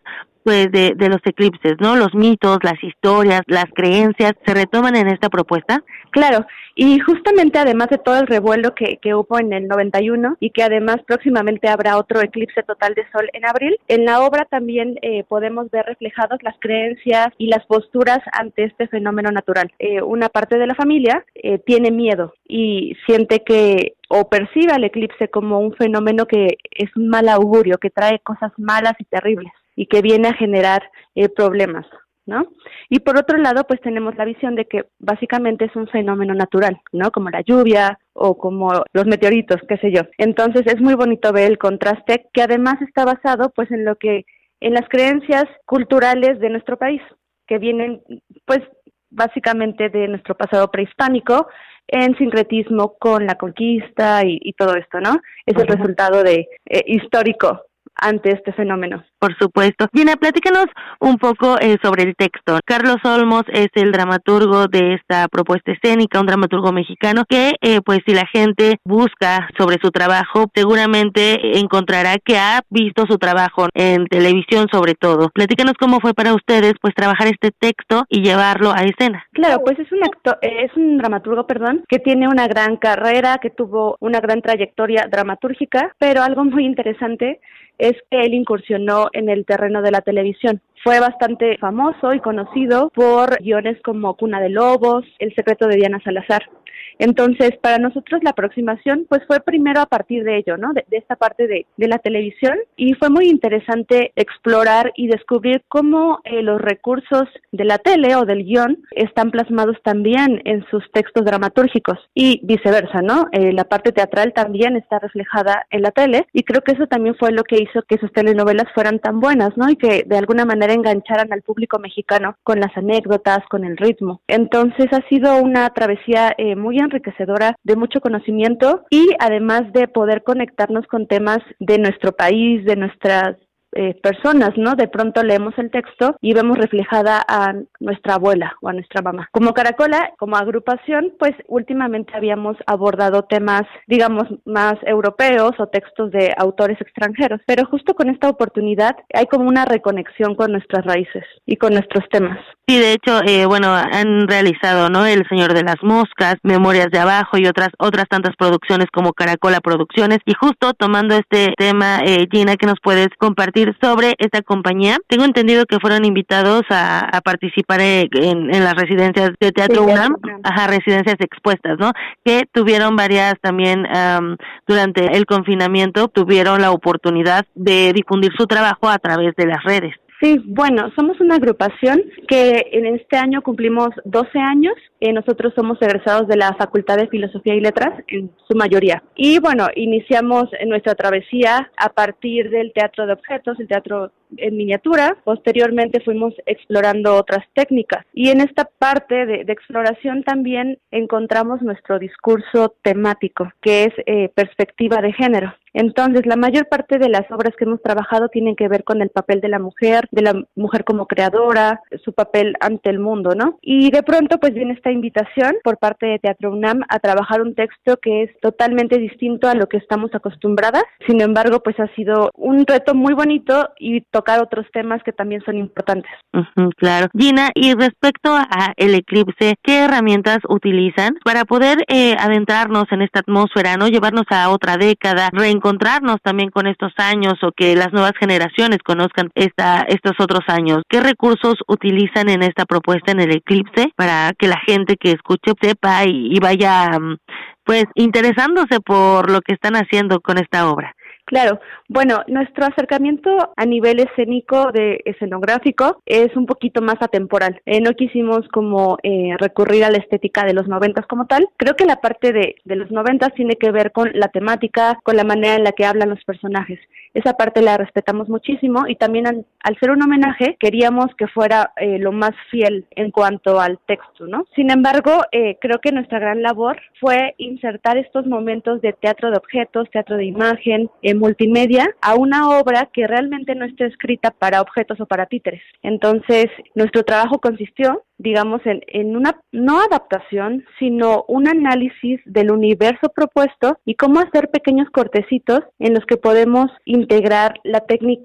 pues de, de los eclipses, ¿no? Los mitos, las historias, las creencias, ¿se retoman en esta propuesta? Claro, y justamente además de todo el revuelo que, que hubo en el noventa y uno y que además próximamente habrá otro eclipse total de sol en abril, en la obra también eh, podemos ver reflejadas las creencias y las posturas ante este fenómeno natural. Eh, una parte de la familia eh, tiene miedo y siente que o percibe al eclipse como un fenómeno que es un mal augurio, que trae cosas malas y terribles y que viene a generar eh, problemas, ¿no? Y por otro lado, pues tenemos la visión de que básicamente es un fenómeno natural, ¿no? Como la lluvia o como los meteoritos, qué sé yo. Entonces es muy bonito ver el contraste, que además está basado pues en lo que, en las creencias culturales de nuestro país, que vienen pues básicamente de nuestro pasado prehispánico, en sincretismo con la conquista y, y todo esto, ¿no? Es el resultado de eh, histórico ante este fenómeno. Por supuesto. Gina, platícanos un poco eh, sobre el texto. Carlos Olmos es el dramaturgo de esta propuesta escénica, un dramaturgo mexicano que, eh, pues si la gente busca sobre su trabajo, seguramente encontrará que ha visto su trabajo en televisión sobre todo. Platícanos cómo fue para ustedes, pues, trabajar este texto y llevarlo a escena. Claro, pues es un actor, es un dramaturgo, perdón, que tiene una gran carrera, que tuvo una gran trayectoria dramatúrgica, pero algo muy interesante es que él incursionó en el terreno de la televisión. Fue bastante famoso y conocido por guiones como Cuna de Lobos, El secreto de Diana Salazar. Entonces, para nosotros la aproximación pues fue primero a partir de ello, ¿no? De, de esta parte de, de la televisión, y fue muy interesante explorar y descubrir cómo eh, los recursos de la tele o del guión están plasmados también en sus textos dramatúrgicos y viceversa, ¿no? Eh, la parte teatral también está reflejada en la tele, y creo que eso también fue lo que hizo que sus telenovelas fueran tan buenas, ¿no? Y que de alguna manera engancharan al público mexicano con las anécdotas, con el ritmo. Entonces ha sido una travesía eh, muy enriquecedora, de mucho conocimiento, y además de poder conectarnos con temas de nuestro país, de nuestras Eh, personas, ¿no? De pronto leemos el texto y vemos reflejada a nuestra abuela o a nuestra mamá. Como Caracola, como agrupación, pues últimamente habíamos abordado temas, digamos, más europeos o textos de autores extranjeros, pero justo con esta oportunidad hay como una reconexión con nuestras raíces y con nuestros temas. Sí, de hecho, eh, bueno, han realizado, ¿no? El Señor de las Moscas, Memorias de Abajo y otras otras tantas producciones como Caracola Producciones, y justo tomando este tema, eh, Gina, ¿qué nos puedes compartir sobre esta compañía? Tengo entendido que fueron invitados a, a participar en, en las residencias de Teatro sí, UNAM, ajá, residencias expuestas, ¿no? Que tuvieron varias también um, durante el confinamiento, tuvieron la oportunidad de difundir su trabajo a través de las redes. Sí, bueno, somos una agrupación que en este año cumplimos doce años. Eh, nosotros somos egresados de la Facultad de Filosofía y Letras, en su mayoría. Y bueno, iniciamos nuestra travesía a partir del teatro de objetos, el teatro en miniatura. Posteriormente fuimos explorando otras técnicas. Y en esta parte de, de exploración también encontramos nuestro discurso temático, que es eh, perspectiva de género. Entonces, la mayor parte de las obras que hemos trabajado tienen que ver con el papel de la mujer, de la mujer como creadora, su papel ante el mundo, ¿no? Y de pronto, pues viene esta invitación por parte de Teatro UNAM a trabajar un texto que es totalmente distinto a lo que estamos acostumbradas. Sin embargo, pues ha sido un reto muy bonito y tocar otros temas que también son importantes. Uh-huh, claro. Gina, y respecto a el eclipse, ¿qué herramientas utilizan para poder eh, adentrarnos en esta atmósfera, no llevarnos a otra década, reencontrarnos también con estos años, o que las nuevas generaciones conozcan esta, estos otros años? ¿Qué recursos utilizan en esta propuesta en el eclipse para que la gente que escuche sepa y, y vaya pues interesándose por lo que están haciendo con esta obra? Claro, bueno, nuestro acercamiento a nivel escénico, de escenográfico, es un poquito más atemporal. Eh, no quisimos como eh, recurrir a la estética de los noventas como tal. Creo que la parte de, de los noventas tiene que ver con la temática, con la manera en la que hablan los personajes. Esa parte la respetamos muchísimo, y también al, al ser un homenaje queríamos que fuera eh, lo más fiel en cuanto al texto, ¿no? Sin embargo, eh, creo que nuestra gran labor fue insertar estos momentos de teatro de objetos, teatro de imagen, eh, multimedia, a una obra que realmente no está escrita para objetos o para títeres. Entonces, nuestro trabajo consistió, digamos, en, en una no adaptación, sino un análisis del universo propuesto y cómo hacer pequeños cortecitos en los que podemos integrar la técnica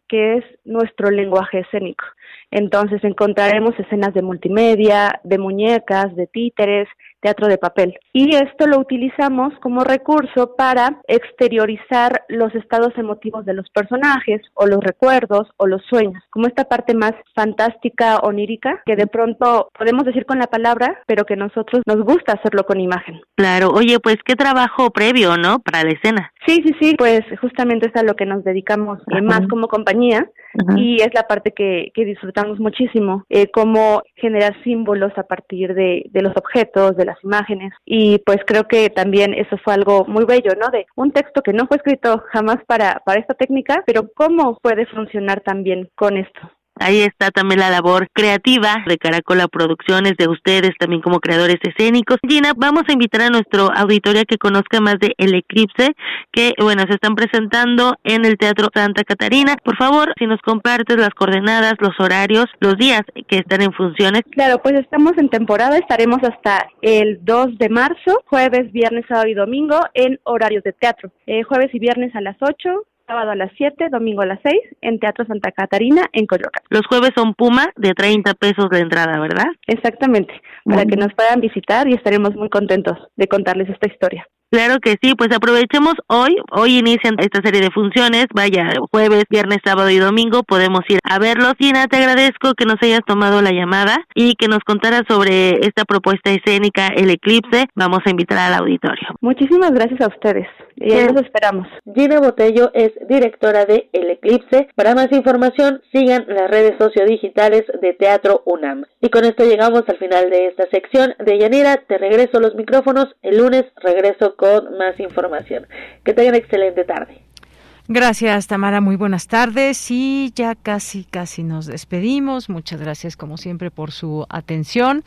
que es nuestro lenguaje escénico. Entonces encontraremos escenas de multimedia, de muñecas, de títeres, teatro de papel. Y esto lo utilizamos como recurso para exteriorizar los estados emotivos de los personajes, o los recuerdos, o los sueños, como esta parte más fantástica, onírica, que de pronto podemos decir con la palabra, pero que nosotros nos gusta hacerlo con imagen. Claro, oye, pues qué trabajo previo, ¿no?, para la escena. Sí, sí, sí, pues justamente es a lo que nos dedicamos eh, más como compañía. Uh-huh. Y es la parte que, que disfrutamos muchísimo, eh, cómo generar símbolos a partir de, de los objetos, de las imágenes, y pues creo que también eso fue algo muy bello, ¿no? De un texto que no fue escrito jamás para, para esta técnica, pero cómo puede funcionar también con esto. Ahí está también la labor creativa de Caracola Producciones, de ustedes también como creadores escénicos. Gina, vamos a invitar a nuestro auditorio a que conozca más de El Eclipse, que, bueno, se están presentando en el Teatro Santa Catarina. Por favor, si nos compartes las coordenadas, los horarios, los días que están en funciones. Claro, pues estamos en temporada, estaremos hasta el dos de marzo, jueves, viernes, sábado y domingo, en horarios de teatro. Eh, jueves y viernes a las ocho, sábado a las siete, domingo a las seis, en Teatro Santa Catarina, en Coyoacán. Los jueves son Puma, de treinta pesos de entrada, ¿verdad? Exactamente, para uh-huh. que nos puedan visitar y estaremos muy contentos de contarles esta historia. Claro que sí, pues aprovechemos hoy, hoy inician esta serie de funciones, vaya, jueves, viernes, sábado y domingo, podemos ir a verlos. Gina, te agradezco que nos hayas tomado la llamada y que nos contaras sobre esta propuesta escénica, El Eclipse. Vamos a invitar al auditorio. Muchísimas gracias a ustedes, y ahí los esperamos. Gina Botello es directora de El Eclipse. Para más información, sigan las redes sociodigitales de Teatro UNAM. Y con esto llegamos al final de esta sección. Deyanira, te regreso los micrófonos, el lunes regreso con más información. Que tengan excelente tarde. Gracias, Tamara, muy buenas tardes y ya casi, casi nos despedimos. Muchas gracias, como siempre, por su atención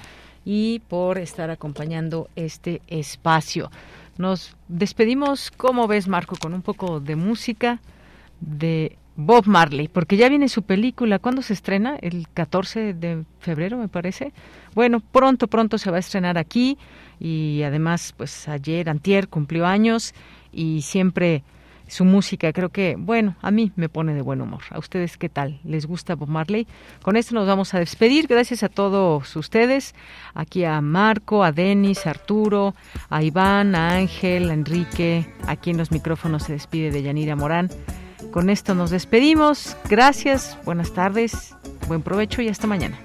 y por estar acompañando este espacio. Nos despedimos, ¿cómo ves, Marco? Con un poco de música de Bob Marley, porque ya viene su película. ¿Cuándo se estrena? El catorce de febrero, me parece. Bueno, pronto, pronto se va a estrenar aquí. Y además, pues ayer, antier, cumplió años y siempre su música, creo que, bueno, a mí me pone de buen humor. ¿A ustedes qué tal? ¿Les gusta Bob Marley? Con esto nos vamos a despedir. Gracias a todos ustedes, aquí a Marco, a Denis, a Arturo, a Iván, a Ángel, a Enrique. Aquí en los micrófonos se despide Deyanira Morán. Con esto nos despedimos. Gracias, buenas tardes, buen provecho y hasta mañana.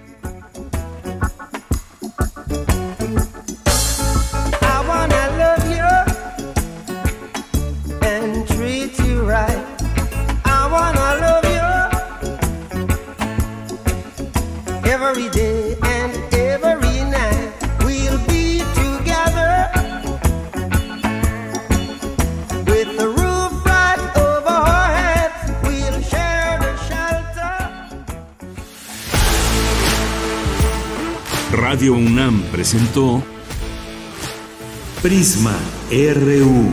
Right. I wanna love you every day and every night. We'll be together with the roof right over our heads. We'll share the shelter. Radio UNAM presentó Prisma R U.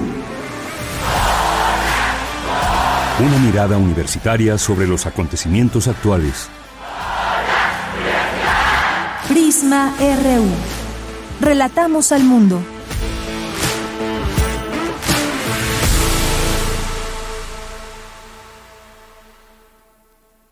Una mirada universitaria sobre los acontecimientos actuales. Prisma R U. Relatamos al mundo.